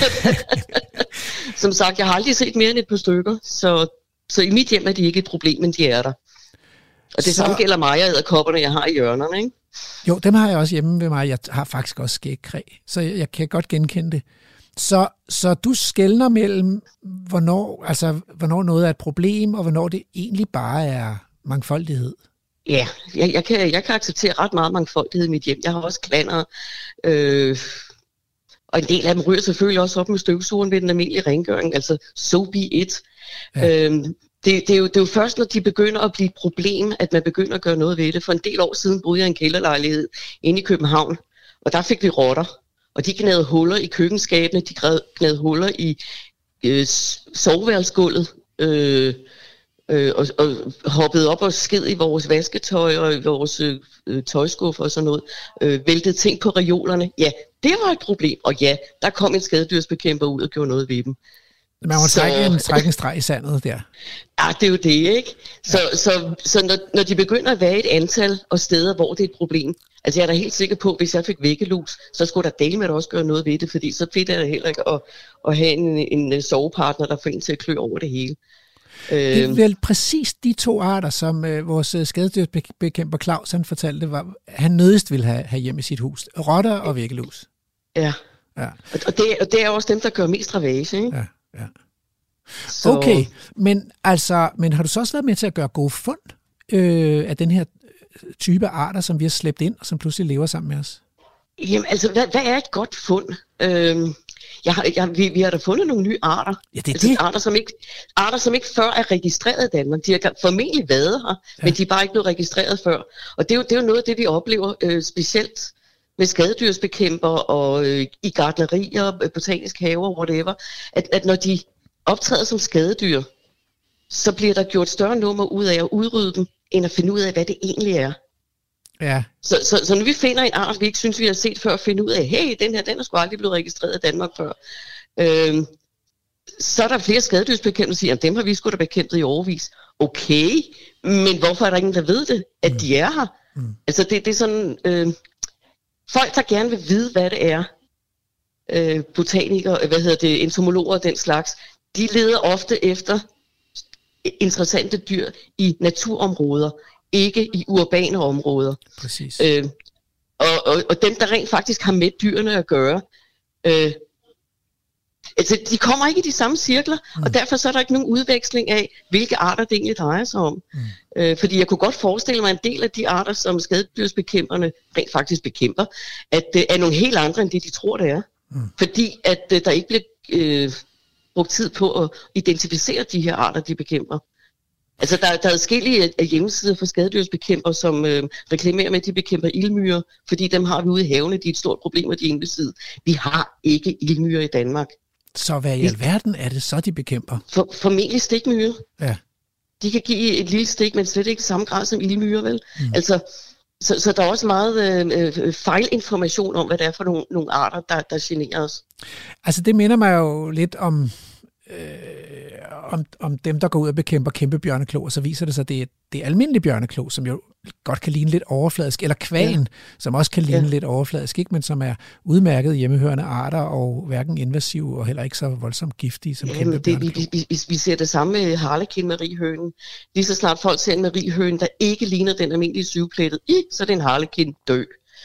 Som sagt, jeg har aldrig set mere end et par stykker, så, så i mit hjem er de ikke et problem, men de er der. Og det så... samme gælder mig og edderkopperne, jeg har i hjørnerne, ikke? Jo, dem har jeg også hjemme ved mig. Jeg har faktisk også skægkræ, så jeg, jeg kan godt genkende det. Så, så du skelner mellem, hvornår, altså, hvornår noget er et problem, og hvornår det egentlig bare er mangfoldighed. Ja, jeg, jeg, kan, jeg kan acceptere ret meget mangfoldighed i mit hjem. Jeg har også klander, øh, og en del af dem ryger selvfølgelig også op med støvsugeren ved den almindelige rengøring, altså so be it. Ja. Øhm, det, det, er jo, det er jo først, når de begynder at blive et problem, at man begynder at gøre noget ved det. For en del år siden boede jeg i en kælderlejlighed inde i København, og der fik vi rotter. Og de gnavede huller i køkkenskabene, de gnavede huller i øh, soveværelsesgulvet, øh, øh, og, og hoppede op og sked i vores vasketøj og i vores øh, tøjskuffer og sådan noget. Øh, væltede ting på reolerne. Ja, det var et problem. Og ja, der kom en skadedyrsbekæmper ud og gjorde noget ved dem. Man må trække en, trække en streg i sandet der. Ja, det er jo det, ikke? Så, ja. så, så når, når de begynder at være et antal og steder, hvor det er et problem, altså jeg er da helt sikker på, at hvis jeg fik væggelus, så skulle der dele med at også gøre noget ved det, fordi så fedt er det heller ikke at, at have en, en sovepartner, der får en til at klø over det hele. Det er vel præcis de to arter, som øh, vores skadedyrsbekæmper Claus, han fortalte, var, han nødigst ville have, have hjem i sit hus. Rotter og væggelus. Ja, ja. Og, det, og det er også dem, der gør mest ravage, ikke? Ja. Ja. Så... Okay, men altså, men har du så også været med til at gøre gode fund øh, af den her type arter, som vi har slæbt ind, og som pludselig lever sammen med os? Jamen altså, hvad, hvad er et godt fund? Øhm, Jeg har, jeg, vi, vi har da fundet nogle nye arter. Ja, det er altså, det. Arter, som ikke, arter, som ikke før er registreret i Danmark. De har formentlig været her, ja. men de er bare ikke blevet registreret før. Og det er jo, det er jo noget af det, vi oplever øh, specielt med skadedyrsbekæmper og øh, i gartnerier, botaniske haver, whatever. At, at når de optræder som skadedyr, så bliver der gjort større nummer ud af at udrydde dem, end at finde ud af, hvad det egentlig er. Ja. Så, så, så når vi finder en art, vi ikke synes, vi har set før, finde ud af, hey, den her, den er sgu aldrig blevet registreret i Danmark før, øh, så er der flere skadedyrsbekæmpere, der siger, at dem har vi sgu da bekæmpet i årevis. Okay, men hvorfor er der ingen, der ved det, at mm. de er her? Mm. Altså, det, det er sådan, øh, folk, der gerne vil vide, hvad det er, øh, botanikere, hvad hedder det, entomologer og den slags, de leder ofte efter interessante dyr i naturområder, ikke i urbane områder. Præcis. Øh, og, og, og dem, der rent faktisk har med dyrene at gøre, øh, altså, de kommer ikke i de samme cirkler, mm. og derfor så er der ikke nogen udveksling af, hvilke arter det egentlig drejer sig om. Mm. Øh, fordi jeg kunne godt forestille mig, at en del af de arter, som skadedyrsbekæmperne rent faktisk bekæmper, at det er nogle helt andre, end det de tror, det er. Mm. Fordi at øh, der ikke bliver øh, brugt tid på at identificere de her arter, de bekæmper. Altså, der, der er adskillige hjemmesider for skadedyrsbekæmper, som øh, reklamerer med, at de bekæmper ildmyrer, fordi dem har vi ude i havene, de er et stort problem, og de er invasive. Vi har ikke ildmyrer i Danmark. Så hvad i alverden er det så, de bekæmper? For, formentlig stikmyrer. Ja. De kan give et lille stik, men slet ikke samme grad som ildmyrer, vel? Mm. Altså, så, så der er også meget øh, fejlinformation om, hvad det er for nogle, nogle arter, der, der generer os. Altså, det minder mig jo lidt om... Øh, om, om dem, der går ud og bekæmper kæmpe bjørneklo, og så viser det sig, at det er, det er almindelig bjørneklo, som jo godt kan ligne lidt overfladisk, eller kvægen, ja. som også kan ligne ja. lidt overfladisk, ikke? Men som er udmærket hjemmehørende arter, og hverken invasive, og heller ikke så voldsomt giftige som ja, kæmpe det, bjørneklo. Vi, vi, vi ser det samme med harlekin-mariehønen. Lige så snart folk ser en mariehøne, der ikke ligner den almindelige syvplettet, så er det en harlekin dø.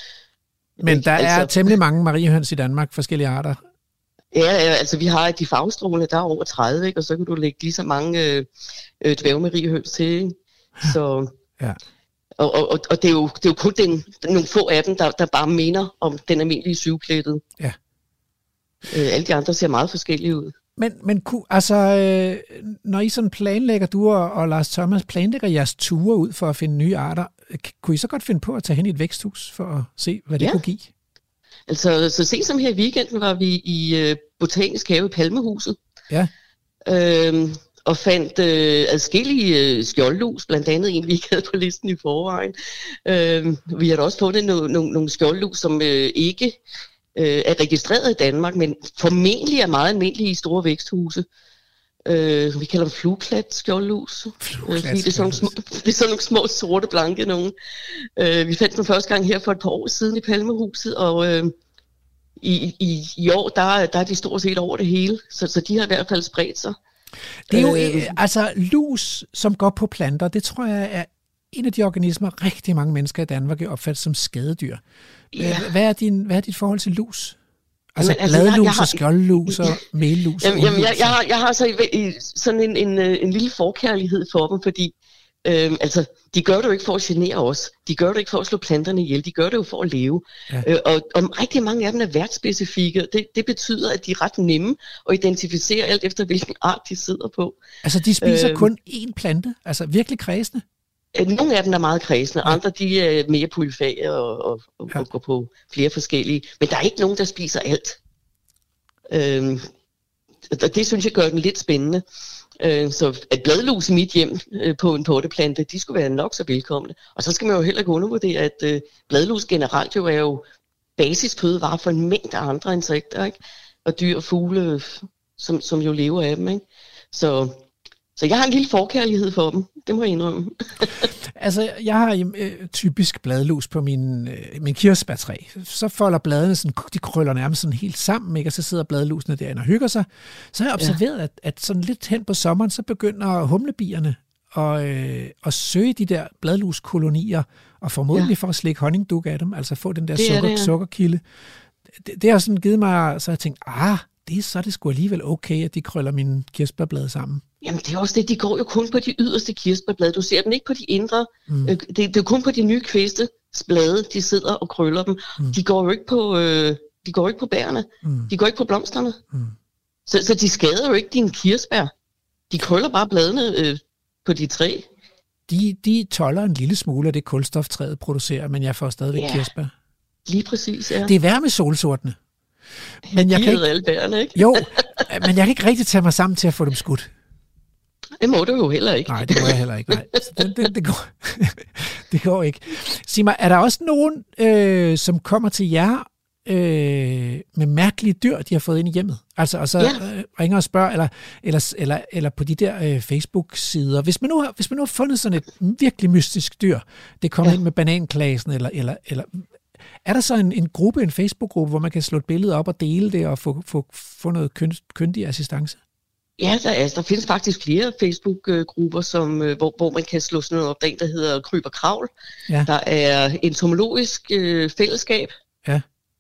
Men der altså, er temmelig mange mariehøns i Danmark, forskellige arter. Ja, altså vi har de farvestrålende, der er over tredive, ikke? Og så kan du lægge lige så mange øh, dværgmariehøns til, ikke? Så, ja. Og, og, og det, er jo, det er jo kun den, nogle få af dem, der, der bare minder om den almindelige syvplettede. Ja. Øh, alle de andre ser meget forskellige ud. Men, men altså, øh, når I sådan planlægger, du og, og Lars Thomas planlægger jeres ture ud for at finde nye arter, kunne I så godt finde på at tage hen i et væksthus for at se, hvad det ja. kunne give? Altså, så sent som her i weekenden var vi i øh, Botanisk Have i Palmehuset. Ja. Øhm, og fandt øh, adskillige øh, skjoldlus, blandt andet en, vi ikke havde på listen i forvejen. Øhm, vi har da også fundet no- no- nogle skjoldlus, som øh, ikke øh, er registreret i Danmark, men formentlig er meget almindelige i store væksthuse. Øh, vi kalder dem flueklat skjoldlus. Øh, fordi det er, sådan små, det er sådan nogle små, sorte, blanke nogen. Øh, vi fandt dem første gang her for et par år siden i Palmehuset, og øh, i, i, i år, der, der er de stort set over det hele, så, så de har i hvert fald spredt sig. Det er jo, øh, altså lus, som går på planter, det tror jeg er en af de organismer, rigtig mange mennesker i Danmark er opfattet som skadedyr. Ja. Hvad, er din, hvad er dit forhold til lus? Altså, altså bladlus og skjoldlus og mellus. Jamen, jamen jeg, jeg, har, jeg har så i, i, sådan en, en, en lille forkærlighed for dem, fordi øhm, altså, de gør det jo ikke for at genere os. De gør det ikke for at slå planterne ihjel. De gør det jo for at leve. Ja. Øh, og, og rigtig mange af dem er værtsspecifikke. Det, det betyder, at de er ret nemme at identificere alt efter, hvilken art de sidder på. Altså, de spiser øh, kun én plante? Altså, virkelig kredsende? Nogle af dem er meget kredsende, andre de er mere polyfage og, og, og, ja. og går på flere forskellige. Men der er ikke nogen, der spiser alt. Øhm, og det synes jeg gør den lidt spændende. Øh, så at bladlus i mit hjem øh, på en potteplante, de skulle være nok så velkomne. Og så skal man jo heller ikke undervurdere, at øh, bladlus generelt jo er jo basisfødevarer for en mængde andre insekter, ikke? Og dyr og fugle, som, som jo lever af dem, ikke? Så... Så jeg har en lille forkærlighed for dem, det må jeg indrømme. Altså, jeg har øh, typisk bladlus på min, øh, min kirsebærtræ. Så folder bladene, sådan, de krøller nærmest sådan helt sammen, ikke? Og så sidder bladlusene derinde og hygger sig. Så har jeg observeret, ja. at, at sådan lidt hen på sommeren, så begynder humlebierne at, øh, at søge de der bladluskolonier, og formodentlig ja. for at slikke honningdug af dem, altså få den der sukker, det, ja. sukkerkilde. Det, det har sådan givet mig, så jeg tænkt, ah, det er så det sgu alligevel okay, at de krøller mine kirsebærblade sammen. Jamen det er også det, de går jo kun på de yderste kirsebærblade. Du ser dem ikke på de indre. Mm. Det, det er kun på de nye kvæstes blade, de sidder og krøller dem. Mm. De går jo ikke på, øh, De går ikke på bærene. Mm. De går ikke på blomsterne. Mm. Så, så de skader jo ikke dine kirsebær. De krøller bare bladene øh, på de træ. De, de tåler en lille smule af det kulstof, træet producerer, men jeg får stadigvæk Ja. kirsebær. Lige præcis, ja. Det er værd med solsortene. Men jeg de kan ikke... ikke, alle bærene, ikke? jo, men jeg kan ikke rigtig tage mig sammen til at få dem skudt. Det må du jo heller ikke. Nej, det må jeg heller ikke. Nej. Så det, det, det, går, det går ikke. Sig mig, er der også nogen, øh, som kommer til jer øh, med mærkelige dyr, de har fået ind i hjemmet? Altså, og så Ja. øh, ringer og spørger, eller, eller, eller, eller på de der øh, Facebook-sider. Hvis man, nu har, hvis man nu har fundet sådan et virkelig mystisk dyr, det kommer ja. ind med bananklasen, eller, eller, eller er der så en, en gruppe, en Facebook-gruppe, hvor man kan slå et billede op og dele det, og få, få, få noget køn, kyndig assistance? Ja, der, altså, der findes faktisk flere Facebook-grupper, som, øh, hvor, hvor man kan slå sådan noget op. Der er en, der hedder Kryb og Kravl. Ja. Der er entomologisk øh, fællesskab. Ja.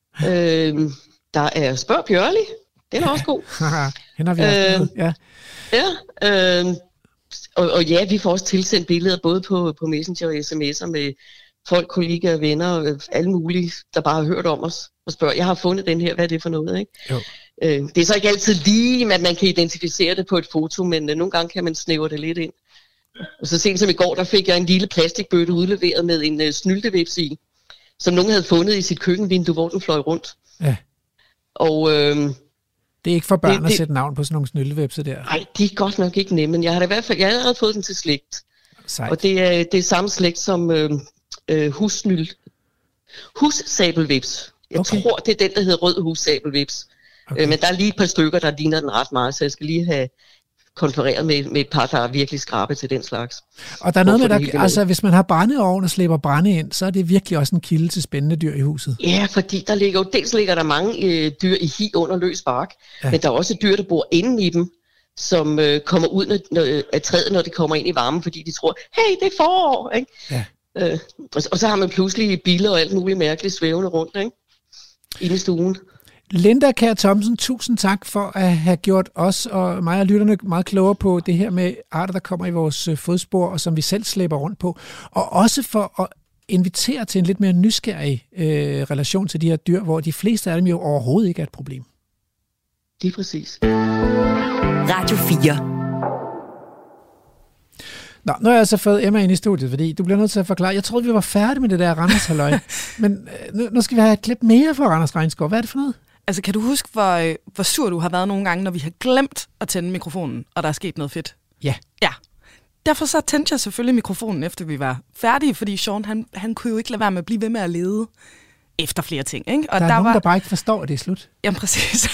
Øh, der er Spørg Bjørli. Den er også god. Hende har vi også Øh, med. Ja. Ja, øh, og, og ja, vi får også tilsendt billeder både på, på Messenger og sms'er med folk, kollegaer, venner, øh, alle mulige, der bare har hørt om os og spørger, jeg har fundet den her, hvad er det for noget, ikke? Jo. Øh, det er så ikke altid lige, at man kan identificere det på et foto, men øh, nogle gange kan man snævre det lidt ind. Og så sent som i går, der fik jeg en lille plastikbøtte udleveret med en øh, snyltevips i, som nogen havde fundet i sit køkkenvindue, hvor den fløj rundt. Ja. Og øh, Det er ikke for børn Det- det, at det- sætte navn på sådan nogle snyltevepse der. nej, de er godt nok ikke nemme, men jeg har da i hvert fald, jeg har allerede fået den til slægt. Sejt. Og det er, det er samme slægt som øh, øh, hussnyl. Hussabelvips. Jeg Okay. okay. tror, det er den, der hedder rød hussabelvips. Okay. Okay. Øh, men der er lige et par stykker, der ligner den ret meget, så jeg skal lige have konfereret med, med et par, der er virkelig skrabe til den slags. Og der er noget med, Hvorfor det der, hele altså hvis man har brændeovn og slipper brænde ind, så er det virkelig også en kilde til spændende dyr i huset. Ja, fordi der ligger jo, dels ligger der mange øh, dyr i hi under løs bark, Ja. ja. men der er også dyr, der bor inde i dem, som øh, kommer ud når, når, af træet, når det kommer ind i varmen, fordi de tror, hey, det er forår, ikke? Ja. Øh, og, og så har man pludselig biler og alt muligt mærkeligt svævende rundt, ikke? Inde i stuen. Linda Kjær Thomsen, tusind tak for at have gjort os og mig og lytterne meget klogere på det her med arter, der kommer i vores øh, fodspor, og som vi selv slæber rundt på. Og også for at invitere til en lidt mere nysgerrig øh, relation til de her dyr, hvor de fleste af dem jo overhovedet ikke er et problem. Lige præcis. Radio fire. Nå, nu har jeg så fået Emma ind i studiet, fordi du bliver nødt til at forklare. Jeg troede, vi var færdige med det der Randers halløj. Men øh, nu, nu skal vi have et klip mere fra Randers Regnskov. Hvad er det for noget? Altså, kan du huske, hvor, øh, hvor sur du har været nogle gange, når vi har glemt at tænde mikrofonen, og der er sket noget fedt? Ja. Ja. Derfor så tændte jeg selvfølgelig mikrofonen, efter vi var færdige, fordi Sean, han, han kunne jo ikke lade være med at blive ved med at lede efter flere ting, ikke? Og Der er der nogen, var... der bare ikke forstår, at det er slut. Jamen, præcis.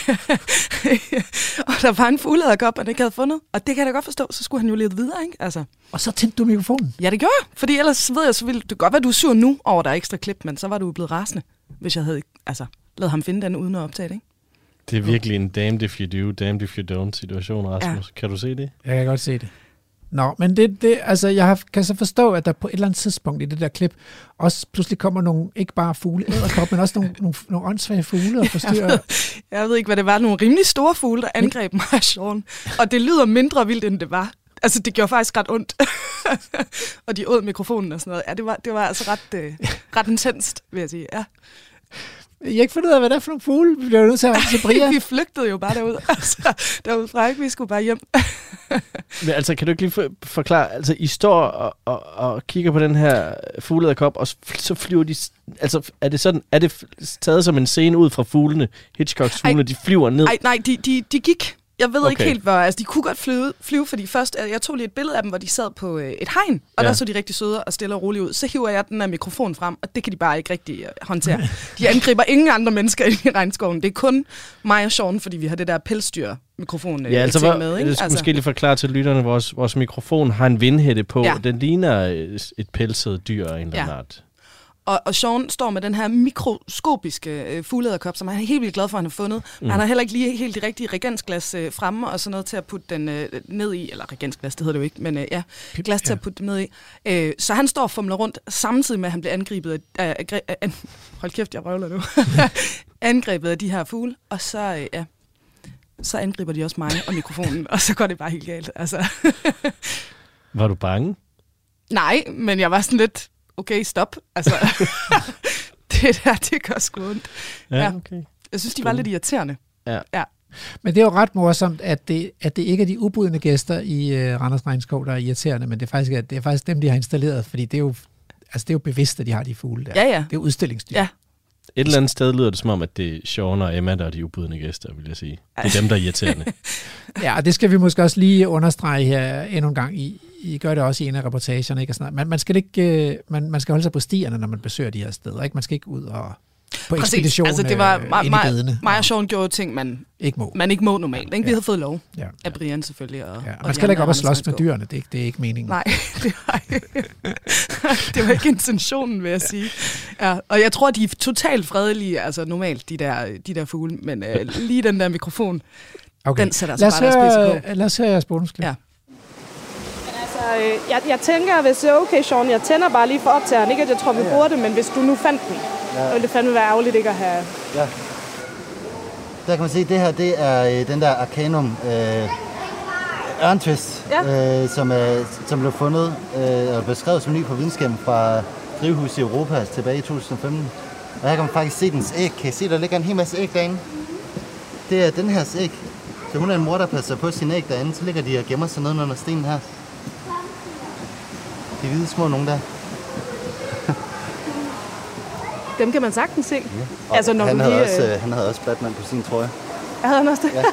Og der var en fuglederkop, han ikke havde fundet, og det kan jeg da godt forstå, så skulle han jo lede videre, ikke? Altså... Og så tændte du mikrofonen? Ja, det gjorde jeg, fordi ellers ved jeg, så ville det godt være, du er sur nu over, der er ekstra klip, men så var du jo blevet rasende, hvis jeg havde altså, lavet ham finde den uden at optage det, ikke? Det er virkelig en damned if you do, damned if you don't situation, Rasmus. Ja. Kan du se det? Jeg kan godt se det. Nå, men det, det, altså, jeg har, kan så forstå, at der på et eller andet tidspunkt i det der klip også pludselig kommer nogle, ikke bare fugle, æderkop, men også nogle, nogle, nogle åndssvage fugle og forstyrrer. Jeg, jeg ved ikke, hvad det var. Nogle rimelig store fugle, der angreb mig, Sean. Og det lyder mindre vildt, end det var. Altså, det gjorde faktisk ret ondt. Og de åd mikrofonen og sådan noget. Ja, det var, det var altså ret, øh, ret intenst, vil jeg sige. Ja. Jeg har ikke fundet ud af, hvad det er for nogle fugle. Vi bliver nødt til at ringe til Bria. Vi flygtede jo bare derud. Altså, derudfra, ikke? Vi skulle bare hjem. Men altså, kan du ikke lige for, forklare, altså, I står og, og, og kigger på den her fuglederkop, og så flyver de, altså, er det sådan, er det taget som en scene ud fra fuglene, Hitchcocks fugle, de flyver ned? Nej, nej, de, de, de gik. Jeg ved Okay. ikke helt, hvor... Altså, de kunne godt flyve, flyve, fordi først... Jeg tog lige et billede af dem, hvor de sad på øh, et hegn, og Ja. der så de rigtig søde og stille og roligt ud. Så hiver jeg den her mikrofon frem, og det kan de bare ikke rigtig øh, håndtere. De angriber ingen andre mennesker i regnskoven. Det er kun mig og Sean, fordi vi har det der pelsdyr-mikrofon øh, Ja, altså, ting hvor, med, ikke? jeg skal Altså, måske lige forklare til lytterne, vores, vores mikrofon har en vindhætte på. Ja. Den ligner et, et pelset dyr af en eller anden Ja. art. Og, og Sean står med den her mikroskopiske øh, fuglederkop, som han er helt vildt glad for, at han har fundet. Men Mm. han har heller ikke lige helt de rigtige regensglas øh, fremme, og sådan noget til at putte den øh, ned i. Eller regensglas, det hedder det jo ikke, men øh, ja, glas til ja. at putte dem ned i. Øh, så han står og fumler rundt, samtidig med, at han bliver angrebet af... af, af, af, af hold kæft, jeg røvler nu. angrebet af de her fugle, og så... Øh, ja, så angriber de også mig og mikrofonen, og så går det bare helt galt. Altså. Var du bange? Nej, men jeg var sådan lidt... Okay, stop. Altså, det der, det gør sgu ondt. Ja, okay. Jeg synes, de var lidt irriterende. Ja. ja. Men det er jo ret morsomt, at det, at det ikke er de ubudne gæster i uh, Randers Regnskov, der er irriterende, men det er, faktisk, det er faktisk dem, de har installeret, fordi det er jo, altså det er jo bevidst, at de har de fugle der. Ja, ja. Det er jo udstillingsdyr. Ja. Et eller andet sted lyder det som om, at det er Sean og Emma, der er de ubudne gæster, vil jeg sige. Det er dem, der er irriterende. Ja, og det skal vi måske også lige understrege her endnu en gang. I, I gør det også i en af reportagerne. Ikke? Man, man, skal ikke, man, man skal holde sig på stierne, når man besøger de her steder. Ikke? Man skal ikke ud og på Præcis. ekspedition altså, det var, øh, mig, ind i bedene. mig og Sean gjorde ting, man ikke må, man ikke må normalt. Ikke? Vi ja. havde fået lov ja. af Brian selvfølgelig. Og, ja. og Man skal ikke op og slås med dyrene, det er, ikke, det er ikke meningen. Nej, det var, det var ikke intentionen, vil jeg sige. Ja, og jeg tror, de er totalt fredelige, altså normalt, de der, de der fugle, men øh, lige den der mikrofon, okay. den sætter altså bare deres pisse på. Lad os høre jeres bonusklip. Ja. Altså, øh, jeg, jeg tænker, hvis det er okay, Sean, jeg tænder bare lige for optageren. Ikke, at jeg tror, vi bruger det, men hvis du nu fandt den, ja. Så ville det fandme være ærgerligt ikke at have... Ja. Der kan man se, at det her, det er øh, den der Arcanum øh, ørntvist, ja. øh, som, er, som blev fundet øh, og beskrevet som ny på videnskaben fra drivhus i Europa tilbage i to tusind og femten. Og her kan man faktisk se dens æg. Kan I se, der ligger en hel masse æg derinde? Det er den her æg. Så hun er en mor, der passer på sine æg derinde. Så ligger de og gemmer sig nede under stenen her. De hvide små nogen der. Dem kan man sagtens se. Ja. Altså, når han, du havde lige, også, øh, han havde også Batman på sin trøje. Havde han også det? Ja.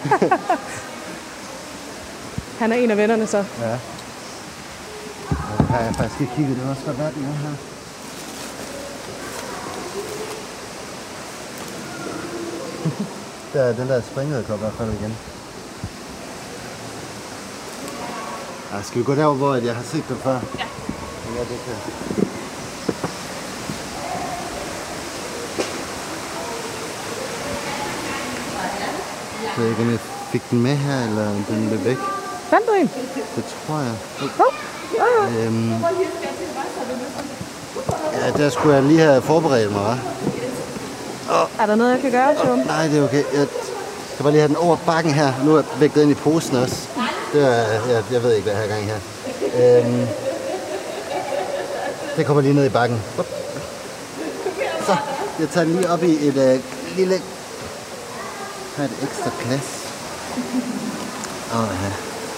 Han er en af vennerne så. Ja. Det har jeg faktisk ikke kigget. Det var også godt været den her. Der er den der springede kop i hvert fald igen. Ja, skal vi gå derover, hvor jeg har set det før? Ja. Ja, det kan. Jeg ved ikke, om jeg fik den med her, eller om den blev væk. Fandt du en? Det tror jeg. Oh. Oh. Øhm, ja, der skulle jeg lige have forberedt mig, hva'? Oh. Er der noget, jeg kan gøre, Sean? Oh, nej, det er okay. Jeg skal bare lige have den over bakken her. Nu er jeg vægtet ind i posen også. Det er, jeg, jeg ved ikke, hvad jeg har gang her. Øhm, det kommer lige ned i bakken. Så, jeg tager den lige op i et øh, lille... Her er et ekstra glas. Åh, ja.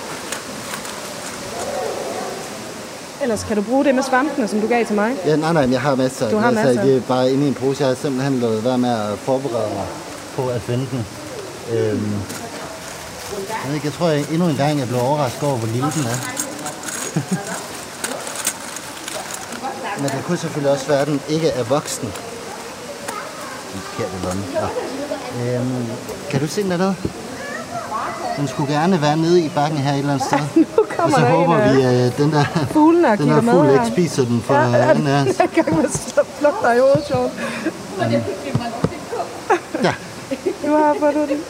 Ellers kan du bruge det med svampene, som du gav til mig? Ja, nej, nej, jeg har masser. Du har masser. masser. Det er bare inde i en pose. Jeg har simpelthen lavet være med at forberede mig på at finde den. Øhm, jeg, ved ikke, jeg tror jeg endnu en gang, jeg blev overrasket over, hvor lille den er. Men det kunne selvfølgelig også være, at den ikke er voksen. Den forkerte lomme. Øhm, kan du se den dernede? Den skulle gerne være nede i bakken her et eller andet sted. Nu kommer og så der håber en, vi, at den der, fuglen er den der med fugl her. ikke spiser den for ja, ja, den er. Jeg er i gang med at plukke dig i hovedet, Sean. Ja. Nu har jeg fået den.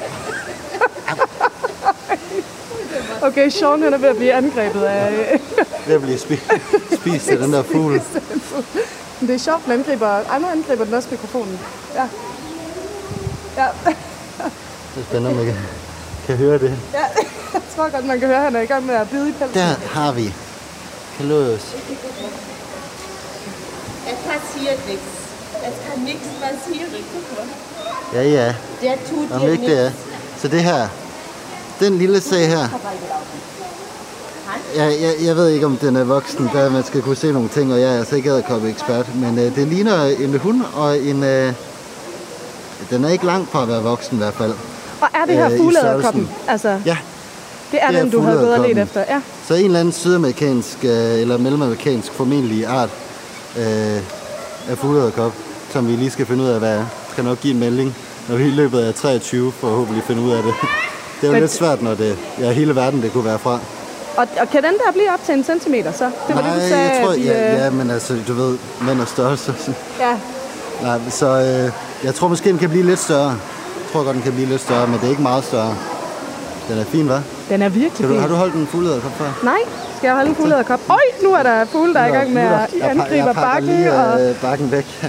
Okay, Sean han er ved at blive angrebet af... ved at blive spi- spist af den der fugl. Men det er sjovt, den angriber... Ej, nu angriber den også mikrofonen. Ja. Ja. Det er spændende, om jeg kan, kan høre det. Ja, jeg tror godt, man kan høre, at han er i gang med at bide i pelsen. Der har vi Kaløs. Es passiert nichts. Es kann nichts passieren. Guck mal. Ja, ja. Der tut Om dir ikke det er. Så det her, den lille sag her, ja, jeg, jeg ved ikke, om den er voksen, der man skal kunne se nogle ting, og jeg er altså ikke edderkoppe-ekspert, men øh, det ligner en hund og en... Øh, den er ikke langt fra at være voksen i hvert fald. Og er det her øh, fugleæderkoppen? Altså, ja. Det er det er den, du har gået og let efter, ja. Så en eller anden sydamerikansk øh, eller mellemamerikansk formentlig art øh, af fugleæderkop, som vi lige skal finde ud af, hvad er. Skal nok give en melding, når vi i løbet af treogtyve forhåbentlig finde ud af det. Det er jo Men... lidt svært, når det er hele verden, det kunne være fra. Og, og kan den der blive op til en centimeter, så? Det var Nej, det, du sagde, jeg tror, de, ja, ja, men altså, du ved, mænd og størrelse. Ja. Nej, så øh, jeg tror måske, den kan blive lidt større. Jeg tror godt, den kan blive lidt større, men det er ikke meget større. Den er fin, hva'? Den er virkelig du, fin. Har du holdt en fugleæderkop før? Nej, skal jeg holde en fugleæderkop? Øj, nu er der fugle, der er i gang med at angribe bakken. Jeg pakker lige og... øh, bakken væk.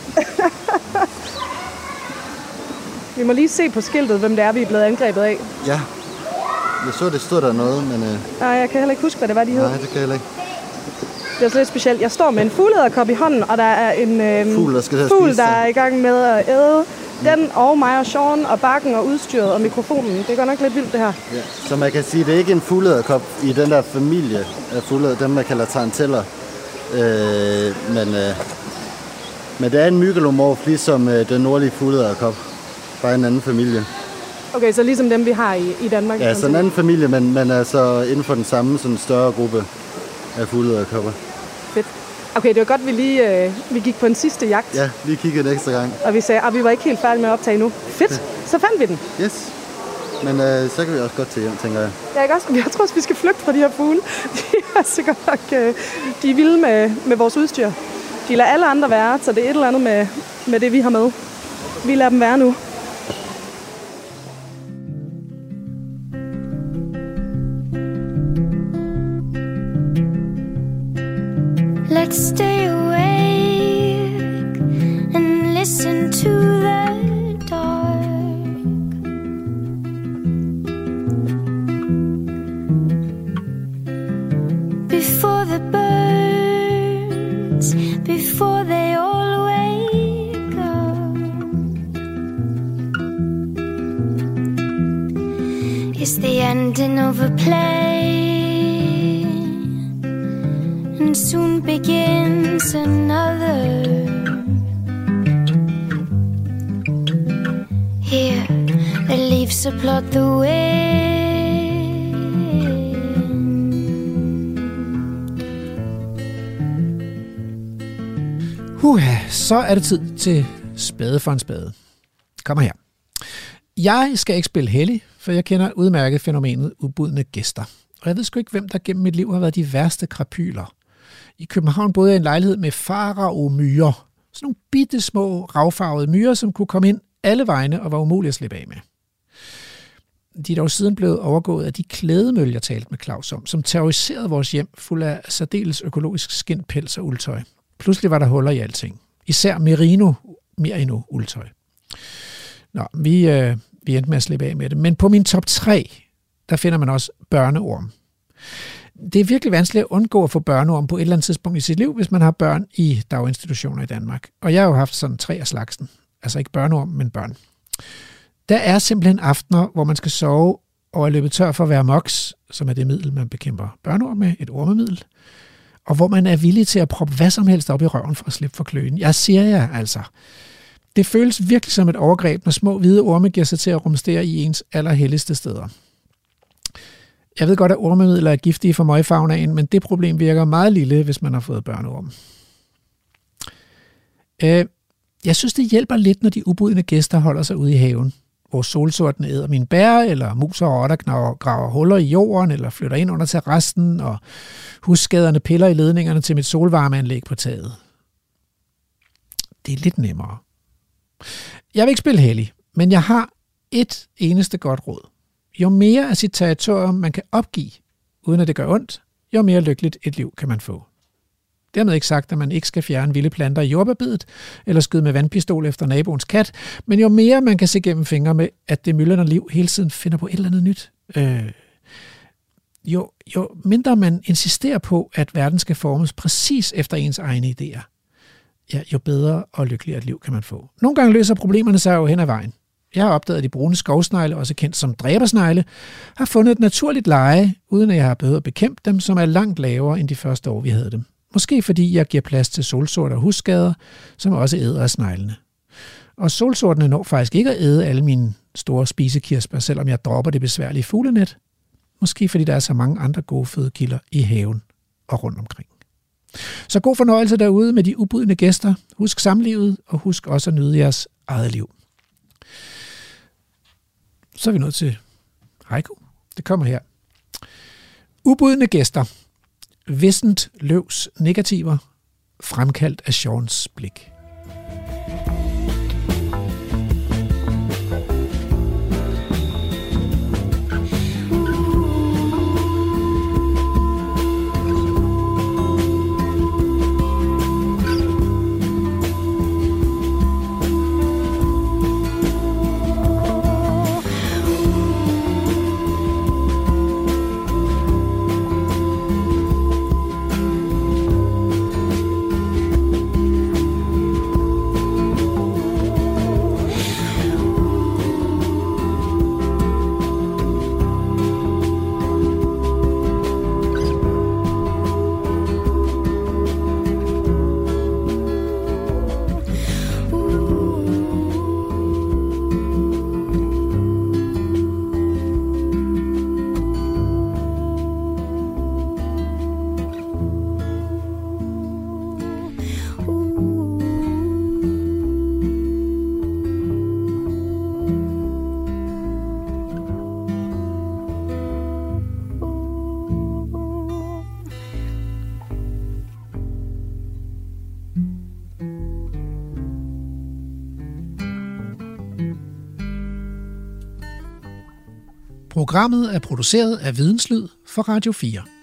Vi må lige se på skiltet, hvem det er, vi er blevet angrebet af. Ja, jeg så, det stod der noget, men... Øh... Nej, jeg kan heller ikke huske, hvad det var, de hed. Nej, det kan jeg heller ikke. Det er også lidt specielt. Jeg står med en fugleæderkop i hånden, og der er en øh, fugl, der, skal fugl, der er i gang med at æde den og mig og Sean og bakken og udstyret og mikrofonen. Det er godt nok lidt vildt, det her. Ja. Så man kan sige, det er ikke en fuglederkop i den der familie af fugleder, dem man kalder taranteller. Øh, men, øh, men det er en mygelomorf, ligesom øh, den nordlige fuglederkop. Bare en anden familie. Okay, så ligesom dem, vi har i, i Danmark? Ja, så en anden familie, men, men altså inden for den samme sådan større gruppe af fuglederkopper. Fedt. Okay, det var godt, vi lige øh, vi gik på en sidste jagt. Ja, vi kiggede en ekstra gang. Og vi sagde, at vi var ikke helt færdige med at optage nu. Fedt, så fandt vi den. Yes. Men øh, så kan vi også godt til hjem, tænker jeg. Ja, ikke også? Jeg tror også, vi skal flygte fra de her fugle. De er sikkert nok, øh, de er vilde med, med vores udstyr. De lader alle andre være, så det er et eller andet med, med det, vi har med. Vi lader dem være nu. Let's stay awake and listen to the dark. Before the birds, before they all wake up. It's the ending of a play, and soon begins another. Here, the leaves applaud the wind. Huha, så er det tid til spade for en spade. Kom her. Jeg skal ikke spille hellig, for jeg kender udmærket fænomenet ubudne gæster. Og jeg ved sgu ikke, hvem der gennem mit liv har været de værste krapyler. I København boede jeg i en lejlighed med farao-myrer. Sådan nogle bitte små, ravfarvede myrer, som kunne komme ind alle vegne og var umulige at slippe af med. De er dog siden blevet overgået af de klædemøl, jeg talte med Claus om, som terroriserede vores hjem fuld af særdeles økologisk skind, pels og uldtøj. Pludselig var der huller i alting. Især merino, merino uldtøj. Nå, vi, øh, vi endte med at slippe af med det. Men på min top tre, der finder man også børneorm. Det er virkelig vanskeligt at undgå at få børneorm på et eller andet tidspunkt i sit liv, hvis man har børn i daginstitutioner i Danmark. Og jeg har jo haft sådan tre af slagsen. Altså ikke børneorm, men børn. Der er simpelthen aftener, hvor man skal sove og er løbet tør for at være mox, som er det middel, man bekæmper børneorm med, et ormemiddel, og hvor man er villig til at proppe hvad som helst op i røven for at slippe for kløen. Jeg siger jer altså. Det føles virkelig som et overgreb, når små hvide orme giver sig til at rumstere i ens allerhelligste steder. Jeg ved godt, at ormemidler er giftige for møgfaunaen, men det problem virker meget lille, hvis man har fået børneorm. Jeg synes, det hjælper lidt, når de ubudne gæster holder sig ude i haven, hvor solsorten æder mine bær, eller mus og rotter graver, graver huller i jorden, eller flytter ind under terrassen, og husskaderne piller i ledningerne til mit solvarmeanlæg på taget. Det er lidt nemmere. Jeg vil ikke spille hellig, men jeg har et eneste godt råd. Jo mere af sit territorium man kan opgive, uden at det gør ondt, jo mere lykkeligt et liv kan man få. Dermed ikke sagt, at man ikke skal fjerne vilde planter i jordbærbedet, eller skyde med vandpistol efter naboens kat, men jo mere man kan se gennem fingre med, at det myldrende liv hele tiden finder på et eller andet nyt. Øh, jo, jo mindre man insisterer på, at verden skal formes præcis efter ens egne idéer, ja, jo bedre og lykkeligere et liv kan man få. Nogle gange løser problemerne sig jo hen ad vejen. Jeg har opdaget, at de brune skovsnegle, også kendt som dræbersnegle, har fundet et naturligt leje, uden at jeg har behøvet at bekæmpe dem, som er langt lavere end de første år, vi havde dem. Måske fordi jeg giver plads til solsorter og husskader, som også æder af sneglene. Og solsortene når faktisk ikke at æde alle mine store spisekirsebær, selvom jeg dropper det besværlige fuglenet. Måske fordi der er så mange andre gode fødekilder i haven og rundt omkring. Så god fornøjelse derude med de ubudne gæster. Husk samlivet, og husk også at nyde jeres eget liv. Så er vi nået til haiku. Det kommer her. Ubudne gæster. Vissent løvs negativer, fremkaldt af Seans blik. Programmet er produceret af Videnslyd for Radio fire.